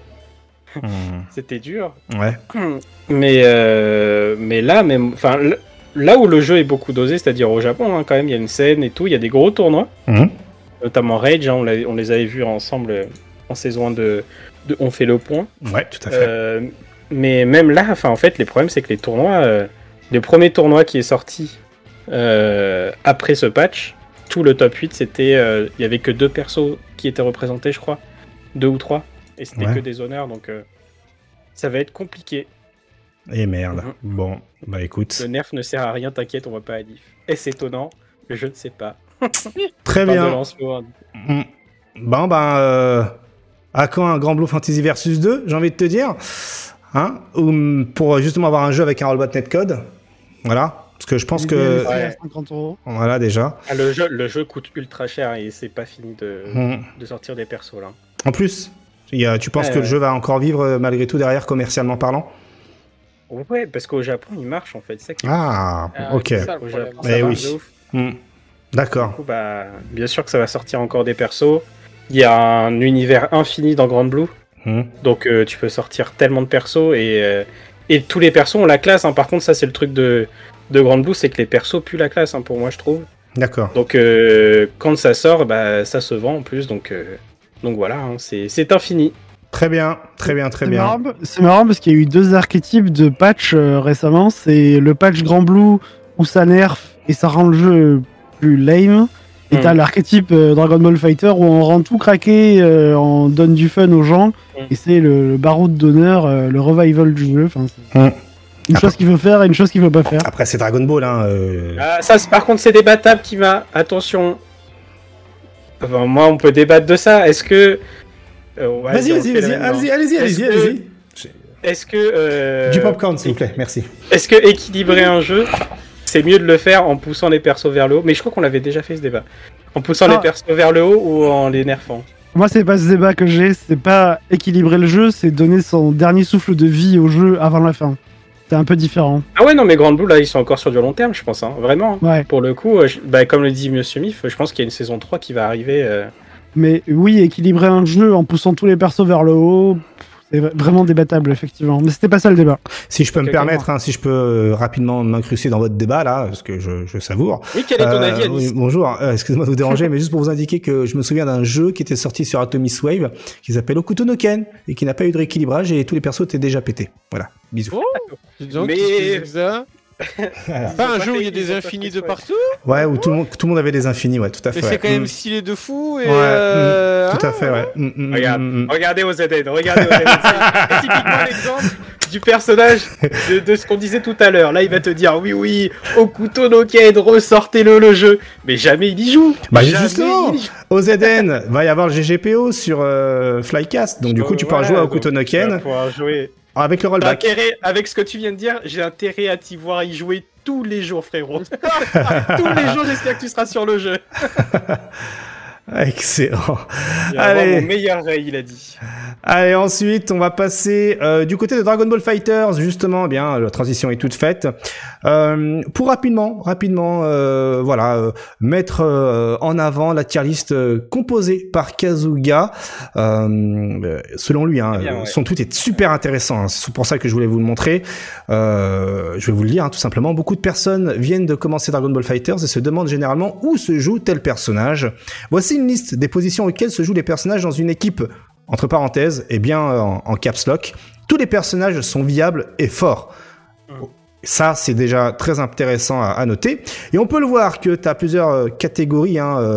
c'était dur. Ouais. Mais là, même, enfin, là où le jeu est beaucoup dosé, c'est-à-dire au Japon, hein, quand même, il y a une scène et tout, il y a des gros tournois, notamment Rage, hein, on les avait vus ensemble en saison 1 de On fait le point. Ouais, tout à fait. Mais même là, en fait, les problèmes, c'est que les tournois, le premier tournoi qui est sorti après ce patch, tout le top 8, c'était, il y avait que 2 persos qui étaient représentés, je crois, 2 ou 3, et c'était que des honneurs, donc ça va être compliqué. Et merde. Bon, bah écoute. Le nerf ne sert à rien, t'inquiète, on va pas à diff. Est-ce étonnant? Je ne sais pas. Très bien. Bon, à quand un Grand Blue Fantasy Versus 2, j'ai envie de te dire, hein, pour justement avoir un jeu avec un rollbot netcode, voilà, parce que je pense que 50 €. Voilà déjà. Le jeu coûte ultra cher et c'est pas fini de sortir des persos là. En plus, tu penses que le jeu va encore vivre malgré tout derrière commercialement parlant? Ouais, parce qu'au Japon, il marche en fait. Ça ok. Au Japon, ça marche de ouf. D'accord. Du coup, bien sûr que ça va sortir encore des persos. Il y a un univers infini dans Grand Blue. Donc tu peux sortir tellement de persos et tous les persos ont la classe. Par contre, ça c'est le truc de Grand Blue, c'est que les persos puent la classe pour moi, je trouve. D'accord. Donc quand ça sort, ça se vend en plus. Donc voilà, c'est infini. Très bien. C'est marrant parce qu'il y a eu 2 archétypes de patch récemment. C'est le patch Grand Blue où ça nerf et ça rend le jeu plus lame. Et t'as l'archétype Dragon Ball Fighter où on rend tout craqué, on donne du fun aux gens. Et c'est le baroud d'honneur, le revival du jeu. Enfin, une chose qu'il faut faire et une chose qu'il faut pas faire. Après, c'est Dragon Ball. Ça, par contre, c'est débattable, Kima. Attention. Enfin, moi, on peut débattre de ça. Est-ce que... Allez-y. Est-ce que... Du popcorn, s'il vous plaît, merci. Est-ce que équilibrer un jeu, c'est mieux de le faire en poussant les persos vers le haut? Mais je crois qu'on l'avait déjà fait ce débat. En poussant les persos vers le haut ou en les nerfant? Moi, c'est pas ce débat que j'ai. C'est pas équilibrer le jeu, c'est donner son dernier souffle de vie au jeu avant la fin. C'est un peu différent. Ah ouais, non, mais Grand Blue, là, ils sont encore sur du long terme, je pense. Vraiment. Ouais. Pour le coup, comme le dit Monsieur Mif, je pense qu'il y a une saison 3 qui va arriver... Mais oui, équilibrer un jeu en poussant tous les persos vers le haut, c'est vraiment débattable, effectivement. Mais c'était pas ça le débat. Si je peux me permettre, si je peux rapidement m'incruster dans votre débat, là, parce que je savoure. Oui, quel est ton avis, Alice? Oui, bonjour, excusez-moi de vous déranger, mais juste pour vous indiquer que je me souviens d'un jeu qui était sorti sur Atomic Wave, qui s'appelle Okuto no Ken, et qui n'a pas eu de rééquilibrage, et tous les persos étaient déjà pétés. Voilà, bisous. Mais... Pas un jeu où il y a des infinis de partout? Ouais, où tout le monde avait des infinis, ouais, tout à fait. Mais c'est quand même stylé de fou. Et tout à fait, ouais. Regardez OZN, c'est typiquement l'exemple du personnage de ce qu'on disait tout à l'heure. Là, il va te dire, oui, Okuto no Ken, ressortez-le jeu. Mais jamais il y joue. Justement, OZN, va y avoir le GGPO sur Flycast, donc du coup, tu pourras jouer à Okuto no Ken. Tu vas pouvoir jouer... Avec le rollback. Avec ce que tu viens de dire, j'ai intérêt à t'y voir y jouer tous les jours, frérot. Tous les jours, j'espère que tu seras sur le jeu. Excellent. Allez, mon meilleur Ray, il a dit. Allez, ensuite, on va passer du côté de Dragon Ball FighterZ, justement. Eh bien, la transition est toute faite. Pour rapidement, mettre en avant la tier list composée par Kazuga. Selon lui, son tweet est super intéressant. C'est pour ça que je voulais vous le montrer. Je vais vous le lire, tout simplement. Beaucoup de personnes viennent de commencer Dragon Ball FighterZ et se demandent généralement où se joue tel personnage. Voici une liste des positions auxquelles se jouent les personnages dans une équipe. Entre parenthèses, en caps lock, tous les personnages sont viables et forts. Ça, c'est déjà très intéressant à noter. Et on peut le voir que tu as plusieurs catégories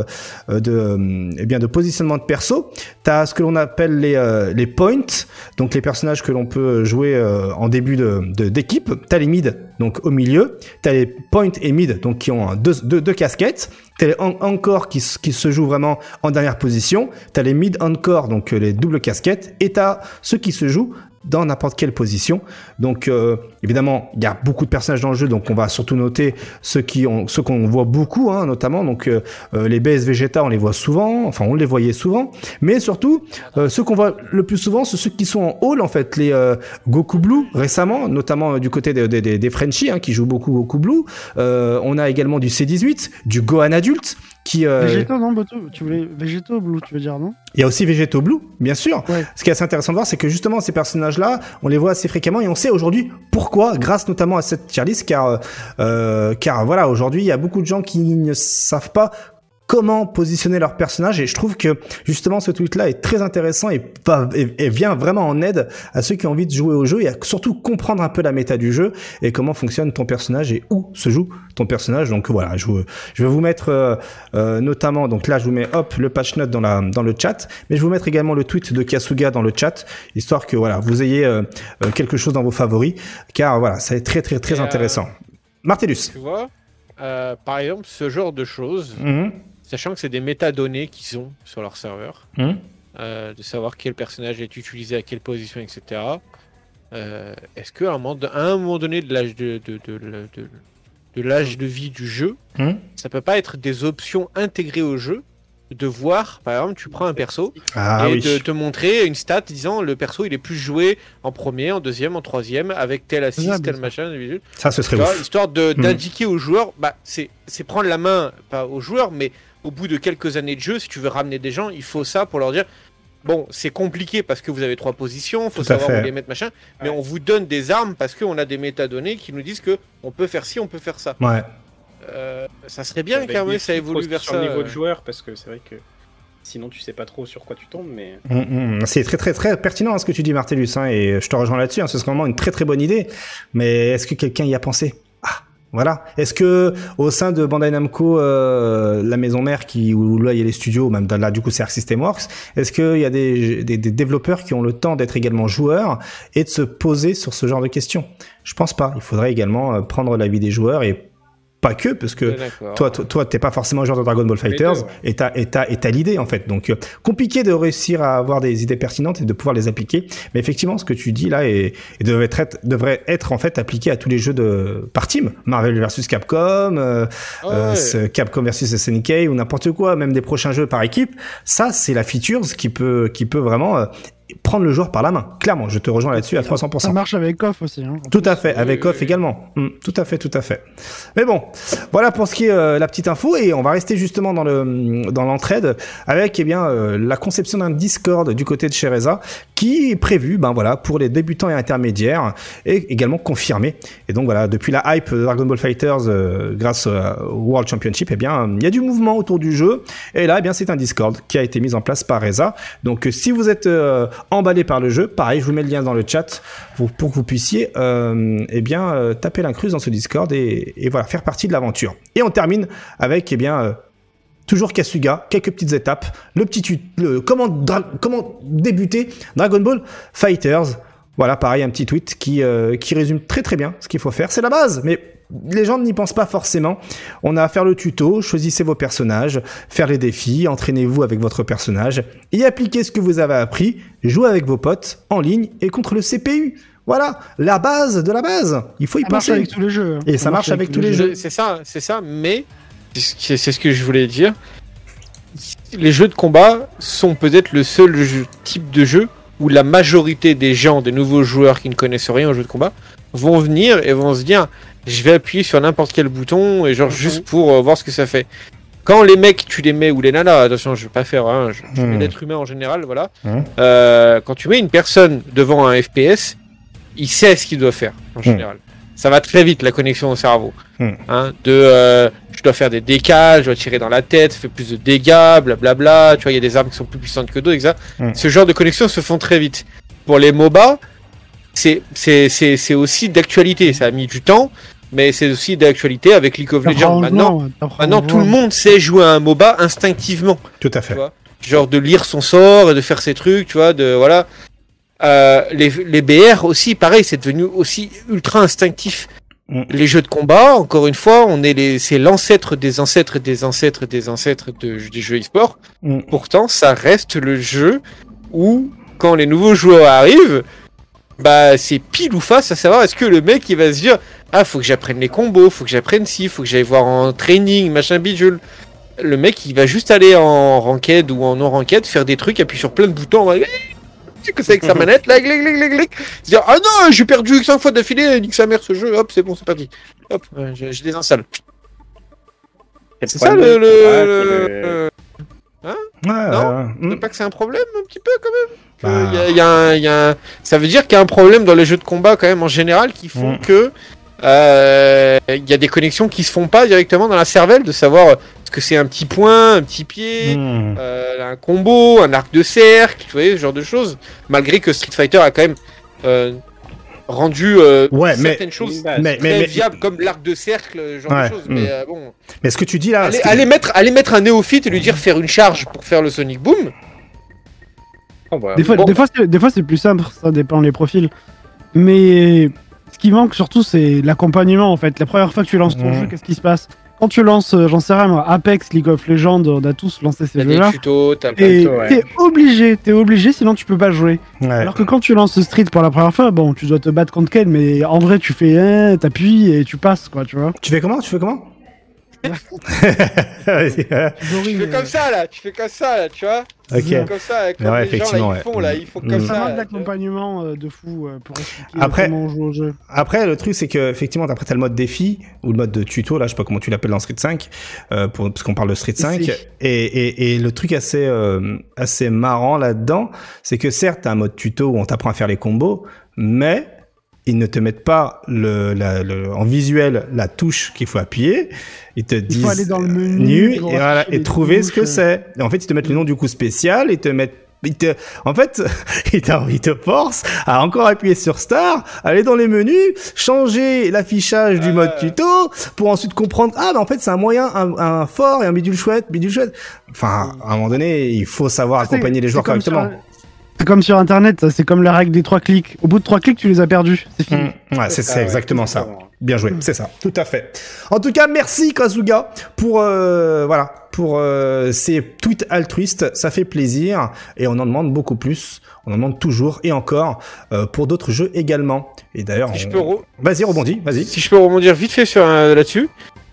de positionnement de perso. Tu as ce que l'on appelle les points, donc les personnages que l'on peut jouer en début d'équipe. Tu as les mid, donc au milieu. Tu as les point et mid, donc qui ont deux casquettes. Tu as les encore qui se jouent vraiment en dernière position. Tu as les mid encore, donc les doubles casquettes. Et tu as ceux qui se jouent dans n'importe quelle position. Donc évidemment, il y a beaucoup de personnages dans le jeu, donc on va surtout noter ceux qu'on voit beaucoup, notamment donc les BS Vegeta, on les voit souvent, enfin on les voyait souvent, mais surtout ceux qu'on voit le plus souvent, c'est ceux qui sont en hall en fait, les Goku Blue récemment, notamment du côté des Frenchies qui jouent beaucoup Goku Blue. On a également du C18, du Gohan adulte qui Végéto, non, tu voulais Végéto Blue, tu veux dire, non? Il y a aussi Végéto Blue, bien sûr. Ouais. Ce qui est assez intéressant de voir, c'est que justement ces personnages-là, on les voit assez fréquemment et on sait aujourd'hui pourquoi, grâce notamment à cette tier list, car voilà, aujourd'hui il y a beaucoup de gens qui ne savent pas comment positionner leur personnage, et je trouve que justement ce tweet-là est très intéressant et vient vraiment en aide à ceux qui ont envie de jouer au jeu et à surtout comprendre un peu la méta du jeu et comment fonctionne ton personnage et où se joue ton personnage. Donc voilà, je vais vous mettre notamment, donc là je vous mets le patch note dans le chat, mais je vais vous mettre également le tweet de Kasuga dans le chat, histoire que voilà vous ayez quelque chose dans vos favoris, car voilà, ça est très très très intéressant. Martellus. Tu vois, par exemple, ce genre de choses. Sachant que c'est des métadonnées qu'ils ont sur leur serveur, de savoir quel personnage est utilisé à quelle position, etc. Est-ce qu'à un moment donné de l'âge de l'âge de vie du jeu, ça peut pas être des options intégrées au jeu de voir, par exemple, tu prends un perso et de te montrer une stat disant le perso il est plus joué en premier, en deuxième, en troisième, avec tel assist, tel machin, ça ce serait ouf. Histoire d'indiquer aux joueurs, c'est prendre la main, pas aux joueurs, mais au bout de quelques années de jeu, si tu veux ramener des gens, il faut ça pour leur dire. Bon, c'est compliqué parce que vous avez 3 positions, faut savoir où les mettre, machin, mais on vous donne des armes parce qu'on a des métadonnées qui nous disent que on peut faire ci, on peut faire ça. Ouais. Ça serait bien qu'Hermès ça évolue vers sur ça. Le niveau de joueur, parce que c'est vrai que sinon tu sais pas trop sur quoi tu tombes, mais... C'est très très très pertinent ce que tu dis, Martellus, et je te rejoins là-dessus, ce serait vraiment une très très bonne idée, mais est-ce que quelqu'un y a pensé ? Voilà. Est-ce que au sein de Bandai Namco, la maison mère où là il y a les studios, même là du coup c'est Arc System Works, est-ce qu'il y a des développeurs qui ont le temps d'être également joueurs et de se poser sur ce genre de questions ? Je pense pas. Il faudrait également prendre l'avis des joueurs et pas que, parce que toi, t'es pas forcément joueur de Dragon Ball Fighters et t'as l'idée en fait. Donc compliqué de réussir à avoir des idées pertinentes et de pouvoir les appliquer. Mais effectivement, ce que tu dis là devrait être en fait appliqué à tous les jeux par team, Marvel vs Capcom, Capcom vs SNK ou n'importe quoi, même des prochains jeux par équipe. Ça, c'est la feature qui peut vraiment prendre le joueur par la main. Clairement, je te rejoins là-dessus à 300%. Ça marche avec Off aussi. Tout à fait, avec Off également. Tout à fait. Mais bon, voilà pour ce qui est la petite info, et on va rester justement dans l'entraide avec la conception d'un Discord du côté de chez Reza qui est prévu pour les débutants et intermédiaires, et également confirmé. Et donc voilà, depuis la hype de Dragon Ball Fighters grâce au World Championship, il y a du mouvement autour du jeu, et là c'est un Discord qui a été mis en place par Reza. Donc si vous êtes emballé par le jeu, pareil, je vous mets le lien dans le chat pour que vous puissiez taper l'incruse dans ce Discord et voilà, faire partie de l'aventure. Et on termine avec toujours Kasuga, quelques petites étapes, comment débuter Dragon Ball Fighters. Voilà, pareil, un petit tweet qui résume très très bien ce qu'il faut faire. C'est la base, mais les gens n'y pensent pas forcément. On a à faire le tuto, choisissez vos personnages, faire les défis, entraînez-vous avec votre personnage et appliquez ce que vous avez appris, jouez avec vos potes en ligne et contre le CPU. Voilà, la base de la base. Il faut y penser. Ça marche avec tous les jeux. Et ça marche avec tous les jeux. C'est ça, mais c'est ce que je voulais dire. Les jeux de combat sont peut-être le seul type de jeu où la majorité des gens, des nouveaux joueurs qui ne connaissent rien aux jeux de combat, vont venir et vont se dire je vais appuyer sur n'importe quel bouton et juste pour voir ce que ça fait. Quand les mecs tu les mets, ou les nanas, attention je vais pas faire je mets l'être humain en général, voilà. Quand tu mets une personne devant un FPS, il sait ce qu'il doit faire en général. Ça va très vite la connexion au cerveau. Je dois faire des décals, je dois tirer dans la tête, ça fait plus de dégâts, blablabla. Tu vois, il y a des armes qui sont plus puissantes que d'autres, etc. Ce genre de connexions se font très vite. Pour les MOBA, c'est aussi d'actualité. Ça a mis du temps, mais c'est aussi d'actualité avec League of Legends. Maintenant tout le monde sait jouer à un MOBA instinctivement. Tout à fait. Tu vois, genre de lire son sort et de faire ses trucs, tu vois, voilà. Les BR aussi, pareil, c'est devenu aussi ultra instinctif. Les jeux de combat, encore une fois, c'est l'ancêtre des ancêtres des jeux e-sport. Pourtant, ça reste le jeu où, quand les nouveaux joueurs arrivent, c'est pile ou face à savoir est-ce que le mec il va se dire faut que j'apprenne les combos, faut que j'apprenne ci, faut que j'aille voir en training, machin bidule. Le mec il va juste aller en ranked ou en non-ranked, faire des trucs, appuyer sur plein de boutons, que c'est avec sa manette, là, se dire non, j'ai perdu 5 fois d'affilée, nique sa mère ce jeu, hop, c'est bon, c'est parti. Hop, je désinstalle. C'est ça non, pas que c'est un problème un petit peu quand même. Ça veut dire qu'il y a un problème dans les jeux de combat quand même en général qui font que il y a des connexions qui se font pas directement dans la cervelle, de savoir est-ce que c'est un petit point, un petit pied, un combo, un arc de cercle, tu vois, ce genre de choses. Malgré que Street Fighter a quand même rendu certaines choses très viables comme l'arc de cercle, genre de choses. Mais bon. Mais ce que tu dis là, aller mettre un néophyte et lui dire faire une charge pour faire le Sonic Boom. Des fois c'est plus simple, ça dépend des profils. Mais ce qui manque surtout, c'est l'accompagnement en fait. La première fois que tu lances ton jeu, qu'est-ce qui se passe? Quand tu lances, j'en sais rien moi, Apex, League of Legends, on a tous lancé ces jeux-là. T'es obligé, sinon tu peux pas jouer. Alors que quand tu lances Street pour la première fois, bon, tu dois te battre contre Ken, mais en vrai tu fais t'appuies et tu passes, quoi, tu vois. Tu fais comment Tu fais comme ça là, tu vois. Ok. Comme ça, comme les gens là, ils font comme ça. Ça manque d'accompagnement de fou pour expliquer comment on joue au jeu. Après, le truc, c'est que effectivement, après, t'as le mode défi ou le mode de tuto, là, je sais pas comment tu l'appelles dans Street 5, parce qu'on parle de Street 5. Et le truc assez marrant là-dedans, c'est que certes, t'as un mode tuto où on t'apprend à faire les combos, mais ils ne te mettent pas en visuel la touche qu'il faut appuyer. Ils te disent, il faut aller dans le menu et trouver ce que c'est. Et en fait, ils te mettent le nom du coup spécial, ils te forcent à encore appuyer sur Star, aller dans les menus, changer l'affichage du mode tuto pour ensuite comprendre, en fait, c'est un moyen, un fort et un bidule chouette. Enfin, à un moment donné, il faut savoir accompagner les joueurs correctement. C'est comme sur Internet, c'est comme la règle des 3 clics. Au bout de 3 clics, tu les as perdus. C'est fini. Ouais, c'est exactement ça. Bien joué, c'est ça, tout à fait. En tout cas, merci Kazuga pour ces tweets altruistes, ça fait plaisir et on en demande beaucoup plus. On en demande toujours et encore pour d'autres jeux également. Et d'ailleurs, vas-y, rebondis, vas-y. Si je peux rebondir vite fait sur là-dessus.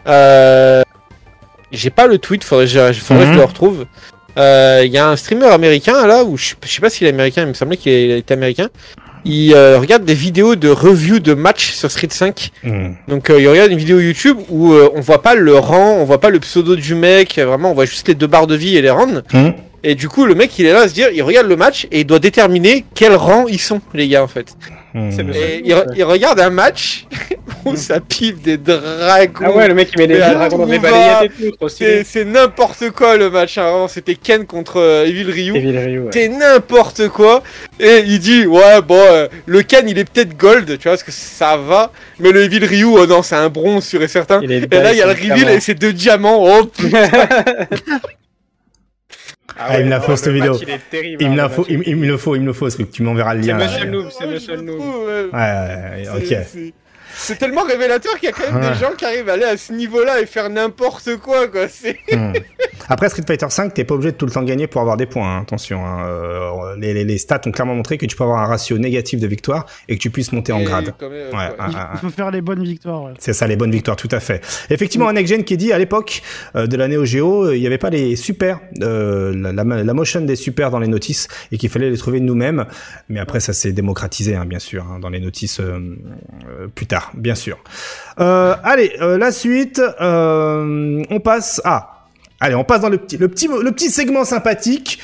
J'ai pas le tweet, faudrait que je le retrouve. Il y a un streamer américain là, où je sais pas s'il est américain, il me semblait qu'il était américain. Il regarde des vidéos de review de matchs sur Street 5. Donc il regarde une vidéo YouTube où on voit pas le rang, on voit pas le pseudo du mec, vraiment on voit juste les 2 barres de vie et les rounds. Et du coup le mec il est là à se dire, il regarde le match et il doit déterminer quel rang ils sont les gars en fait. Et il regarde un match où ça pipe des dragons. Ah ouais, le mec il met des dragons dans des balayettes et tout, trop stylé. C'est n'importe quoi le match, hein. Vraiment, c'était Ken contre Evil Ryu. Ouais. C'est n'importe quoi. Et il dit, ouais, bon, le Ken il est peut-être gold, tu vois, parce que ça va. Mais le Evil Ryu, oh non, c'est un bronze sûr et certain. Et là, il y a le reveal et c'est 2 diamants. Oh putain. Il me la faut cette vidéo. Il me le faut, parce que tu m'enverras le lien. C'est Monsieur Noob. Ouais, ok. C'est tellement révélateur qu'il y a quand même des gens qui arrivent à aller à ce niveau-là et faire n'importe quoi. Après Street Fighter 5, t'es pas obligé de tout le temps gagner pour avoir des points, hein. Attention. Les stats ont clairement montré que tu peux avoir un ratio négatif de victoire et que tu puisses monter en grade. Il faut faire les bonnes victoires. Ouais. C'est ça, les bonnes victoires, tout à fait. Effectivement, un Next Gen qui dit à l'époque de la Neo Geo, il n'y avait pas les super, la motion des super dans les notices et qu'il fallait les trouver nous-mêmes. Mais après, ça s'est démocratisé, hein, bien sûr, hein, dans les notices plus tard. Bien sûr. Allez, la suite. On passe à. Allez, on passe dans le petit segment sympathique.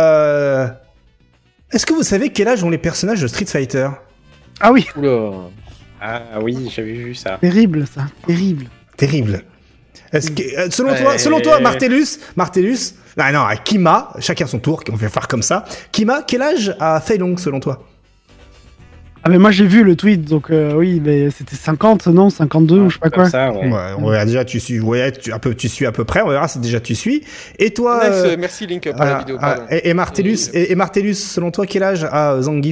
Est-ce que vous savez quel âge ont les personnages de Street Fighter ? Ah oui. Oula. Ah oui, j'avais vu ça. Terrible, ça. Terrible. Est-ce que, selon toi, Martellus, non, Kima, chacun son tour, on va faire comme ça. Kima, quel âge a Fei Long selon toi ? Ah mais moi j'ai vu le tweet, donc oui, mais c'était 50, non 52 ou je sais pas quoi. Ça, ouais. On verra déjà, tu suis à peu près, on verra si déjà tu suis. Et toi... Nice, merci Link pour la vidéo. Et Martellus, selon toi, quel âge a Zangief ?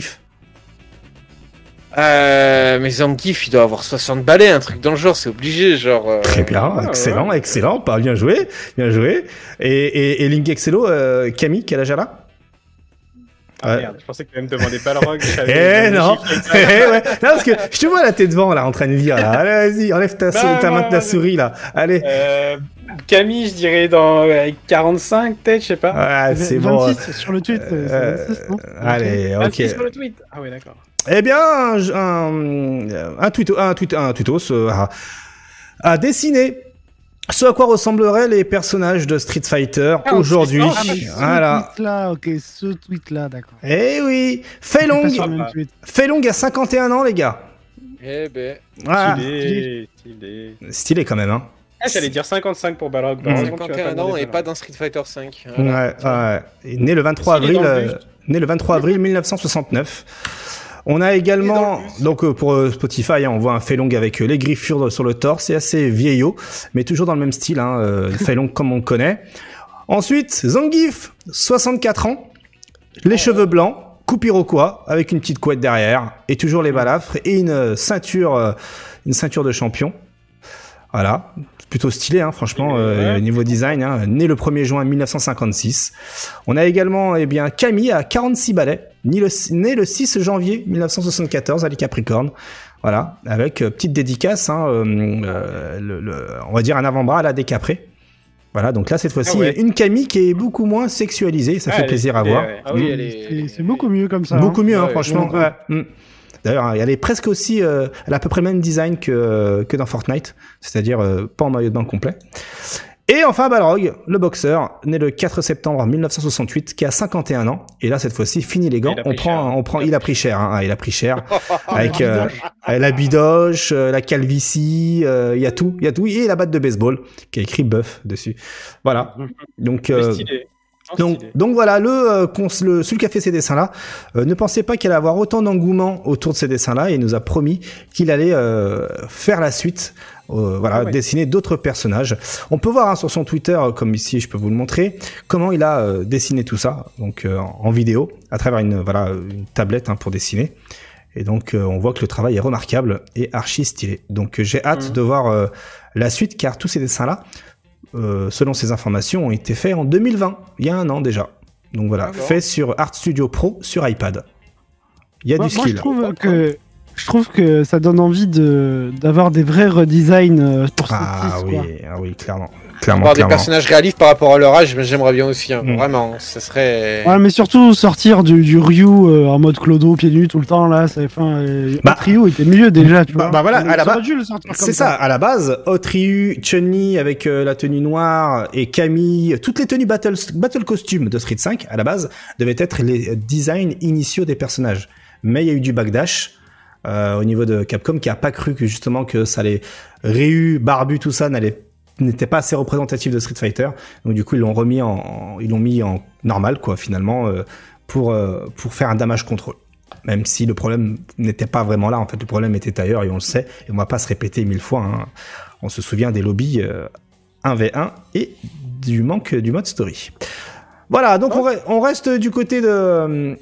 Mais Zangief, il doit avoir 60 balais, un truc dans le genre, c'est obligé, genre... Très bien, excellent, pas bien joué. Et Link Excello, Camille, quel âge elle a ? Merde, je pensais que tu me demandais pas le rock. Non. Ouais. Non, parce que je te vois là, t'es devant, là, en train de lire, là. Allez, vas-y, enlève ta main de ta souris, là. Allez. Camille, je dirais dans 45, peut-être, je sais pas. Ah, c'est 26 bon. sur le tweet, c'est 26, non ? Allez, ok. 26 sur le tweet. Ah ouais, d'accord. Eh bien, un tweetos a dessiné ce à quoi ressembleraient les personnages de Street Fighter aujourd'hui. Voilà. Ce tweet-là, d'accord. Eh oui, Fei Long a 51 ans, les gars. Eh ben. Voilà. Stylé quand même, hein. Ah, j'allais dire 55 pour Balrog. 51 ans et pas dans Street Fighter 5. Voilà. Né le 23 avril 1969. On a également, donc pour Spotify, on voit un Fei Long avec les griffures sur le torse, c'est assez vieillot, mais toujours dans le même style, hein, Fei Long comme on le connaît. Ensuite, Zangief, 64 ans, les cheveux blancs, coupe iroquois, avec une petite couette derrière, et toujours les balafres, et une ceinture de champion. Voilà, plutôt stylé, hein, franchement, niveau design, hein, né le 1er juin 1956. On a également, Camille à 46 balais. né le 6 janvier 1974 à les Capricornes. Voilà, avec petite dédicace, on va dire un avant-bras à la Décapré. Voilà, donc là cette fois-ci, une Camille qui est beaucoup moins sexualisée, ça fait plaisir à voir. Ah oui, c'est beaucoup mieux comme ça. Beaucoup mieux, franchement. D'ailleurs, elle est presque aussi, elle a à peu près le même design que dans Fortnite, c'est-à-dire pas en maillot de bain complet. Et enfin, Balrog, le boxeur, né le 4 septembre 1968, qui a 51 ans. Et là, cette fois-ci, fini les gants. Il a pris cher, il a pris cher. Avec la bidoche, la calvitie, il y a tout. Et la batte de baseball, qui a écrit Buff dessus. Voilà. Donc, donc voilà, celui qui a fait ces dessins-là ne pensait pas qu'il allait avoir autant d'engouement autour de ces dessins-là et il nous a promis qu'il allait faire la suite. Dessiner d'autres personnages. On peut voir sur son Twitter, comme ici, je peux vous le montrer, comment il a dessiné tout ça, donc en vidéo, à travers une tablette pour dessiner. Et donc, on voit que le travail est remarquable et archi stylé. Donc, j'ai hâte de voir la suite, car tous ces dessins-là, selon ces informations, ont été faits en 2020, il y a un an déjà. Donc voilà, fait sur Art Studio Pro sur iPad. Il y a du skill. Je trouve que ça donne envie d'avoir des vrais redesigns pour cette liste. Oui, clairement. Avoir des personnages réalistes par rapport à leur âge, j'aimerais bien aussi, vraiment, ça serait... Ouais, mais surtout sortir du Ryu en mode clodo, pieds nus tout le temps, là, Ryu était mieux déjà, tu vois. Voilà, à la base, c'est ça, à la base, Hot Ryu, Chun-Li avec la tenue noire et Camille, toutes les tenues battle costume de Street 5, à la base, devaient être les designs initiaux des personnages. Mais il y a eu du backdash, au niveau de Capcom, qui a pas cru que justement que ça allait Ryu, barbu, tout ça n'était pas assez représentatif de Street Fighter. Donc du coup ils l'ont mis en normal quoi finalement pour faire un damage control. Même si le problème n'était pas vraiment là, en fait le problème était ailleurs et on le sait et on va pas se répéter 1000 fois. On se souvient des lobbies 1v1 et du manque du mode story. Voilà, donc on reste du côté de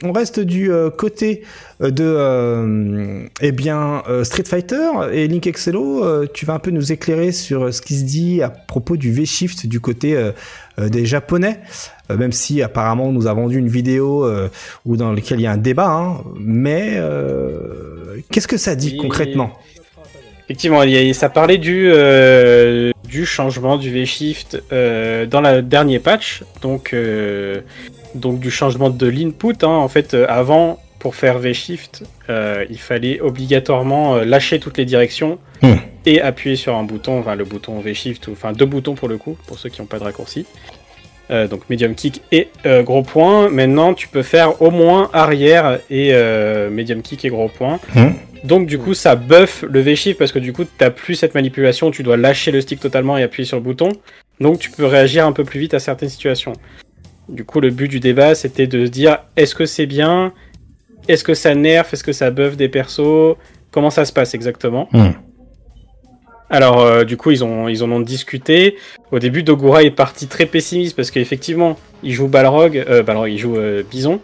Street Fighter et Link Excello, tu vas un peu nous éclairer sur ce qui se dit à propos du V-Shift du côté des Japonais, même si apparemment on nous a vendu une vidéo dans laquelle il y a un débat, mais qu'est-ce que ça dit concrètement ? Effectivement, ça parlait du changement du V-Shift dans le dernier patch, donc du changement de l'input. En fait, avant, pour faire V-Shift, il fallait obligatoirement lâcher toutes les directions et appuyer sur un bouton, le bouton V-Shift, deux boutons pour le coup, pour ceux qui n'ont pas de raccourci. Donc medium kick et gros point. Maintenant, tu peux faire au moins arrière et medium kick et gros point. Donc du coup ça buff le V-Shift parce que du coup t'as plus cette manipulation, tu dois lâcher le stick totalement et appuyer sur le bouton, donc tu peux réagir un peu plus vite à certaines situations. Du coup le but du débat c'était de se dire est-ce que c'est bien, est-ce que ça nerf, est-ce que ça buff des persos, comment ça se passe exactement. Alors du coup ils en ont discuté. Au début Dogura est parti très pessimiste parce qu'effectivement il joue Balrog, il joue Bison.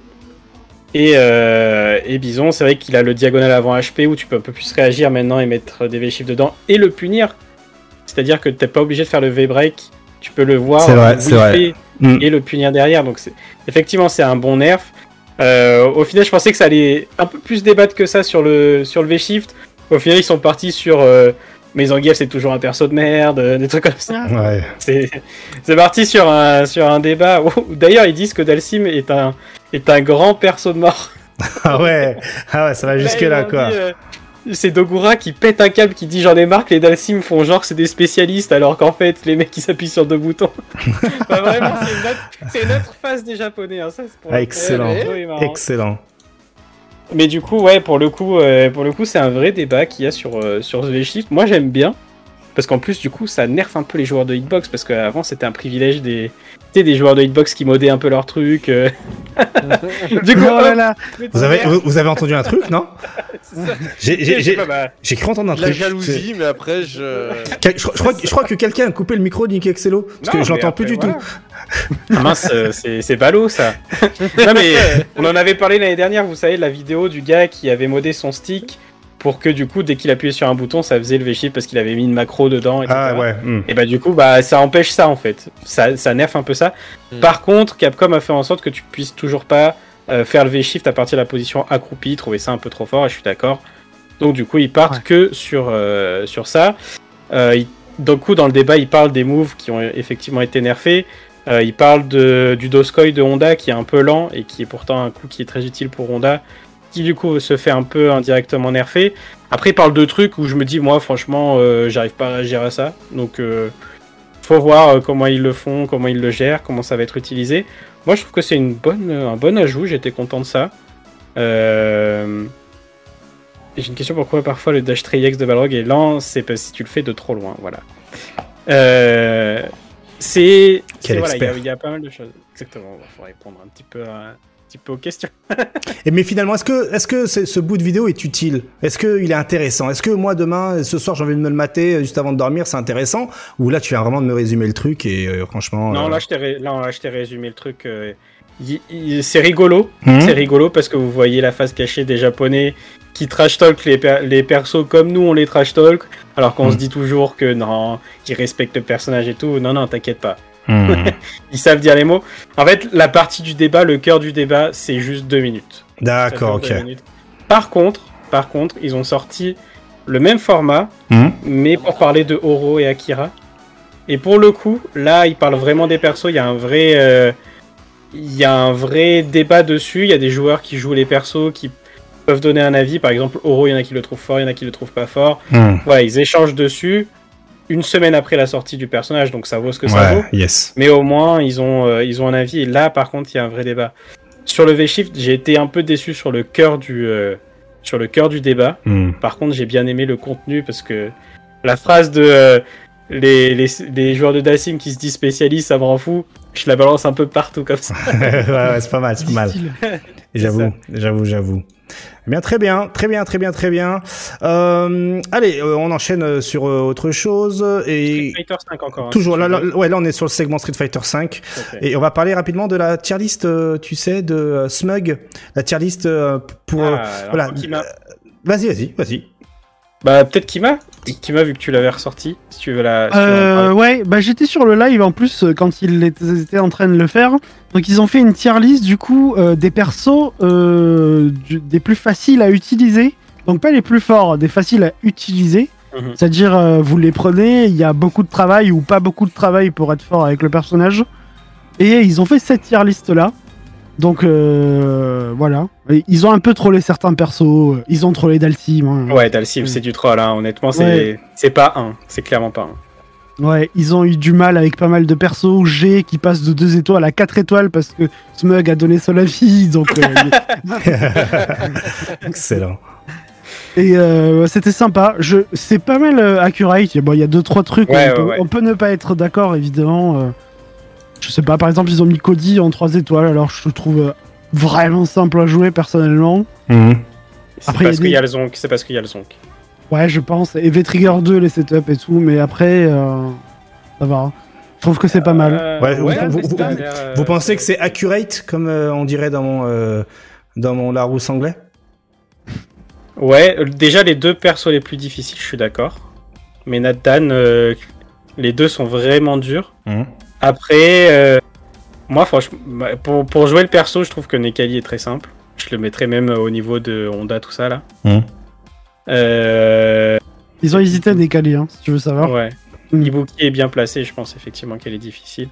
Et Bison, c'est vrai qu'il a le diagonal avant HP où tu peux un peu plus réagir maintenant et mettre des V-Shift dedans et le punir. C'est-à-dire que t'es pas obligé de faire le V-Break, tu peux le voir c'est vrai. Et le punir derrière. Donc effectivement, c'est un bon nerf. Au final, je pensais que ça allait un peu plus débattre que ça sur le V-Shift. Au final, ils sont partis sur mais Zangief, c'est toujours un perso de merde, des trucs comme ça. Ouais. C'est parti sur un débat. D'ailleurs, ils disent que Dhalsim est un grand perso de mort. Ah ouais, ça va jusque là quoi. C'est Dogura qui pète un câble, qui dit j'en ai marre que les Dhalsim font genre que c'est des spécialistes, alors qu'en fait les mecs qui s'appuient sur deux boutons. Vraiment, c'est une autre phase des Japonais. Ça, c'est pour excellent. Mais du coup, pour le coup, c'est un vrai débat qu'il y a sur The V-Shift. Moi, j'aime bien. Parce qu'en plus, du coup, ça nerf un peu les joueurs de hitbox. Parce qu'avant, c'était un privilège des joueurs de hitbox qui modaient un peu leurs trucs. Du coup, vous avez entendu un truc, non? J'ai cru entendre un truc. La jalousie, mais après, je crois que quelqu'un a coupé le micro de Link Excello. Parce que je l'entends plus du tout. Ah mince, c'est ballot ça. Non mais on en avait parlé l'année dernière, vous savez, la vidéo du gars qui avait modé son stick pour que du coup dès qu'il appuyait sur un bouton ça faisait le V-Shift parce qu'il avait mis une macro dedans, etc. Ah ouais. Et du coup ça empêche ça en fait, ça nerf un peu ça. Par contre Capcom a fait en sorte que tu puisses toujours pas faire le V-shift à partir de la position accroupie, ils trouvaient ça un peu trop fort, et je suis d'accord. Donc du coup, ils partent que sur ça. Du coup, dans le débat, ils parlent des moves qui ont effectivement été nerfés. Ils parlent du Doskoi de Honda qui est un peu lent et qui est pourtant un coup qui est très utile pour Honda, qui du coup se fait un peu indirectement nerfer. Après, ils parlent de trucs où je me dis, moi franchement, j'arrive pas à réagir à ça. Donc faut voir comment ils le font, comment ils le gèrent, comment ça va être utilisé. Moi, je trouve que c'est un bon ajout, j'étais content de ça. J'ai une question, pourquoi parfois le dash Triex de Balrog est lent? C'est parce que si tu le fais de trop loin, voilà. Voilà, il y a pas mal de choses. Exactement, il faut répondre un petit peu aux questions. Mais finalement, est-ce que ce bout de vidéo est utile? Est-ce qu'il est intéressant? Est-ce que moi, demain, ce soir, j'ai envie de me le mater juste avant de dormir, c'est intéressant? Ou là, tu viens vraiment de me résumer le truc et franchement... Non, là, je t'ai résumé le truc. C'est rigolo. C'est rigolo parce que vous voyez la face cachée des Japonais qui trash talk les persos comme nous, on les trash talk, alors qu'on se dit toujours que non, ils respectent le personnage et tout. Non, t'inquiète pas. Ils savent dire les mots. En fait, la partie du débat, le cœur du débat, c'est juste 2 minutes. D'accord, ok. Par contre, ils ont sorti le même format, mais pour parler de Oro et Akira. Et pour le coup, là, ils parlent vraiment des persos. Il y a un vrai débat dessus. Il y a des joueurs qui jouent les persos, qui peuvent donner un avis. Par exemple, Oro, il y en a qui le trouvent fort, il y en a qui le trouvent pas fort. Voilà, ils échangent dessus. Une semaine après la sortie du personnage, donc ça vaut ce que ça vaut. Yes. Mais au moins, ils ont un avis. Et là, par contre, il y a un vrai débat. Sur le V-Shift, j'ai été un peu déçu sur le cœur du débat. Par contre, j'ai bien aimé le contenu parce que la phrase de les joueurs de Dalsim qui se disent spécialistes, ça me rend fou. Je la balance un peu partout comme ça. ouais, c'est pas mal. J'avoue. Eh bien, très bien. Allez, on enchaîne sur autre chose. Et Street Fighter 5 encore. Toujours, là, on est sur le segment Street Fighter 5. Okay. Et on va parler rapidement de la tier list, tu sais, de Smug. La tier list pour... voilà. Vas-y. Bah, peut-être Kima, vu que tu l'avais ressorti, si tu veux la... ouais, bah j'étais sur le live en plus quand ils étaient en train de le faire. Donc ils ont fait une tier list du coup des persos des plus faciles à utiliser. Donc pas les plus forts, des faciles à utiliser. C'est-à-dire vous les prenez, il y a beaucoup de travail ou pas beaucoup de travail pour être fort avec le personnage. Et ils ont fait cette tier list là. Donc voilà, ils ont un peu trollé certains persos, ils ont trollé Dalsim. Ouais, Dalsim c'est du troll, hein. Honnêtement c'est pas c'est clairement pas un. Ouais, ils ont eu du mal avec pas mal de persos G qui passent de 2 étoiles à 4 étoiles parce que Smug a donné son avis, donc... Excellent. Et c'était sympa, c'est pas mal accurate, bon, il y a 2-3 trucs, on peut ne pas être d'accord évidemment... Je sais pas, par exemple, ils ont mis Cody en 3 étoiles, alors je le trouve vraiment simple à jouer, personnellement. C'est parce qu'il y a le zonk. Ouais, je pense. Et V-Trigger 2, les setups et tout, mais après, ça va. Je trouve que c'est pas mal. Vous pensez que c'est accurate, comme on dirait dans mon Larousse anglais? Ouais, déjà, les 2 persos les plus difficiles, je suis d'accord. Mais Nathan, les 2 sont vraiment durs. Après, moi, franchement, pour jouer le perso, je trouve que Nekali est très simple. Je le mettrais même au niveau de Honda, tout ça, là. Ils ont hésité Nekali, hein, si tu veux savoir. Ouais. Ibuki est bien placé, je pense effectivement qu'elle est difficile.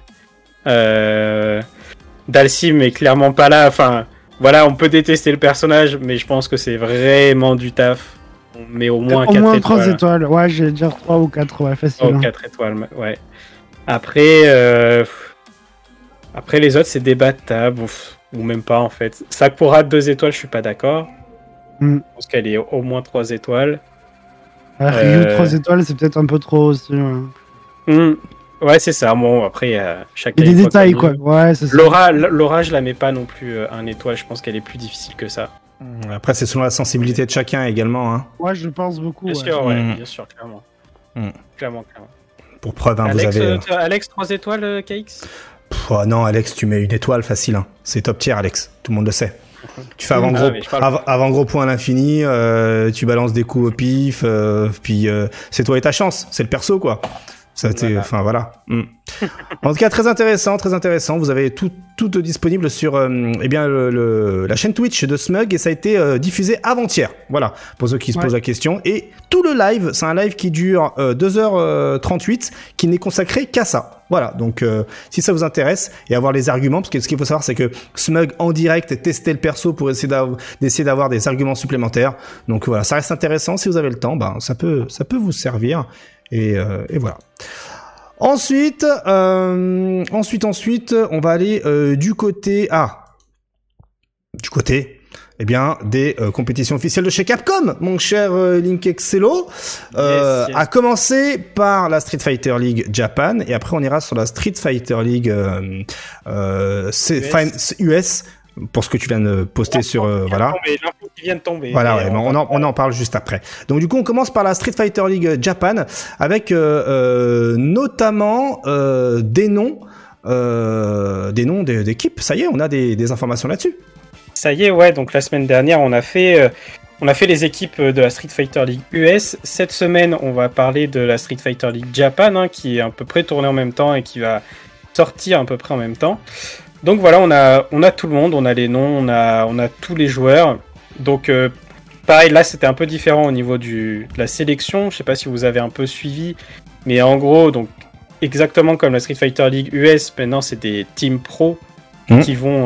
Dalsim est clairement pas là. Enfin, voilà, on peut détester le personnage, mais je pense que c'est vraiment du taf. On met au moins 4 étoiles. Au moins 3 étoiles, ouais, j'ai déjà 3 ou 4, ouais, facile. 3 ou 4 étoiles, ouais. Après les autres, c'est débattable, ou même pas en fait. Sakura 2 étoiles, je suis pas d'accord. Je pense qu'elle est au moins 3 étoiles. Ryu 3 étoiles, c'est peut-être un peu trop aussi. Ouais, c'est ça. Bon, après, chacun. Il y a des détails, quoi. Ouais, c'est ça. Laura, je la mets pas non plus 1 étoile. Je pense qu'elle est plus difficile que ça. Après, c'est selon la sensibilité de chacun également. Hein. Ouais, je pense beaucoup. Bien sûr, bien sûr, clairement. Clairement. Pour preuve, hein, Alex, vous avez... Alex, 3 étoiles, KX non, Alex, tu mets 1 étoile, facile. Hein. C'est top tier, Alex. Tout le monde le sait. Tu fais avant gros point à l'infini, tu balances des coups au pif, puis c'est toi et ta chance. C'est le perso, quoi. Ça a été, enfin voilà. En tout cas, très intéressant. Vous avez tout disponible sur la chaîne Twitch de Smug et ça a été diffusé avant-hier. Voilà, pour ceux qui se posent la question. Et tout le live, c'est un live qui dure 2h38, qui n'est consacré qu'à ça. Voilà, donc si ça vous intéresse et avoir les arguments, parce que ce qu'il faut savoir, c'est que Smug en direct testait le perso pour essayer d'avoir des arguments supplémentaires. Donc voilà, ça reste intéressant. Si vous avez le temps, ça peut vous servir. Et voilà. Ensuite, on va aller du côté des compétitions officielles de chez Capcom, mon cher Link Excello. Yes. À commencer par la Street Fighter League Japan, et après on ira sur la Street Fighter League US. Pour ce que tu viens de poster sur voilà. L'info qui vient de tomber. Voilà, ouais, mais on en parle juste après. Donc du coup, on commence par la Street Fighter League Japan avec notamment des noms d'équipes. Ça y est, on a des informations là-dessus. Ça y est, ouais. Donc la semaine dernière, on a fait les équipes de la Street Fighter League US. Cette semaine, on va parler de la Street Fighter League Japan, qui est à peu près tournée en même temps et qui va sortir à peu près en même temps. Donc voilà, on a tout le monde, on a les noms, on a tous les joueurs. Donc pareil, là c'était un peu différent au niveau de la sélection. Je sais pas si vous avez un peu suivi, mais en gros, donc exactement comme la Street Fighter League US, maintenant c'est des teams pro qui vont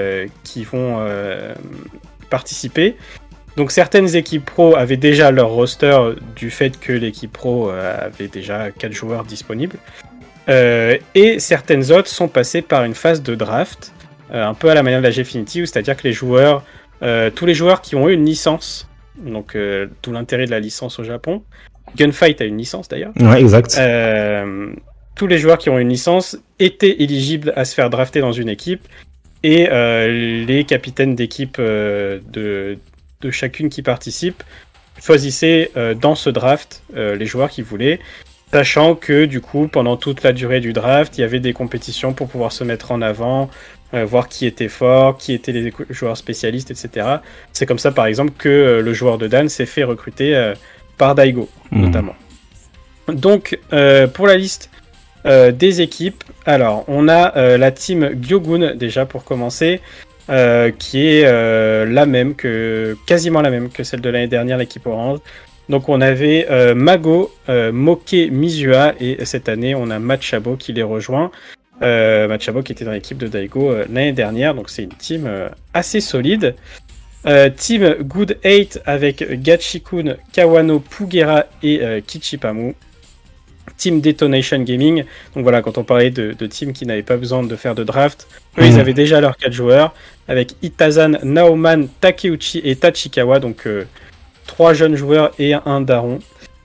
participer. Donc certaines équipes pro avaient déjà leur roster du fait que l'équipe pro avait déjà 4 joueurs disponibles. Et certaines autres sont passées par une phase de draft, un peu à la manière de la Gfinity, c'est-à-dire que tous les joueurs qui ont eu une licence, donc tout l'intérêt de la licence au Japon, Gunfight a une licence d'ailleurs. Ouais, exact. Tous les joueurs qui ont une licence étaient éligibles à se faire drafter dans une équipe, et les capitaines d'équipe de chacune qui participe choisissaient dans ce draft les joueurs qu'ils voulaient. Sachant que du coup, pendant toute la durée du draft, il y avait des compétitions pour pouvoir se mettre en avant, voir qui était fort, qui étaient les joueurs spécialistes, etc. C'est comme ça, par exemple, que le joueur de Dan s'est fait recruter par Daigo, notamment. Donc, pour la liste des équipes, alors, on a la team Gyogun, déjà, pour commencer, qui est quasiment la même que celle de l'année dernière, l'équipe orange. Donc on avait Mago, Moke, Mizua, et cette année on a Machabo qui les rejoint. Machabo qui était dans l'équipe de Daigo l'année dernière, donc c'est une team assez solide. Team Good 8 avec Gachikun, Kawano, Pugera et Kichipamu. Team Detonation Gaming, donc voilà, quand on parlait de teams qui n'avaient pas besoin de faire de draft, eux ils avaient déjà leurs 4 joueurs, avec Itazan, Naoman, Takeuchi et Tachikawa, donc 3 jeunes joueurs et un daron.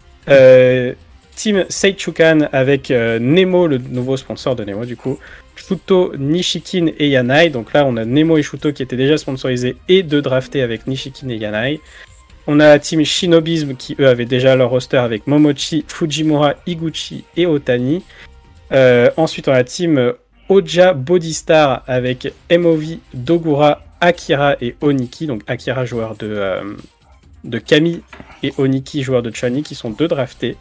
Team Seichukan avec Nemo, le nouveau sponsor de Nemo du coup, Shuto, Nishikin et Yanai. Donc là on a Nemo et Shuto qui étaient déjà sponsorisés et 2 draftés avec Nishikin et Yanai. On a la team Shinobism qui eux avaient déjà leur roster avec Momochi, Fujimura, Iguchi et Otani. Ensuite on a la team Oja Bodystar avec MOV, Dogura, Akira et Oniki. Donc Akira joueur de Kami et Oniki joueur de Chani qui sont 2 draftés.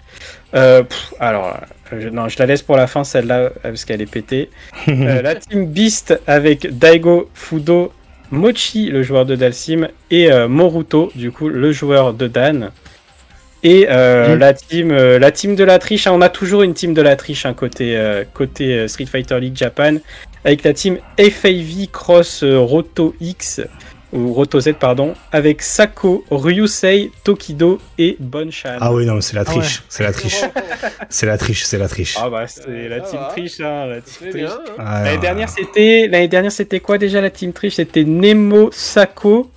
Je la laisse pour la fin celle-là parce qu'elle est pétée. La team Beast avec Daigo, Fudo, Mochi le joueur de Dalsim et Moruto du coup le joueur de Dan. Et la team de la triche, on a toujours une team de la triche côté Street Fighter League Japan avec la team FAV Cross Roto X ou Roto Z pardon, avec Sako, Ryusei, Tokido et Bonchan. Ah oui non, c'est la triche, c'est la triche. C'est la triche. Ah bah c'est la team triche la team triche. Ah, l'année dernière c'était quoi déjà la team triche? C'était Nemo, Sako,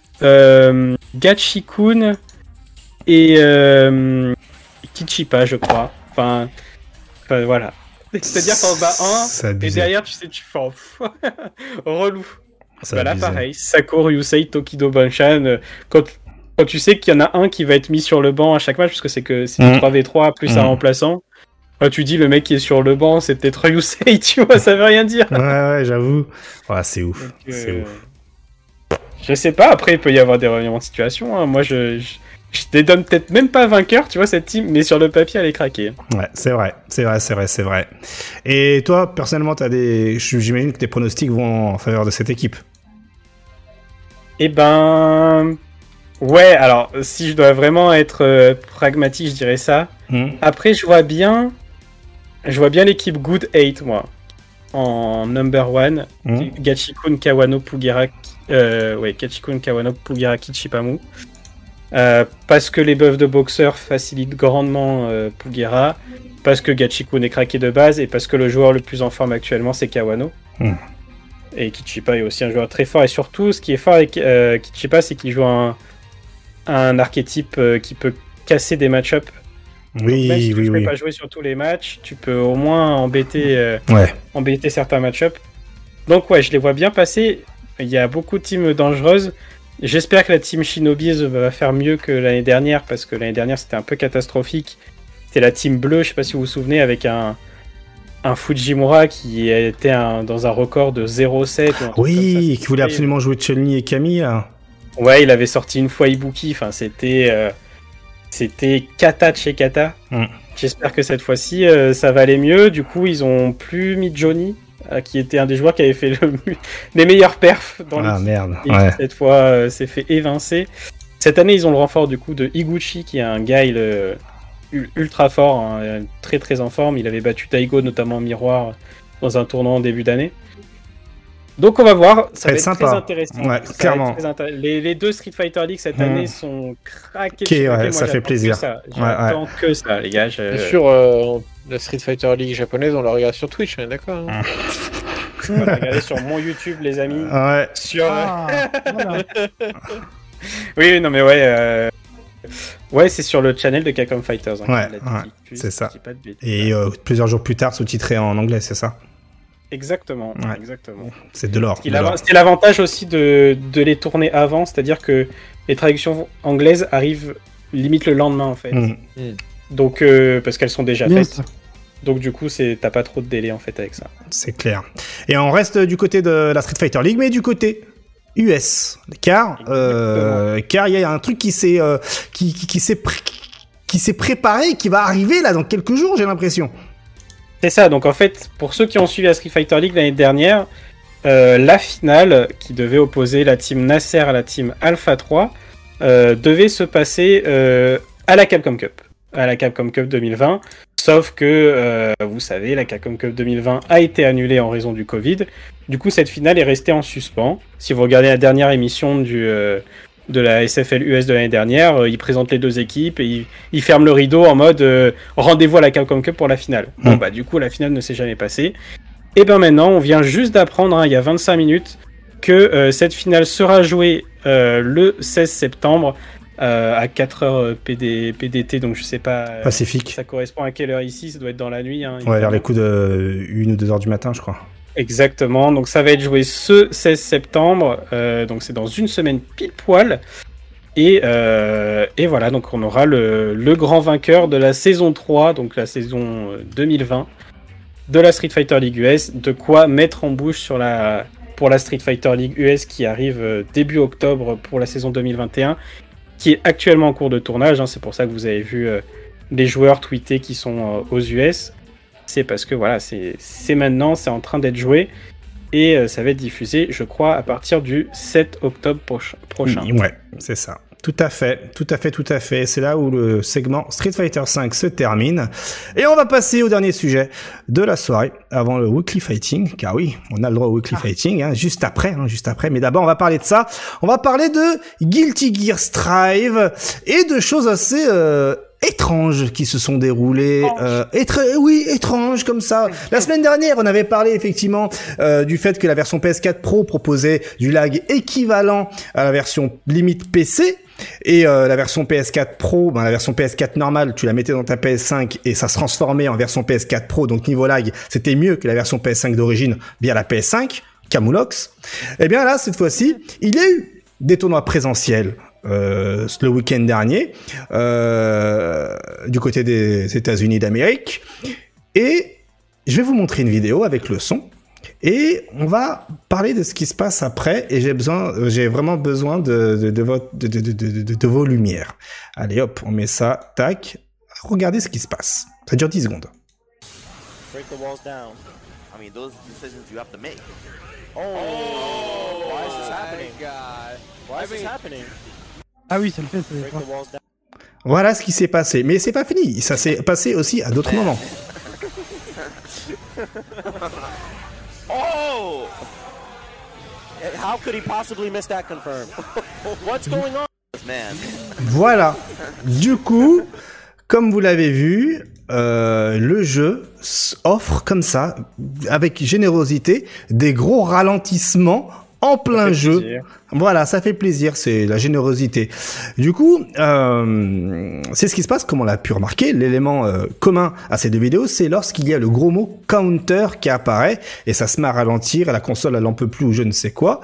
Gachikun et Kichipa je crois. Enfin voilà. C'est-à-dire qu'en bas 1 et derrière tu fais relou. Là pareil, Sako, Ryusei, Tokido, Bonchan, quand tu sais qu'il y en a un qui va être mis sur le banc à chaque match, parce que c'est du 3v3 plus un remplaçant, tu dis le mec qui est sur le banc c'est peut-être Ryusei, tu vois, ça veut rien dire. Ouais j'avoue. C'est ouf. Donc, c'est ouf. Je sais pas, après il peut y avoir des revirements de situation, hein. Moi j'ai Je te donne peut-être même pas vainqueur, tu vois, cette team, mais sur le papier, elle est craquée. Ouais, c'est vrai. Et toi, personnellement, j'imagine que tes pronostics vont en faveur de cette équipe. Eh ben... Ouais, alors, si je dois vraiment être pragmatique, je dirais ça. Après, je vois bien l'équipe Good 8, moi. En number 1, Gachikun Kawano Pugera Kichipamu. Parce que les buffs de boxeur facilitent grandement Pugera, parce que Gachikun est craqué de base, et parce que le joueur le plus en forme actuellement, c'est Kawano. Et Kichipa est aussi un joueur très fort, et surtout, ce qui est fort avec Kichipa, c'est qu'il joue un archétype qui peut casser des match-ups. Même si tu ne peux pas jouer sur tous les matchs, tu peux au moins embêter certains match-ups. Donc ouais, je les vois bien passer. Il y a beaucoup de teams dangereuses. J'espère que la team Shinobi va faire mieux que l'année dernière, parce que l'année dernière c'était un peu catastrophique. C'était la team bleue, je sais pas si vous vous souvenez, avec un Fujimura qui était dans un record de 0-7. Oui, qui voulait absolument jouer Chun-Li et Camille. Là. Ouais, il avait sorti une fois Ibuki, enfin c'était kata de chez kata. J'espère que cette fois-ci, ça va aller mieux. Du coup, ils ont plus mis Johnny, qui était un des joueurs qui avait fait les meilleurs perfs dans l'équipe. Ah merde. Et cette fois, s'est fait évincer. Cette année, ils ont le renfort du coup de Higuchi, qui est un guy ultra fort, hein, très très en forme. Il avait battu Taigo, notamment en miroir, dans un tournoi en début d'année. Donc on va voir, ça va être sympa. Très intéressant. Ouais, clairement. Les deux Street Fighter League cette année sont craqués. Moi, ça fait plaisir. J'attends que ça, les gars. Bien sûr, la Street Fighter League japonaise, on la regarde sur Twitch, on est d'accord. On va regarder sur mon YouTube, les amis. Ouais. Oui, non mais ouais. Ouais, c'est sur le channel de Capcom Fighters. C'est ça. Et plusieurs jours plus tard, sous-titré en anglais, c'est ça? Exactement. C'est de l'or. C'est l'avantage aussi de les tourner avant, c'est-à-dire que les traductions anglaises arrivent limite le lendemain en fait. Donc parce qu'elles sont déjà faites. Donc du coup, t'as pas trop de délai en fait avec ça. C'est clair. Et on reste du côté de la Street Fighter League, mais du côté US, car il y a un truc qui s'est préparé et qui va arriver là dans quelques jours, j'ai l'impression. C'est ça, donc en fait, pour ceux qui ont suivi la Street Fighter League l'année dernière, la finale qui devait opposer la team Nasser à la team Alpha 3 devait se passer à la Capcom Cup. À la Capcom Cup 2020, sauf que, vous savez, la Capcom Cup 2020 a été annulée en raison du Covid. Du coup, cette finale est restée en suspens. Si vous regardez la dernière émission de la SFL US de l'année dernière, ils présentent les deux équipes et ils ferment le rideau en mode rendez-vous à la Capcom Cup pour la finale. Bon bah du coup la finale ne s'est jamais passée. Et ben maintenant on vient juste d'apprendre, il y a 25 minutes, que cette finale sera jouée le 16 septembre à 4h PDT, donc je sais pas Pacifique. Ça correspond à quelle heure ici, ça doit être dans la nuit. Vers les coups de 1 ou 2 heures du matin je crois. Exactement, donc ça va être joué ce 16 septembre, donc c'est dans une semaine pile poil, et voilà, donc on aura le grand vainqueur de la saison 3, donc la saison 2020 de la Street Fighter League US, de quoi mettre en bouche pour la Street Fighter League US qui arrive début octobre pour la saison 2021, qui est actuellement en cours de tournage, hein, c'est pour ça que vous avez vu les joueurs tweeter qui sont aux US. C'est parce que voilà, c'est maintenant, c'est en train d'être joué et ça va être diffusé, je crois, à partir du 7 octobre prochain. Ouais, c'est ça. Tout à fait. C'est là où le segment Street Fighter V se termine. Et on va passer au dernier sujet de la soirée, avant le Weekly Fighting, car oui, on a le droit au Weekly Fighting, hein, juste après. Mais d'abord, on va parler de ça. On va parler de Guilty Gear Strive et de choses assez étranges qui se sont déroulées, étranges comme ça. La semaine dernière, on avait parlé effectivement du fait que la version PS4 Pro proposait du lag équivalent à la version limite PC. Et la version PS4 Pro, la version PS4 normale, tu la mettais dans ta PS5 et ça se transformait en version PS4 Pro, donc niveau lag, c'était mieux que la version PS5 d'origine via la PS5, Camoulox. Et bien là, cette fois-ci, il y a eu des tournois présentiels le week-end dernier du côté des États-Unis d'Amérique, et je vais vous montrer une vidéo avec le son Et on va parler de ce qui se passe après, et j'ai vraiment besoin de vos lumières. Allez hop, on met ça, tac. Regardez ce qui se passe. Ça dure 10 secondes. Break the walls down. I mean, those decisions you have to make. Oh, why is this happening? Why is this happening? Ah oui, ça le fait. Break the walls down. Voilà ce qui s'est passé. Mais c'est pas fini. Ça s'est passé aussi à d'autres moments. Oh! How could he possibly miss that confirm? What's going on, man? Voilà. Du coup, comme vous l'avez vu, le jeu offre comme ça, avec générosité, des gros ralentissements en plein jeu. Plaisir. Voilà, ça fait plaisir, c'est la générosité. Du coup, c'est ce qui se passe, comme on l'a pu remarquer. L'élément commun à ces deux vidéos, c'est lorsqu'il y a le gros mot counter qui apparaît et ça se met à ralentir et la console elle en peut plus ou je ne sais quoi.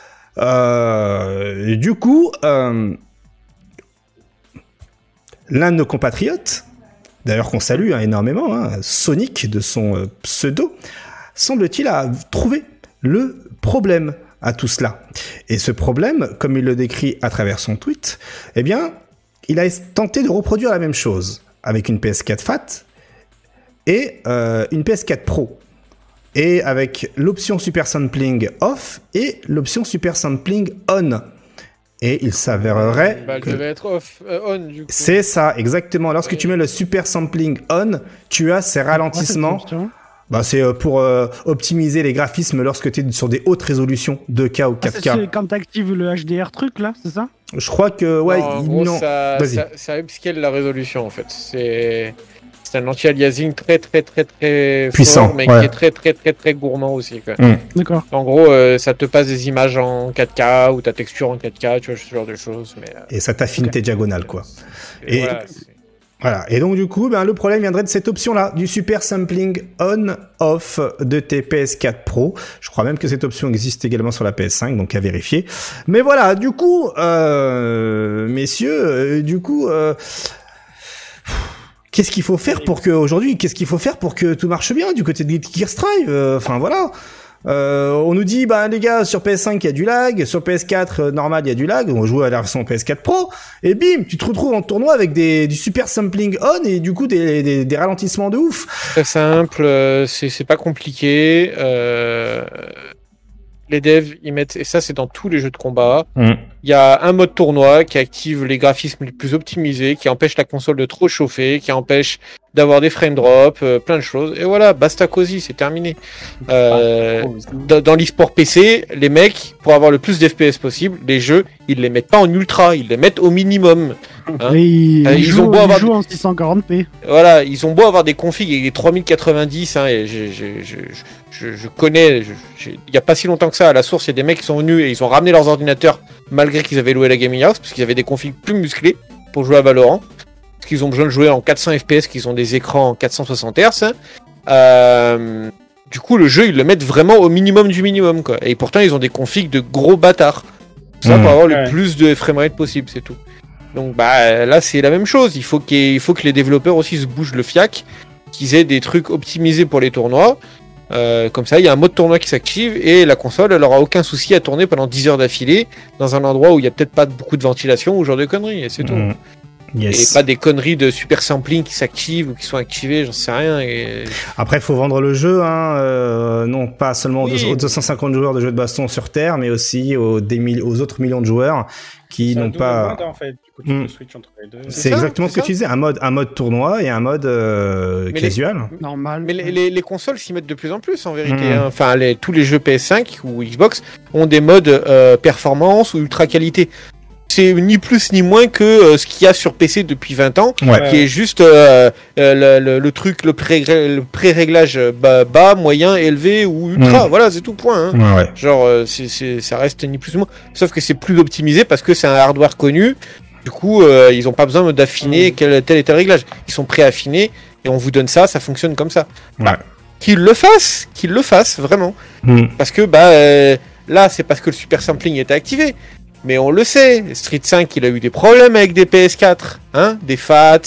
Du coup, l'un de nos compatriotes, d'ailleurs qu'on salue énormément, Sonic de son pseudo, semble-t-il a trouvé le problème à tout cela. Et ce problème, comme il le décrit à travers son tweet, eh bien, il a tenté de reproduire la même chose avec une PS4 Fat et une PS4 Pro. Et avec l'option Super Sampling Off et l'option Super Sampling On. Et il s'avérerait que... devait être on, du coup. C'est ça, exactement. Lorsque tu mets le Super Sampling On, tu as ces ralentissements... c'est pour optimiser les graphismes lorsque tu es sur des hautes résolutions 2K ou 4K. C'est quand tu actives le HDR truc là, c'est ça? Je crois que non. Ça upscale la résolution en fait. C'est un anti-aliasing très puissant, fort, mais qui est très gourmand aussi. Quoi. D'accord. En gros, ça te passe des images en 4K ou ta texture en 4K, tu vois, ce genre de choses. Mais, et ça t'affine tes diagonales, quoi. Et voilà. Et donc, du coup, le problème viendrait de cette option-là, du Super Sampling On-Off de tes PS4 Pro. Je crois même que cette option existe également sur la PS5, donc à vérifier. Mais voilà, du coup, messieurs, qu'est-ce qu'il faut faire pour que tout marche bien du côté de Gears Drive? Voilà. On nous dit, les gars, sur PS5 il y a du lag, sur PS4 normal il y a du lag, on joue à la version PS4 Pro, et bim, tu te retrouves en tournoi avec du super sampling on et du coup des ralentissements de ouf. Très simple, c'est pas compliqué. Les devs, ils mettent, et ça c'est dans tous les jeux de combat, il y a un mode tournoi qui active les graphismes les plus optimisés, qui empêche la console de trop chauffer, qui empêche d'avoir des frame drops, plein de choses. Et voilà, basta cosy, c'est terminé. Dans l'e-sport PC, les mecs, pour avoir le plus d'FPS possible, les jeux, ils les mettent pas en ultra, ils les mettent au minimum. Ils jouent en 640p. Voilà, ils ont beau avoir des configs avec des 3090, et je connais, il y a pas si longtemps que ça, à la source, il y a des mecs qui sont venus et ils ont ramené leurs ordinateurs malgré qu'ils avaient loué la Gaming House, parce qu'ils avaient des configs plus musclés pour jouer à Valorant. Parce qu'ils ont besoin de jouer en 400 FPS, qu'ils ont des écrans en 460 Hz. Du coup, le jeu, ils le mettent vraiment au minimum du minimum, quoi. Et pourtant, ils ont des configs de gros bâtards. Tout ça pour avoir le plus de framerate possible, c'est tout. Donc, là, c'est la même chose. Il faut que les développeurs aussi se bougent le fiac, qu'ils aient des trucs optimisés pour les tournois. Comme ça, il y a un mode tournoi qui s'active et la console, elle aura aucun souci à tourner pendant 10 heures d'affilée dans un endroit où il y a peut-être pas beaucoup de ventilation ou ce genre de conneries, et c'est tout. Yes. Et pas des conneries de super sampling qui s'activent ou qui sont activées, j'en sais rien. Après, il faut vendre le jeu, non pas seulement aux 250 joueurs de jeux de baston sur Terre, mais aussi aux autres millions de joueurs qui n'ont pas... Mode, en fait. Du coup, tu peux switch entre les deux. C'est exactement ce que tu disais, un mode tournoi et un mode casual. Normal. Mais les consoles s'y mettent de plus en plus, en vérité. Enfin, tous les jeux PS5 ou Xbox ont des modes performance ou ultra qualité. C'est ni plus ni moins que ce qu'il y a sur PC depuis 20 ans, qui est juste le truc, le pré-réglage bas, moyen, élevé ou ultra. Voilà, c'est tout point. Genre, ça reste ni plus ni moins. Sauf que c'est plus optimisé parce que c'est un hardware connu. Du coup, ils n'ont pas besoin d'affiner tel et tel réglage. Ils sont pré-affinés et on vous donne ça fonctionne comme ça. Qu'ils le fassent, vraiment. Parce que là, c'est parce que le super sampling était activé. Mais on le sait, Street 5, il a eu des problèmes avec des PS4, des FAT,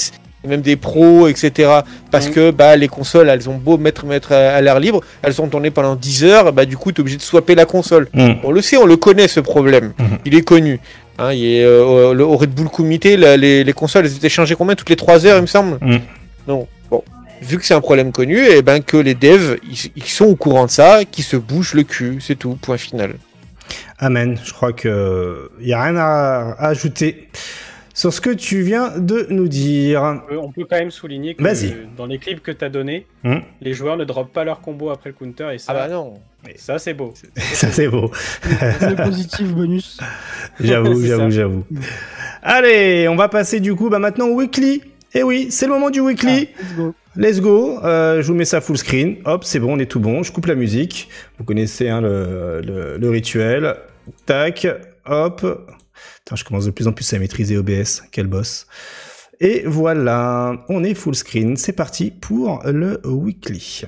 et même des pros, etc. Parce que les consoles, elles ont beau mettre à l'air libre, elles sont tournées pendant 10 heures, du coup, tu es obligé de swapper la console. On le sait, on le connaît, ce problème. Il est connu. Au Red Bull Comité, les consoles, elles étaient changées combien? Toutes les 3 heures, il me semble. Non, bon. Vu que c'est un problème connu, et que les devs, ils sont au courant de ça, qu'ils se bouchent le cul, c'est tout, point final. Amen. Je crois que y a rien à ajouter sur ce que tu viens de nous dire. On peut quand même souligner que dans les clips que tu as donnés, les joueurs ne droppent pas leur combo après le counter, et ça, non. Ça c'est beau. Ça c'est beau. Le positif bonus. J'avoue. Allez, on va passer du coup maintenant au weekly. Et oui, c'est le moment du weekly. Let's go. Je vous mets ça full screen. Hop, c'est bon, on est tout bon. Je coupe la musique. Vous connaissez le rituel. Tac. Hop. Putain, je commence de plus en plus à maîtriser OBS. Quel boss. Et voilà, on est full screen. C'est parti pour le weekly.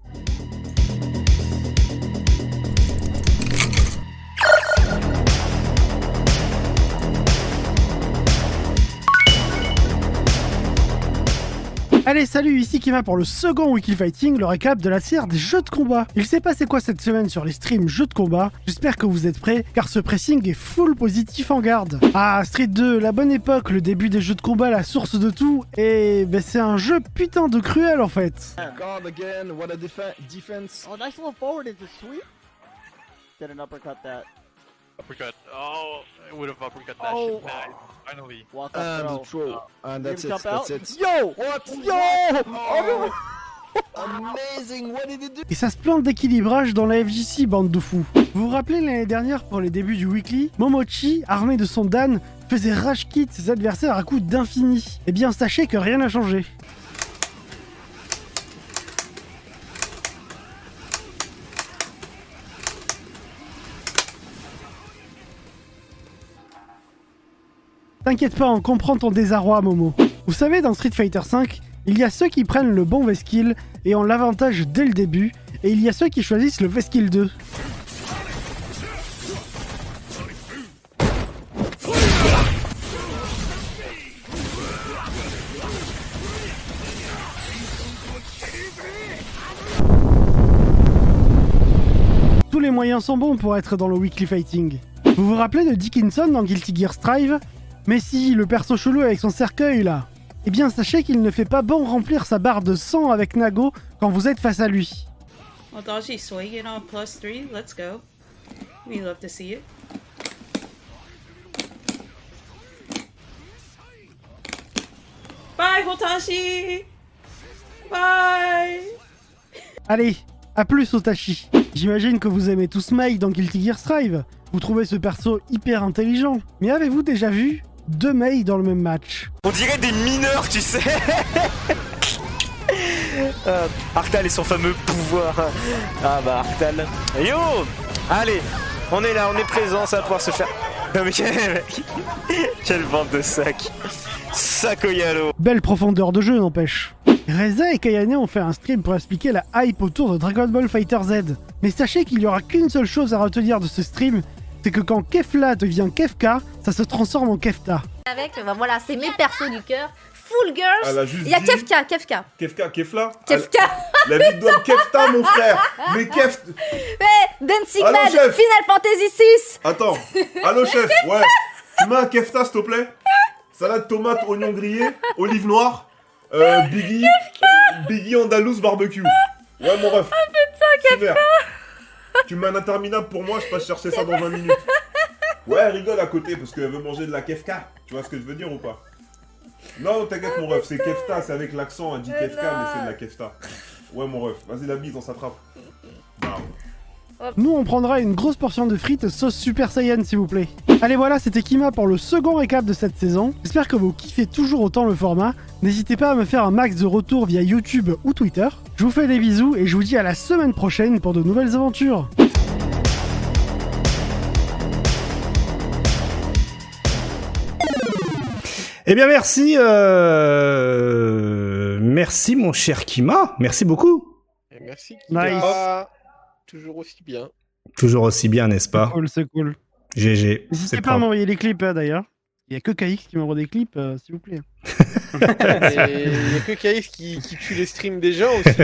Allez, salut, ici Kima pour le second Weekly Fighting, le récap de la tiers des jeux de combat. Il s'est passé quoi cette semaine sur les streams jeux de combat? J'espère que vous êtes prêts, car ce pressing est full positif en garde. Ah, Street 2, la bonne époque, le début des jeux de combat, la source de tout, et c'est un jeu putain de cruel en fait. God again, what a defense. Oh, nice little forward into sweep. Did an uppercut that. Uppercut. Oh, it would have uppercut that shit. Nice. Finally. Walk up throw. And that's it. Yo! What? Yo! Oh. Amazing, what did he do? Et ça se plante d'équilibrage dans la FGC, bande de fous. Vous vous rappelez l'année dernière pour les débuts du Weekly, Momochi, armé de son Dan, faisait rage kit ses adversaires à coups d'infini. Eh bien sachez que rien n'a changé. T'inquiète pas, on comprend ton désarroi, Momo. Vous savez, dans Street Fighter V, il y a ceux qui prennent le bon V-Skill et ont l'avantage dès le début, et il y a ceux qui choisissent le V-Skill 2. Tous les moyens sont bons pour être dans le Weekly Fighting. Vous vous rappelez de Dickinson dans Guilty Gear Strive? Mais si, le perso chelou avec son cercueil là. Eh bien sachez qu'il ne fait pas bon remplir sa barre de sang avec Nago quand vous êtes face à lui. Hotachi swinging on +3, let's go. We love to see it. Bye Hotachi! Bye! Allez, à plus Hotachi. J'imagine que vous aimez tous Mike dans Guilty Gear Strive. Vous trouvez ce perso hyper intelligent. Mais avez-vous déjà vu 2 Mei dans le même match? On dirait des mineurs, tu sais. Arctal et son fameux pouvoir. Ah bah Arctal. Yo, allez, on est là, on est présent, ça va pouvoir se faire. Non mais quelle bande de sacs. Sakoyalo. Belle profondeur de jeu, n'empêche. Reza et Kayane ont fait un stream pour expliquer la hype autour de Dragon Ball Fighter Z. Mais sachez qu'il n'y aura qu'une seule chose à retenir de ce stream, c'est que quand Kefla devient Kefka, ça se transforme en Kefta. Avec, voilà, c'est mes persos du cœur. Full Girls, il y a Kefka. Kefla Kefka. La vie de Kefta, mon frère. Mais Kefta. Mais Dancing Man, Final Fantasy 6. Attends, allô chef, ouais. Tu mets un Kefta, s'il te plaît. Salade tomate, oignon grillé, olive noire, Biggie andalouse barbecue. Ouais, mon ref. Oh putain, Kefka. Tu mets un interminable pour moi, je passe chercher ça dans 20 minutes. Ouais, elle rigole à côté parce qu'elle veut manger de la Kefka. Tu vois ce que je veux dire ou pas? Non, t'inquiète mon ref, c'est Kefta, c'est avec l'accent, elle dit Kefka, mais c'est de la Kefta. Ouais, mon ref, vas-y la bise, on s'attrape. Nous, on prendra une grosse portion de frites sauce Super Saiyan, s'il vous plaît. Allez, voilà, c'était Kima pour le second récap de cette saison. J'espère que vous kiffez toujours autant le format. N'hésitez pas à me faire un max de retours via YouTube ou Twitter. Je vous fais des bisous et je vous dis à la semaine prochaine pour de nouvelles aventures. Eh bien, merci. Merci, mon cher Kima. Merci beaucoup. Et merci, Kima. Nice. Toujours aussi bien. Toujours aussi bien, n'est-ce pas? C'est cool. GG. N'hésitez pas à m'envoyer les clips, d'ailleurs. Il n'y a que KX qui m'envoie des clips, s'il vous plaît. Il y a que Kaif qui tue les streams des gens aussi.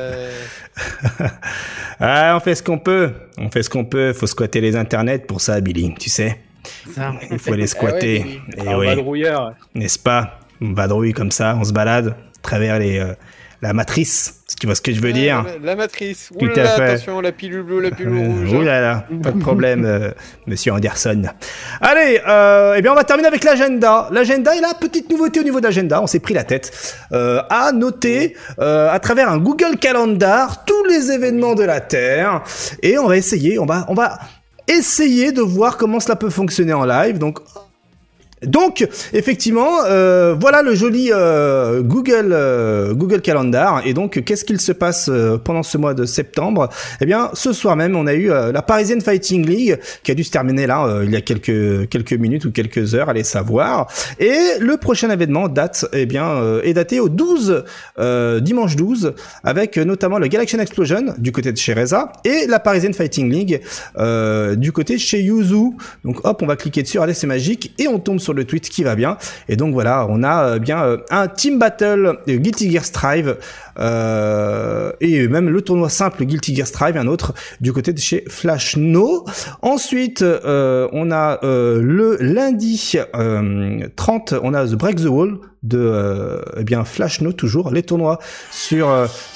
Ah, on fait ce qu'on peut. Faut squatter les internets pour ça, Billy, tu sais. Ça. Il faut les squatter. Un vadrouilleur. N'est-ce pas? On vadrouille comme ça, on se balade à travers la matrice, si tu vois ce que je veux dire. La matrice. Tout à fait. Attention, la pilule bleue, la pilule rouge. Oh là là, pas de problème, monsieur Anderson. Allez, eh bien on va terminer avec l'agenda. L'agenda, et là, petite nouveauté au niveau de l'agenda, on s'est pris la tête à noter à travers un Google Calendar tous les événements de la Terre, et on va essayer de voir comment cela peut fonctionner en live. Donc, effectivement, voilà le joli Google Calendar. Et donc, qu'est-ce qu'il se passe pendant ce mois de septembre? Eh bien, ce soir même, on a eu la Parisian Fighting League qui a dû se terminer là il y a quelques minutes ou quelques heures, allez savoir. Et le prochain événement est daté au 12 dimanche 12, avec notamment le Galaxian Explosion du côté de chez Reza et la Parisian Fighting League du côté de chez Yuzu. Donc, hop, on va cliquer dessus, allez, c'est magique, et on tombe sur le tweet qui va bien. Et donc voilà, on a un team battle Guilty Gear Strive et même le tournoi simple Guilty Gear Strive, un autre du côté de chez Flashno. Ensuite, on a le lundi 30, on a The Break the Wall de Flashno, toujours les tournois sur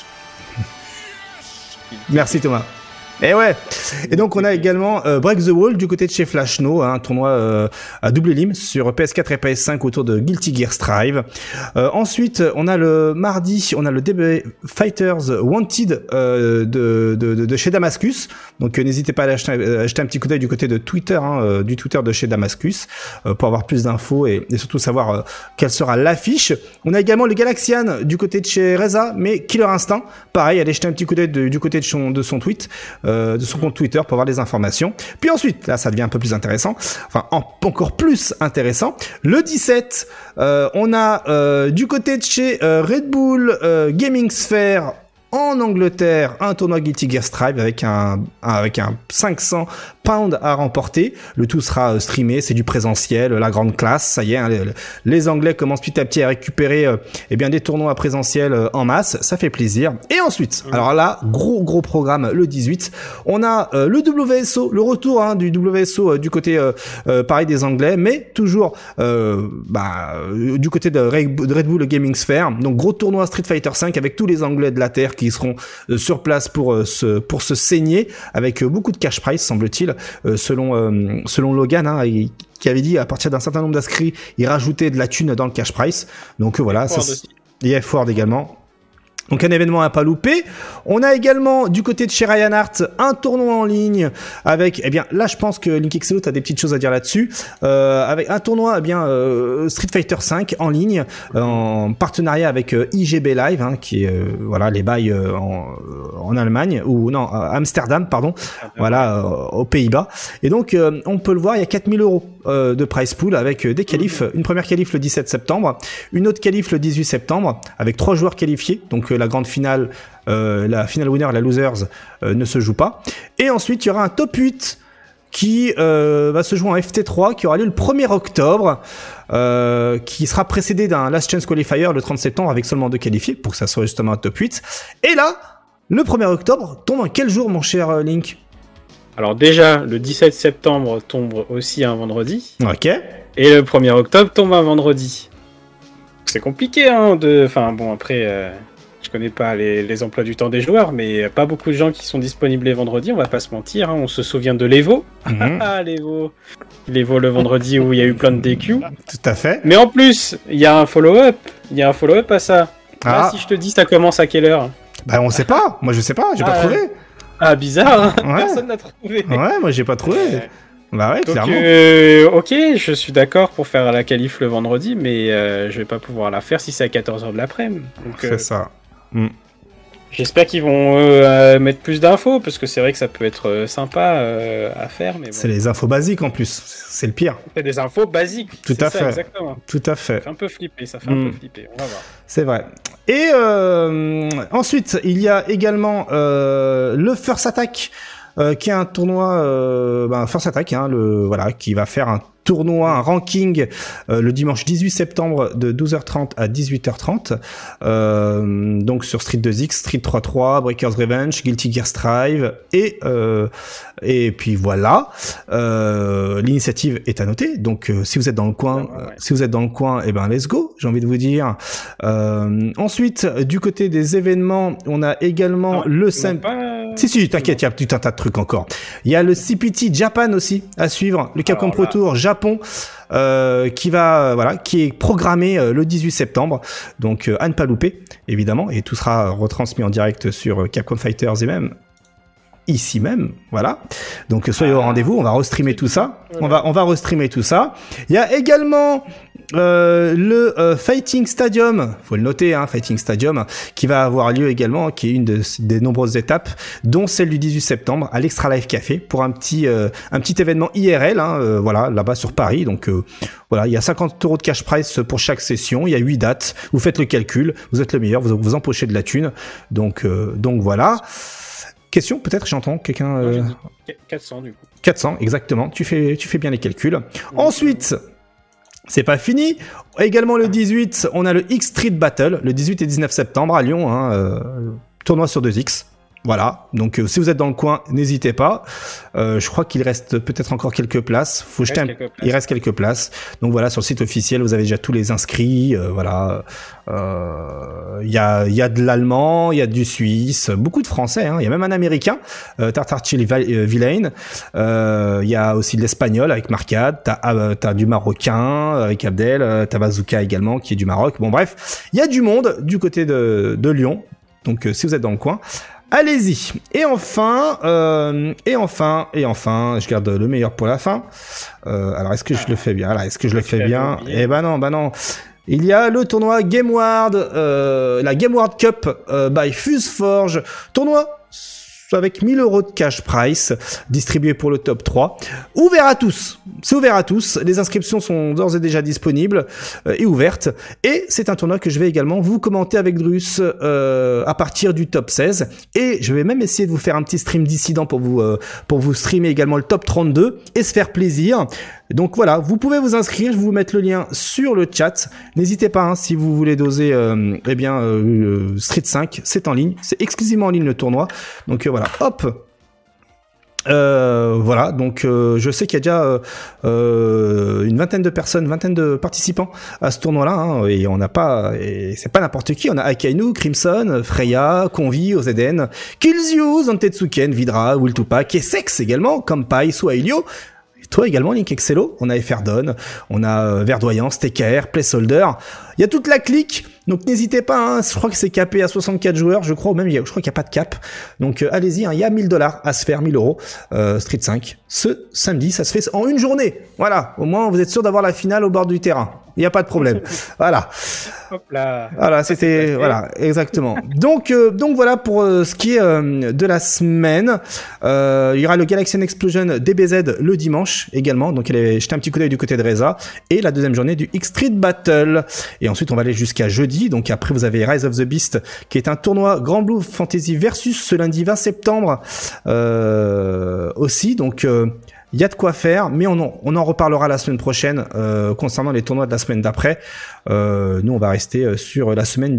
merci Thomas. Et ouais. Et donc on a également Break the Wall du côté de chez Flashno, un tournoi à double élim sur PS4 et PS5 autour de Guilty Gear Strive. Ensuite, on a le mardi, on a le DB Fighters Wanted de chez Damascus. Donc n'hésitez pas à aller jeter un petit coup d'œil du côté de Twitter, du Twitter de chez Damascus, pour avoir plus d'infos et surtout savoir quelle sera l'affiche. On a également le Galaxian du côté de chez Reza, mais Killer Instinct, pareil, allez jeter un petit coup d'œil du côté de son tweet. De son compte Twitter pour avoir des informations. Puis ensuite, là ça devient un peu plus intéressant, encore plus intéressant. Le 17, on a du côté de chez Red Bull Gaming Sphere en Angleterre, un tournoi Guilty Gear Strive avec un 500 pounds à remporter. Le tout sera streamé, c'est du présentiel, la grande classe, ça y est, les Anglais commencent petit à petit à récupérer des tournois présentiels en masse, ça fait plaisir. Et ensuite, alors là, gros programme le 18, on a le WSO, le retour du WSO du côté pareil des Anglais, mais toujours du côté de Red Bull Gaming Sphere. Donc gros tournoi Street Fighter 5 avec tous les Anglais de la Terre qui seront sur place pour se saigner avec beaucoup de cash prize, semble-t-il, selon Logan, qui avait dit à partir d'un certain nombre d'inscrits, il rajoutait de la thune dans le cash prize. Donc voilà, il y a F-Word également. Donc un événement à pas louper. On a également du côté de chez Ryan Hart un tournoi en ligne avec, là je pense que LinkXLO a des petites choses à dire là-dessus, avec un tournoi Street Fighter 5 en ligne en partenariat avec IGB Live, qui est les bails en Allemagne ou non Amsterdam pardon, aux Pays-Bas. Et donc on peut le voir, il y a 4 000 € de prize pool avec des qualifs, une première qualif le 17 septembre, une autre qualif le 18 septembre avec 3 joueurs qualifiés. Donc la grande finale, la final winner et la losers ne se jouent pas. Et ensuite, il y aura un top 8 qui va se jouer en FT3 qui aura lieu le 1er octobre, qui sera précédé d'un Last Chance Qualifier le 30 septembre avec seulement 2 qualifiés pour que ça soit justement un top 8. Et là, le 1er octobre tombe en quel jour, mon cher Link ? Alors déjà, le 17 septembre tombe aussi un vendredi. Ok. Et le 1er octobre tombe un vendredi. C'est compliqué, après... Je connais pas les emplois du temps des joueurs, mais pas beaucoup de gens qui sont disponibles les vendredis, on va pas se mentir, on se souvient de l'Evo. L'Evo le vendredi où il y a eu plein de DQ. Tout à fait. Mais en plus, il y a un follow-up à ça. Là, si je te dis ça commence à quelle heure ? On sait pas, moi je sais pas, j'ai pas trouvé. Ah, bizarre, personne n'a trouvé. Ouais, moi j'ai pas trouvé. Bah ouais, donc, clairement. Ok, je suis d'accord pour faire la qualif le vendredi, mais je vais pas pouvoir la faire si c'est à 14h de l'après-midi. C'est ça. J'espère qu'ils vont mettre plus d'infos, parce que c'est vrai que ça peut être sympa à faire. Mais bon. C'est les infos basiques en plus, c'est le pire. C'est des infos basiques. Tout à fait. Exactement. Tout à fait. Ça fait un peu flipper, on va voir. C'est vrai. Et ensuite, il y a également le First Attack, qui est un tournoi First Attack, qui va faire un tournoi, un ranking le dimanche 18 septembre de 12h30 à 18h30. Donc sur Street 2X, Street 3.3, Breaker's Revenge, Guilty Gear Strive et puis voilà. L'initiative est à noter. Donc si vous êtes dans le coin, eh ben let's go. J'ai envie de vous dire. Ensuite, du côté des événements, on a également Si, t'inquiète, il y a tout un tas de trucs encore. Il y a le CPT Japan aussi à suivre, le Capcom Pro Tour Japon, qui est programmé le 18 septembre. Donc à ne pas louper, évidemment, et tout sera retransmis en direct sur Capcom Fighters et même ici même, voilà. Donc soyez au rendez-vous, on va restreamer tout ça. On va restreamer tout ça. Il y a également le Fighting Stadium, faut le noter, Fighting Stadium, qui va avoir lieu également, qui est une des nombreuses étapes, dont celle du 18 septembre à l'Extra Life Café pour un petit événement IRL, voilà, là-bas sur Paris. Donc voilà, il y a 50 € de cash prize pour chaque session. Il y a 8 dates. Vous faites le calcul, vous êtes le meilleur, vous empochez de la thune. Donc voilà. Question, peut-être, j'entends quelqu'un. 400 du coup. 400, exactement. Tu fais bien les calculs. Ensuite, c'est pas fini. Également le 18, on a le X Street Battle, le 18 et 19 septembre à Lyon, tournoi sur 2X. Voilà, donc si vous êtes dans le coin, n'hésitez pas. Je crois qu'il reste peut-être encore quelques places. Il reste quelques places. Donc voilà, sur le site officiel, vous avez déjà tous les inscrits. Voilà, il y a de l'allemand, il y a du suisse, beaucoup de français. Il y a même un américain, Tartar Chili Villain. Il y a aussi de l'espagnol avec Marcad. T'as du marocain avec Abdel. T'as Bazooka également qui est du Maroc. Bon bref, il y a du monde du côté de Lyon. Donc si vous êtes dans le coin, allez-y. Et enfin, je garde le meilleur pour la fin. Alors, est-ce que je le fais bien? Eh ben non. Il y a le tournoi GameWard, la GameWard Cup by FuseForge. Tournoi avec 1000 € de cash price distribué pour le top 3. Ouvert à tous. C'est ouvert à tous. Les inscriptions sont d'ores et déjà disponibles et ouvertes. Et c'est un tournoi que je vais également vous commenter avec Drus à partir du top 16. Et je vais même essayer de vous faire un petit stream dissident pour vous streamer également le top 32 et se faire plaisir. Donc voilà, vous pouvez vous inscrire, je vais vous mettre le lien sur le chat. N'hésitez pas, si vous voulez doser Street 5, c'est en ligne, c'est exclusivement en ligne le tournoi. Donc voilà, hop. Voilà, donc je sais qu'il y a déjà une vingtaine de participants à ce tournoi-là, et et c'est pas n'importe qui. On a Akainu, Crimson, Freya, Convi, OZN, Killzyu, Zantetsuken, Vidra, Will Tupac et Sex également, Kampai, Suailio. Toi également, Link Excello, on a Ferdon, on a Verdoyance, TKR, Placeholder. Il y a toute la clique, donc n'hésitez pas, je crois que c'est capé à 64 joueurs, je crois qu'il n'y a pas de cap. Donc allez-y, il y a 1000 $ à se faire, 1000 €, Street 5. Ce samedi, ça se fait en une journée. Voilà, au moins vous êtes sûr d'avoir la finale au bord du terrain. Il n'y a pas de problème. Voilà. Hop là. Voilà, c'était, voilà, exactement. Donc voilà pour ce qui est de la semaine. Il y aura le Galaxian Explosion DBZ le dimanche également. Donc allez jeter un petit coup d'œil du côté de Reza. Et la deuxième journée du X Street Battle. Et ensuite, on va aller jusqu'à jeudi. Donc après, vous avez Rise of the Beast, qui est un tournoi Grand Blue Fantasy versus ce lundi 20 septembre aussi. Donc il y a de quoi faire, mais on en reparlera la semaine prochaine concernant les tournois de la semaine d'après. Nous, on va rester sur la semaine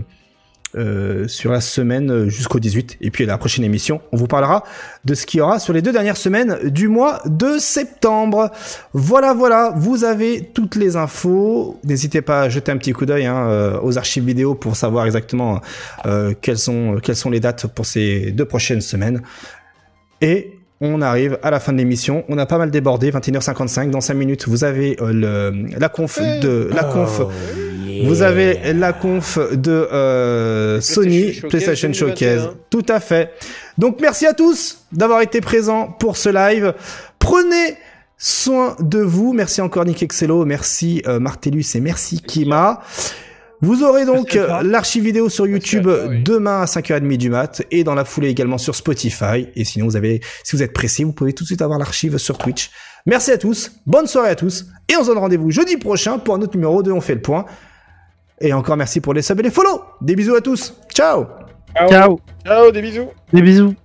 jusqu'au 18. Et puis la prochaine émission, on vous parlera de ce qu'il y aura sur les 2 dernières semaines du mois de septembre. Voilà, vous avez toutes les infos. N'hésitez pas à jeter un petit coup d'œil aux archives vidéo pour savoir exactement quelles sont les dates pour ces 2 prochaines semaines. Et on arrive à la fin de l'émission. On a pas mal débordé. 21h55. Dans 5 minutes, vous avez la conf de Vous avez la conf de Sony PlayStation Showcase. Tout à fait. Donc merci à tous d'avoir été présents pour ce live. Prenez soin de vous. Merci encore Nick Excello. Merci Martellus et merci Kima. Vous aurez donc l'archive vidéo sur YouTube demain à 5h30 du mat et dans la foulée également sur Spotify. Et sinon, si vous êtes pressé, vous pouvez tout de suite avoir l'archive sur Twitch. Merci à tous, bonne soirée à tous et on se donne rendez-vous jeudi prochain pour un autre numéro de On fait le point. Et encore merci pour les subs et les follow. Des bisous à tous. Ciao. Ciao. Ciao, des bisous. Des bisous.